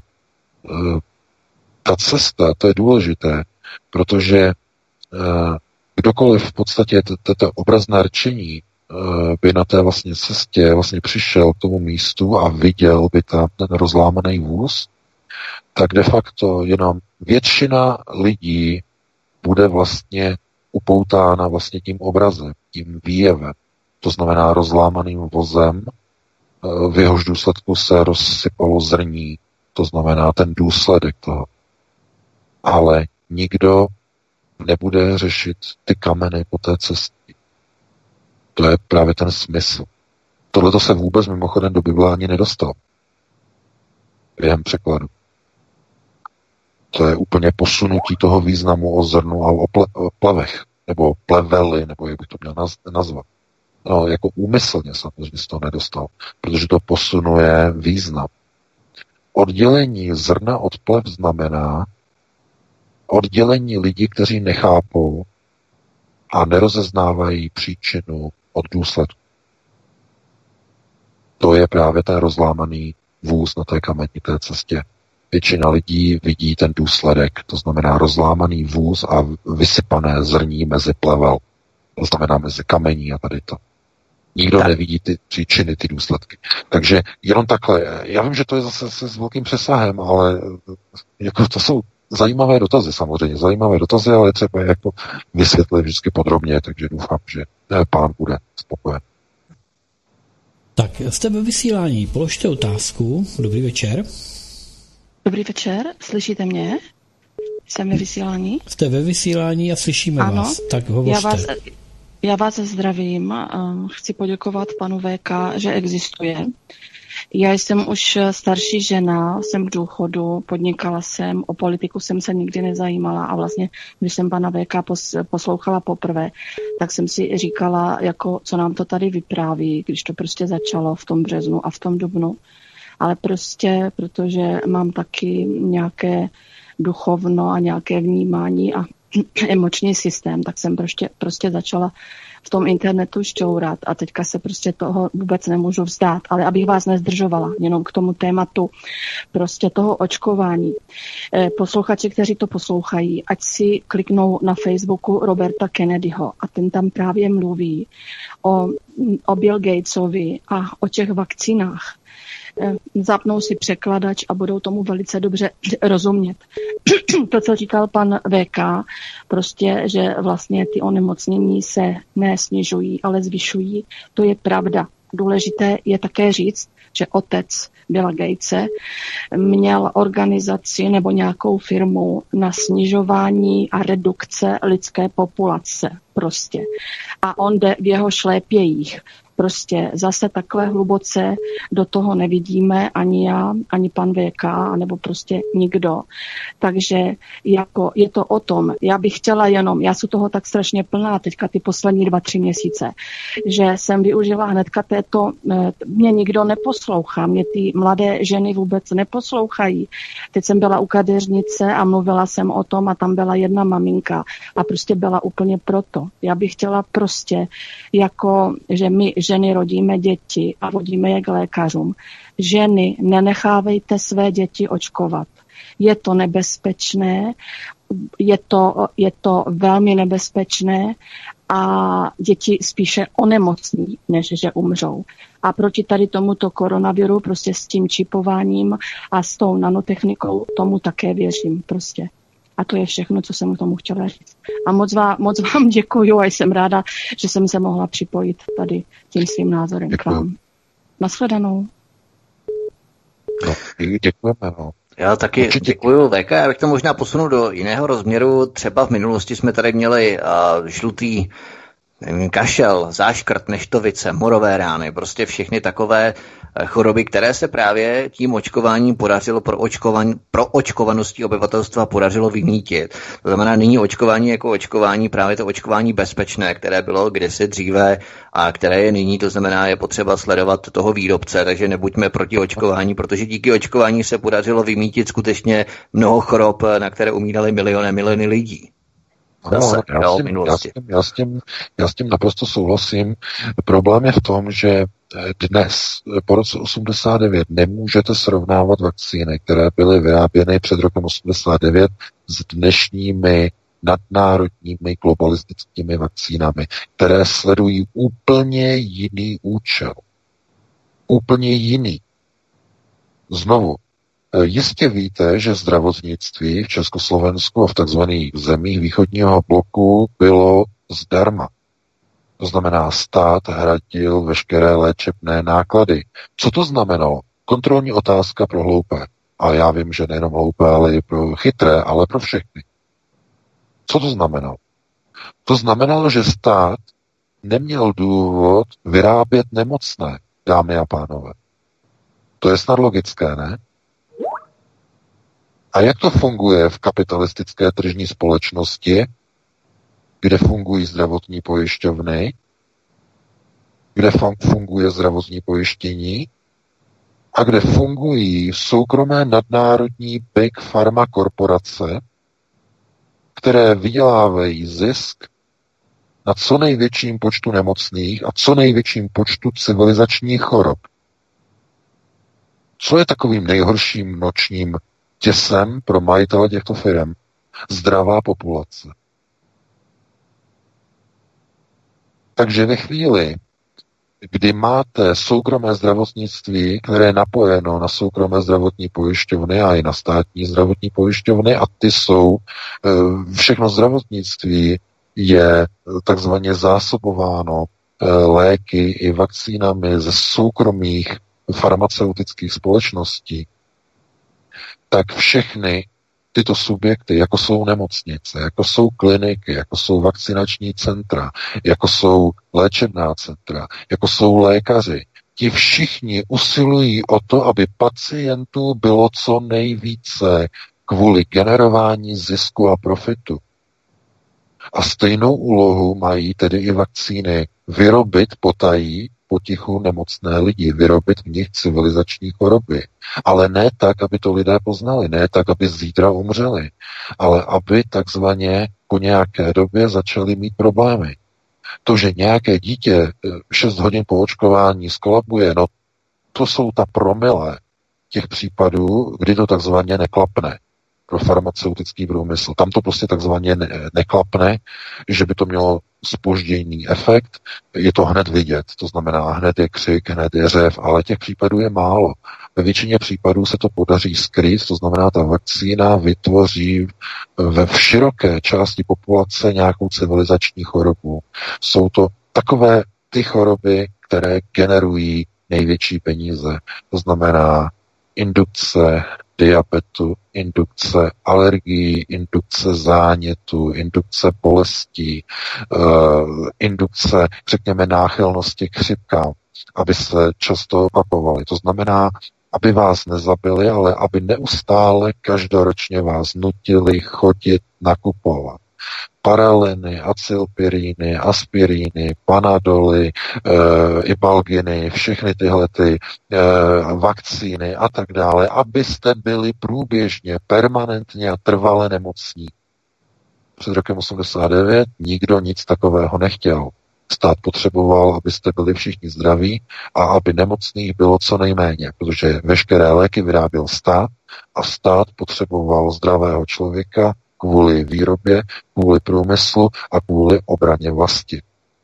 ta cesta, to je důležité, protože kdokoliv v podstatě toto obrazné rčení by na té vlastně cestě vlastně přišel k tomu místu a viděl by tam ten rozlámaný vůz, tak de facto jenom většina lidí bude vlastně upoutána vlastně tím obrazem, tím výjevem. To znamená rozlámaným vozem, v jehož důsledku se rozsypalo zrní, to znamená ten důsledek toho. Ale nikdo nebude řešit ty kameny po té cestě. To je právě ten smysl. Tohleto se vůbec mimochodem do Bible ani nedostalo. Během překladu. To je úplně posunutí toho významu o zrnu a o plevech, nebo pleveli, nebo jak bych to měl nazvat. No, jako úmyslně samozřejmě se to nedostal, protože to posunuje význam. Oddělení zrna od plev znamená oddělení lidí, kteří nechápou a nerozeznávají příčinu od důsledku. To je právě ten rozlámaný vůz na té kamenité cestě. Většina lidí vidí ten důsledek, to znamená rozlámaný vůz a vysypané zrní mezi plevel. To znamená mezi kamení a tady to. Nikdo nevidí ty příčiny, ty důsledky. Takže jenom takhle. Já vím, že to je zase s velkým přesahem, ale jako to jsou zajímavé dotazy samozřejmě. Zajímavé dotazy, ale třeba jako vysvětlit vždycky podrobně, takže doufám, že pán bude spokojen. Tak, jste ve vysílání. Položte otázku. Dobrý večer. Dobrý večer, slyšíte mě? Jsem ve vysílání? Jste ve vysílání a slyšíme vás. Tak hovořte. Já vás zdravím. Chci poděkovat panu VK, že existuje. Já jsem už starší žena, jsem v důchodu, podnikala jsem, o politiku jsem se nikdy nezajímala a vlastně, když jsem pana VK poslouchala poprvé, tak jsem si říkala, jako, co nám to tady vypráví, když to prostě začalo v tom březnu a v tom dubnu. Ale prostě, protože mám taky nějaké duchovno a nějaké vnímání a emoční systém, tak jsem prostě začala v tom internetu šťourat a teďka se prostě toho vůbec nemůžu vzdát. Ale abych vás nezdržovala, jenom k tomu tématu prostě toho očkování. Posluchači, kteří to poslouchají, ať si kliknou na Facebooku Roberta Kennedyho a ten tam právě mluví o Bill Gatesovi a o těch vakcínách. Zapnou si překladač a budou tomu velice dobře rozumět. To, co říkal pan VK, prostě, že vlastně ty onemocnění se nesnižují, ale zvyšují, to je pravda. Důležité je také říct, že otec Billa Gatese měl organizaci nebo nějakou firmu na snižování a redukce lidské populace prostě. A on jde v jeho šlépějích. Prostě zase takhle hluboce do toho nevidíme ani já, ani pan VK, nebo prostě nikdo. Takže jako je to o tom, já bych chtěla jenom, já jsem toho tak strašně plná teďka ty poslední 2-3 měsíce, že jsem využila hnedka mě nikdo neposlouchá, mě ty mladé ženy vůbec neposlouchají. Teď jsem byla u kadeřnice a mluvila jsem o tom a tam byla jedna maminka a prostě byla úplně proto. Já bych chtěla prostě, jako, že my ženy rodíme děti a vodíme je k lékařům. Ženy, nenechávejte své děti očkovat. Je to nebezpečné, je to velmi nebezpečné a děti spíše onemocní, než že umřou. A proti tady tomuto koronaviru, prostě s tím čipováním a s tou nanotechnikou, tomu také věřím prostě. A to je všechno, co jsem k tomu chtěla říct. A moc vám děkuju a jsem ráda, že jsem se mohla připojit tady tím svým názorem k vám. Nashledanou. No, děkujeme. No. Já taky děkuju VK, já bych to možná posunul do jiného rozměru. Třeba v minulosti jsme tady měli žlutý kašel, záškrt, neštovice, morové rány, prostě všechny takové choroby, které se právě tím očkováním podařilo pro očkovaností obyvatelstva podařilo vymítit. To znamená, nyní očkování jako očkování, právě to očkování bezpečné, které bylo kdysi dříve a které je nyní, to znamená, je potřeba sledovat toho výrobce, takže nebuďme proti očkování, protože díky očkování se podařilo vymítit skutečně mnoho chorob, na které umírali miliony lidí. Já s tím naprosto souhlasím. Problém je v tom, že dnes, po roce 89, nemůžete srovnávat vakcíny, které byly vyráběny před rokem 89 s dnešními nadnárodními globalistickými vakcínami, které sledují úplně jiný účel. Úplně jiný. Znovu, jistě víte, že zdravotnictví v Československu a v takzvaných zemích východního bloku bylo zdarma. To znamená, stát hradil veškeré léčebné náklady. Co to znamenalo? Kontrolní otázka pro hloupé. A já vím, že nejenom hloupé, ale i pro chytré, ale pro všechny. Co to znamenalo? To znamenalo, že stát neměl důvod vyrábět nemocné, dámy a pánové. To je snad logické, ne? A jak to funguje v kapitalistické tržní společnosti, kde fungují zdravotní pojišťovny, kde funguje zdravotní pojištění a kde fungují soukromé nadnárodní big pharma korporace, které vydělávají zisk na co největším počtu nemocných a co největším počtu civilizačních chorob. Co je takovým nejhorším nočním těsem pro majitele těchto firm? Zdravá populace. Takže ve chvíli, kdy máte soukromé zdravotnictví, které je napojeno na soukromé zdravotní pojišťovny a i na státní zdravotní pojišťovny, a ty jsou, všechno zdravotnictví je takzvaně zásobováno léky i vakcínami ze soukromých farmaceutických společností, tak všechny tyto subjekty, jako jsou nemocnice, jako jsou kliniky, jako jsou vakcinační centra, jako jsou léčebná centra, jako jsou lékaři, ti všichni usilují o to, aby pacientů bylo co nejvíce kvůli generování zisku a profitu. A stejnou úlohu mají tedy i vakcíny vyrobit potají, potichu nemocné lidi, vyrobit v nich civilizační choroby. Ale ne tak, aby to lidé poznali, ne tak, aby zítra umřeli, ale aby takzvaně po nějaké době začali mít problémy. To, že nějaké dítě 6 hodin po očkování skolabuje, no to jsou ta promile těch případů, kdy to takzvaně neklapne pro farmaceutický průmysl. Tam to prostě takzvaně neklapne, že by to mělo zpožděný efekt, je to hned vidět, to znamená hned je křik, hned je řev, ale těch případů je málo. Ve většině případů se to podaří skrýt, to znamená, ta vakcína vytvoří ve široké části populace nějakou civilizační chorobu. Jsou to takové ty choroby, které generují největší peníze. To znamená indukce diabetu, indukce alergií, indukce zánětu, indukce bolestí, indukce, řekněme, náchylnosti k chřipkám, aby se často opakovaly. To znamená, aby vás nezabili, ale aby neustále každoročně vás nutili chodit nakupovat. Paraleny, acylpiríny, aspiríny, panadoly, ibalginy, všechny tyhle vakcíny a tak dále, abyste byli průběžně, permanentně a trvale nemocní. Před rokem 89 nikdo nic takového nechtěl. Stát potřeboval, abyste byli všichni zdraví a aby nemocných bylo co nejméně, protože veškeré léky vyráběl stát a stát potřeboval zdravého člověka kvůli výrobě, kvůli průmyslu a kvůli obraně vlasti.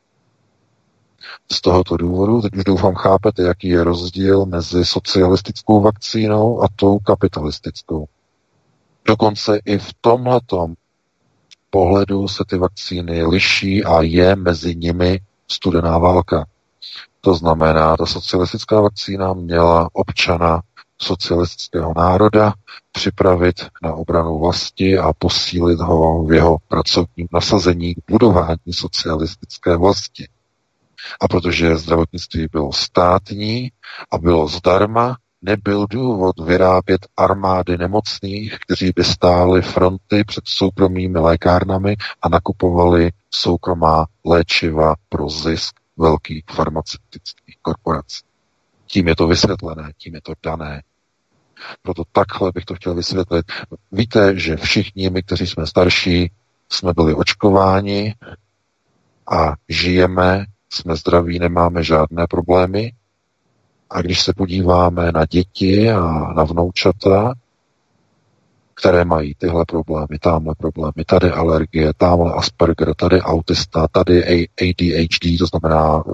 Z tohoto důvodu, teď už doufám chápete, jaký je rozdíl mezi socialistickou vakcínou a tou kapitalistickou. Dokonce i v tomhletom pohledu se ty vakcíny liší a je mezi nimi studená válka. To znamená, ta socialistická vakcína měla občana socialistického národa, připravit na obranu vlasti a posílit ho v jeho pracovním nasazení k budování socialistické vlasti. A protože zdravotnictví bylo státní a bylo zdarma, nebyl důvod vyrábět armády nemocných, kteří by stáli fronty před soukromými lékárnami a nakupovali soukromá léčiva pro zisk velkých farmaceutických korporací. Tím je to vysvětlené, tím je to dané. Proto takhle bych to chtěl vysvětlit. Víte, že všichni my, kteří jsme starší, jsme byli očkováni a žijeme, jsme zdraví, nemáme žádné problémy. A když se podíváme na děti a na vnoučata, které mají tyhle problémy, tamhle problémy, tady alergie, tamhle Asperger, tady autista, tady ADHD, to znamená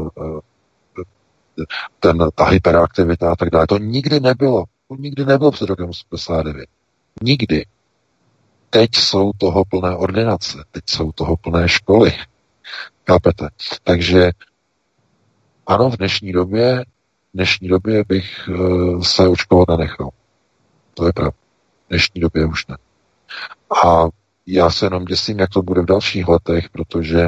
ta hyperaktivita a tak dále. To nikdy nebylo. To nikdy nebylo před rokem 89. Nikdy. Teď jsou toho plné ordinace, teď jsou toho plné školy. Chápete? Takže ano, v dnešní době bych se očkovat nenechal. To je pravda. V dnešní době už ne. A já se jenom děsím, jak to bude v dalších letech, protože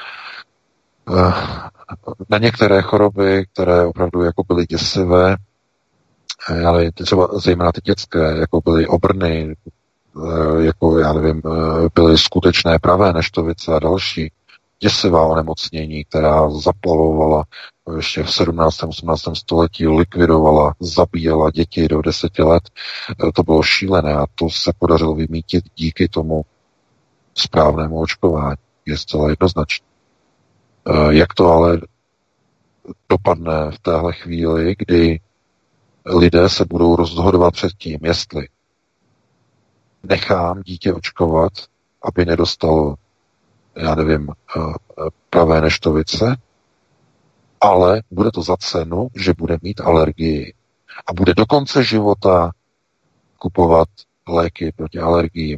na některé choroby, které opravdu jako byly děsivé, ale třeba zejména ty dětské, jako byly obrny, jako já nevím, byly skutečné pravé neštovice a další, děsivá onemocnění, která zaplavovala ještě v 17. 18. století, likvidovala, zabíjela děti do 10 let. To bylo šílené a to se podařilo vymítit díky tomu správnému očkování. Je zcela jednoznačné. Jak to ale dopadne v téhle chvíli, kdy lidé se budou rozhodovat před tím, jestli nechám dítě očkovat, aby nedostalo, já nevím, pravé neštovice, ale bude to za cenu, že bude mít alergii a bude do konce života kupovat léky proti alergii.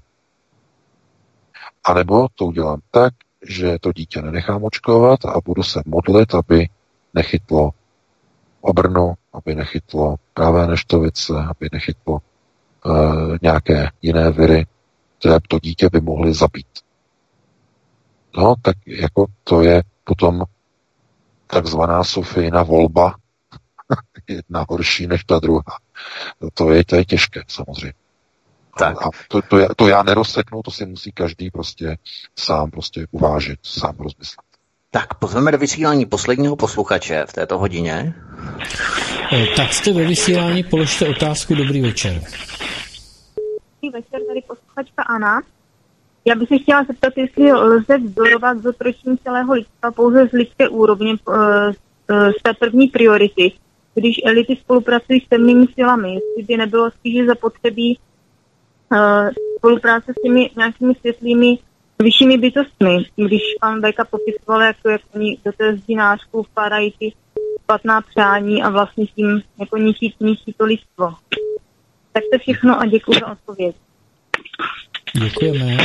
A nebo to udělám tak, že to dítě nenechám očkovat a budu se modlit, aby nechytlo obrnu, aby nechytlo pravé neštovice, aby nechytlo nějaké jiné viry, které to dítě by mohly zabít. No, tak jako to je potom takzvaná Sofijina volba, jedna horší než ta druhá. To je těžké, samozřejmě. Tak. A to já nerozseknu, to si musí každý prostě sám prostě uvážit, sám rozmyslet. Tak, pozveme do vysílání posledního posluchače v této hodině. Tak jste ve vysílání, položte otázku, dobrý večer. Dobrý večer, tady posluchačka Anna. Já bych se chtěla zeptat, jestli lze vzdorovat zotročení celého lidstva pouze z lidské úrovně z té první priority, když elity spolupracují s temnými silami, jestli by nebylo spíše zapotřebí spolupráce s těmi nějakými světlými vyššími bytostmi, když pan Beka popisoval, jak oni do té zdí nářku vkládají ty špatná přání a vlastně tím jako ničí to lidstvo. Tak to všechno a děkuji za odpověď. Děkujeme.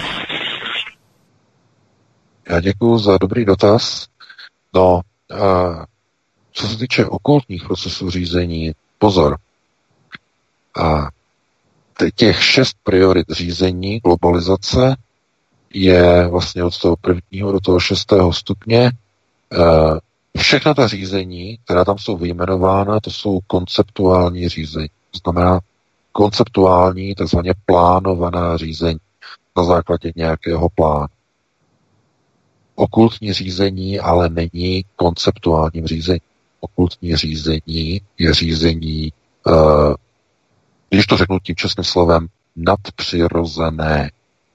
Já děkuji za dobrý dotaz. No, co se týče okultních procesů řízení, pozor. Těch 6 priorit řízení, globalizace, je vlastně od toho 1. do toho 6. stupně. Všechna ta řízení, která tam jsou vyjmenována, to jsou konceptuální řízení. To znamená konceptuální, takzvaně plánovaná řízení na základě nějakého plánu. Okultní řízení ale není konceptuálním řízením. Okultní řízení je řízení, když to řeknu tím českým slovem, nadpřirozené.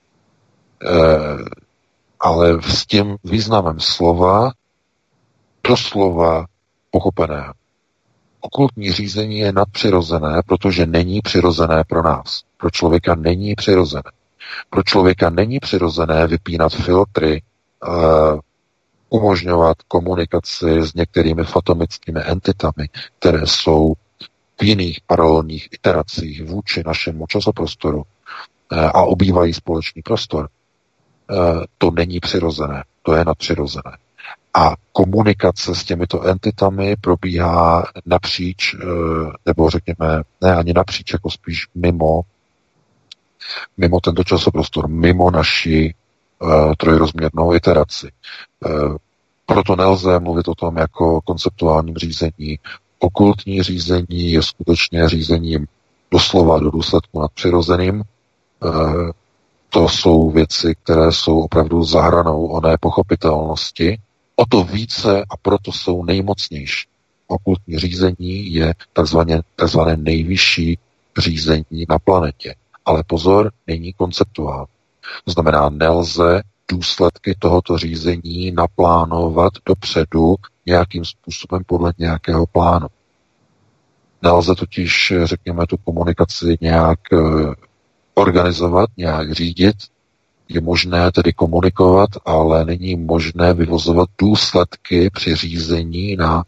Ale s tím významem slova doslova pochopeného. Okultní řízení je nadpřirozené, protože není přirozené pro nás. Pro člověka není přirozené. Pro člověka není přirozené vypínat filtry, umožňovat komunikaci s některými fatomickými entitami, které jsou v jiných paralelních iteracích vůči našemu časoprostoru a obývají společný prostor. To není přirozené, to je nadpřirozené. A komunikace s těmito entitami probíhá napříč, nebo řekněme, ne ani napříč, jako spíš mimo tento časoprostor, mimo naši trojrozměrnou iteraci. Proto nelze mluvit o tom jako konceptuálním řízení. Okultní řízení je skutečně řízením doslova do důsledku nadpřirozeným. To jsou věci, které jsou opravdu za hranou oné pochopitelnosti. O to více a proto jsou nejmocnější. Okultní řízení je takzvané nejvyšší řízení na planetě. Ale pozor, není konceptuální. To znamená, nelze důsledky tohoto řízení naplánovat dopředu nějakým způsobem podle nějakého plánu. Nelze totiž, řekněme, tu komunikaci nějak organizovat, nějak řídit. Je možné tedy komunikovat, ale není možné vyvozovat důsledky při řízení na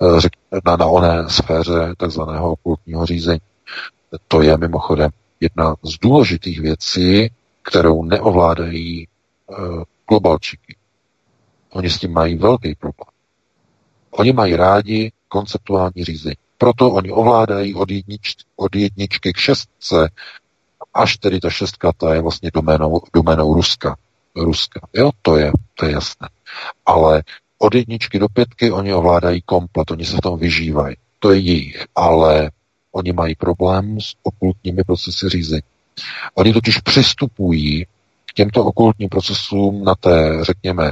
oné sféře takzvaného okultního řízení. To je mimochodem jedna z důležitých věcí, kterou neovládají globalčiky. Oni s tím mají velký problém. Oni mají rádi konceptuální řízení. Proto oni ovládají od jedničky k šestce, až tedy ta šestka, ta je vlastně doménou Ruska. Jo, to je jasné. Ale od jedničky do pětky oni ovládají komplet, oni se v tom vyžívají. To je jejich, ale oni mají problém s okultními procesy řízení. Oni totiž přistupují k těmto okultním procesům na té, řekněme,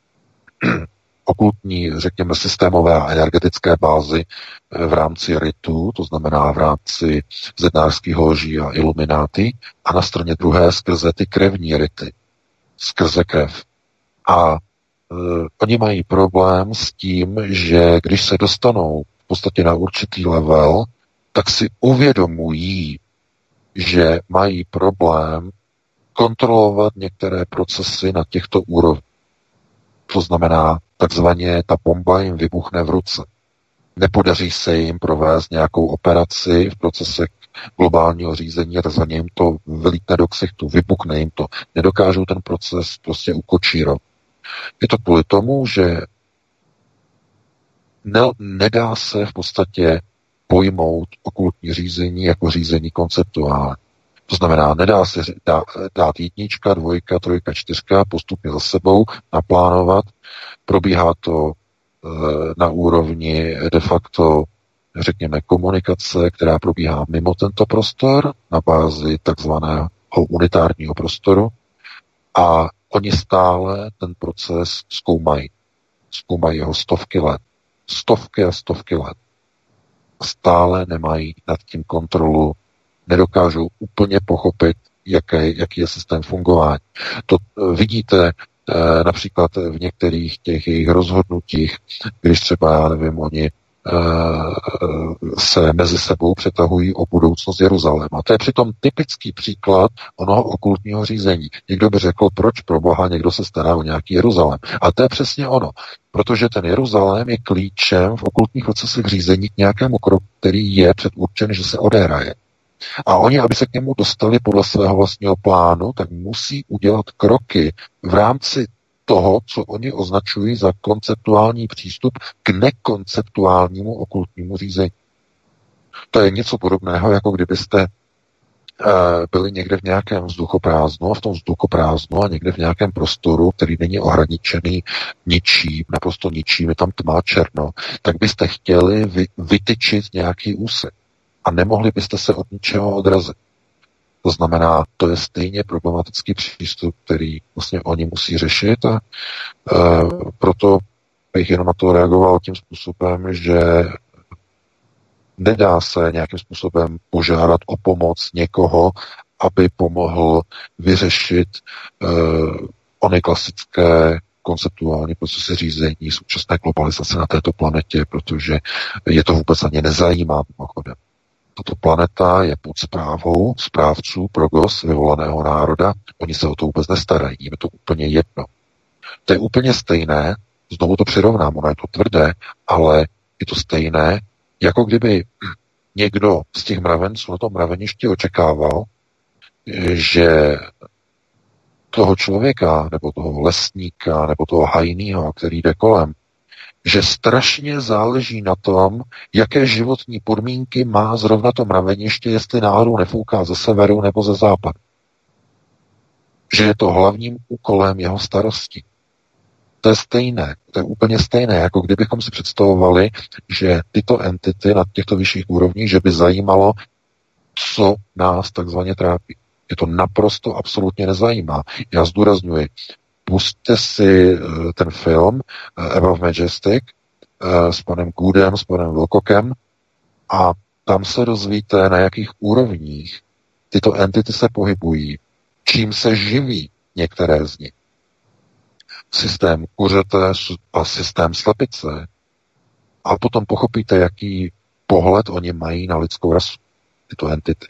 okultní, řekněme, systémové a energetické bázi v rámci ritu, to znamená v rámci zednářských loží a ilumináty, a na straně druhé skrze ty krevní rity, skrze krev. A oni mají problém s tím, že když se dostanou v podstatě na určitý level, tak si uvědomují, že mají problém kontrolovat některé procesy na těchto úrovních. To znamená, takzvaně ta bomba jim vybuchne v ruce. Nepodaří se jim provést nějakou operaci v procesech globálního řízení a takzvaně jim to vylítne do ksichtu, vybuchne jim to. Nedokážou ten proces prostě ukočírovat. Je to kvůli tomu, že nedá se v podstatě pojmout okultní řízení jako řízení konceptuální. To znamená, nedá se dát jednička, dvojka, trojka, čtyřka postupně za sebou, naplánovat. Probíhá to na úrovni de facto, řekněme, komunikace, která probíhá mimo tento prostor, na bázi takzvaného unitárního prostoru. A oni stále ten proces zkoumají. Zkoumají jeho stovky let. Stovky a stovky let. Stále nemají nad tím kontrolu, nedokážou úplně pochopit, jaký je systém fungování. To vidíte například v některých těch jejich rozhodnutích, když třeba, já nevím, oni se mezi sebou přetahují o budoucnost Jeruzaléma. To je přitom typický příklad onoho okultního řízení. Někdo by řekl, proč pro Boha někdo se stará o nějaký Jeruzalém. A to je přesně ono. Protože ten Jeruzalém je klíčem v okultních procesech řízení k nějakému kroku, který je předurčen, že se odehraje. A oni, aby se k němu dostali podle svého vlastního plánu, tak musí udělat kroky v rámci toho, co oni označují za konceptuální přístup k nekonceptuálnímu okultnímu řízení. To je něco podobného, jako kdybyste byli někde v nějakém vzduchoprázdnu a v tom vzduchoprázdnu a někde v nějakém prostoru, který není ohraničený ničím, naprosto ničím, je tam tma, černo, tak byste chtěli vytyčit nějaký úsek a nemohli byste se od ničeho odrazit. To znamená, to je stejně problematický přístup, který vlastně oni musí řešit a proto bych jenom na to reagoval tím způsobem, že nedá se nějakým způsobem požádat o pomoc někoho, aby pomohl vyřešit ony klasické konceptuální procesy řízení současné globalizace na této planetě, protože je to vůbec ani nezajímá mimochodem. Tato planeta je pod správou správců progos vyvolaného národa. Oni se o to vůbec nestarají, jim je to úplně jedno. To je úplně stejné, znovu to přirovnám, ono je to tvrdé, ale je to stejné, jako kdyby někdo z těch mravenců na tom mraveništi očekával, že toho člověka, nebo toho lesníka, nebo toho hajnýho, který jde kolem, že strašně záleží na tom, jaké životní podmínky má zrovna to mraveniště, jestli náhodou nefouká ze severu nebo ze západu. Že je to hlavním úkolem jeho starosti. To je stejné, to je úplně stejné, jako kdybychom si představovali, že tyto entity na těchto vyšších úrovních, že by zajímalo, co nás takzvaně trápí. Je to naprosto absolutně nezajímá. Já zdůrazňuji, pusťte si ten film Above Majestic s panem Goodem, s panem Wilcockem a tam se dozvíte, na jakých úrovních tyto entity se pohybují, čím se živí některé z nich. Systém kuřete a systém slepice. A potom pochopíte, jaký pohled oni mají na lidskou rasu, tyto entity.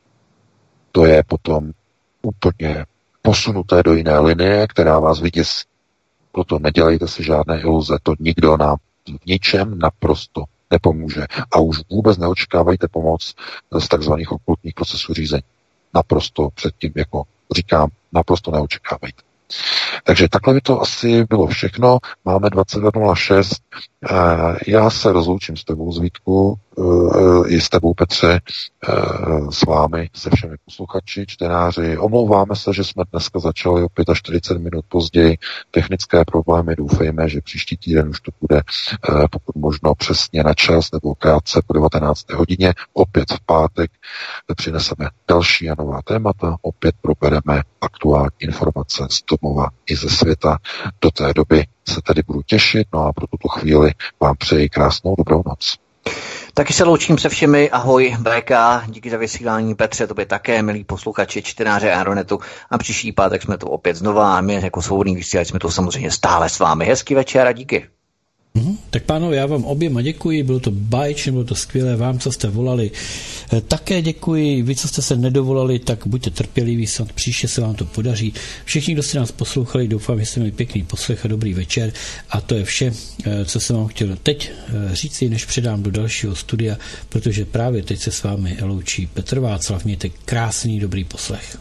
To je potom úplně posunuté do jiné linie, která vás vyděsí. Proto nedělejte si žádné iluze, to nikdo nám v ničem naprosto nepomůže. A už vůbec neočekávajte pomoc z takzvaných okultních procesů řízení. Naprosto předtím, jako říkám, naprosto neočekávajte. Takže takhle by to asi bylo všechno. Máme 22.06. Já se rozloučím s tebou, Zvítku, i s tebou, Petře, s vámi, se všemi posluchači, čtenáři. Omlouváme se, že jsme dneska začali o 45 minut později. Technické problémy, doufejme, že příští týden už to bude pokud možno přesně na čas nebo krátce po 19. hodině. Opět v pátek přineseme další a nová témata. Opět probereme aktuální informace z domova i ze světa. Do té doby se tady budu těšit, no a pro tuto chvíli vám přeji krásnou dobrou noc. Taky se loučím se všemi, ahoj VK, díky za vysílání, Petře, tobě také, milí posluchači, čtenáře Aeronetu, a příští pátek jsme to opět znova a my jako svobodný vysílač jsme to samozřejmě stále s vámi. Hezký večer a díky. Tak pánové, já vám oběma děkuji, bylo to báječné, bylo to skvělé, vám, co jste volali, také děkuji, vy, co jste se nedovolali, tak buďte trpěliví, snad příště se vám to podaří. Všichni, kdo jste nás poslouchali, doufám, že jste měli pěkný poslech a dobrý večer a to je vše, co jsem vám chtěl teď říct, než předám do dalšího studia, protože právě teď se s vámi loučí Petr Václav, mějte krásný dobrý poslech.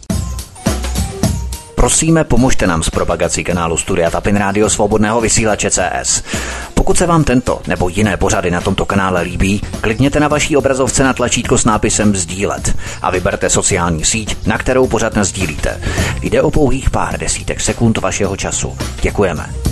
Prosíme, pomožte nám s propagací kanálu Studia Tapin Rádio Svobodného vysílače CS. Pokud se vám tento nebo jiné pořady na tomto kanále líbí, klikněte na vaší obrazovce na tlačítko s nápisem sdílet a vyberte sociální síť, na kterou pořad nasdílíte. Jde o pouhých pár desítek sekund vašeho času. Děkujeme.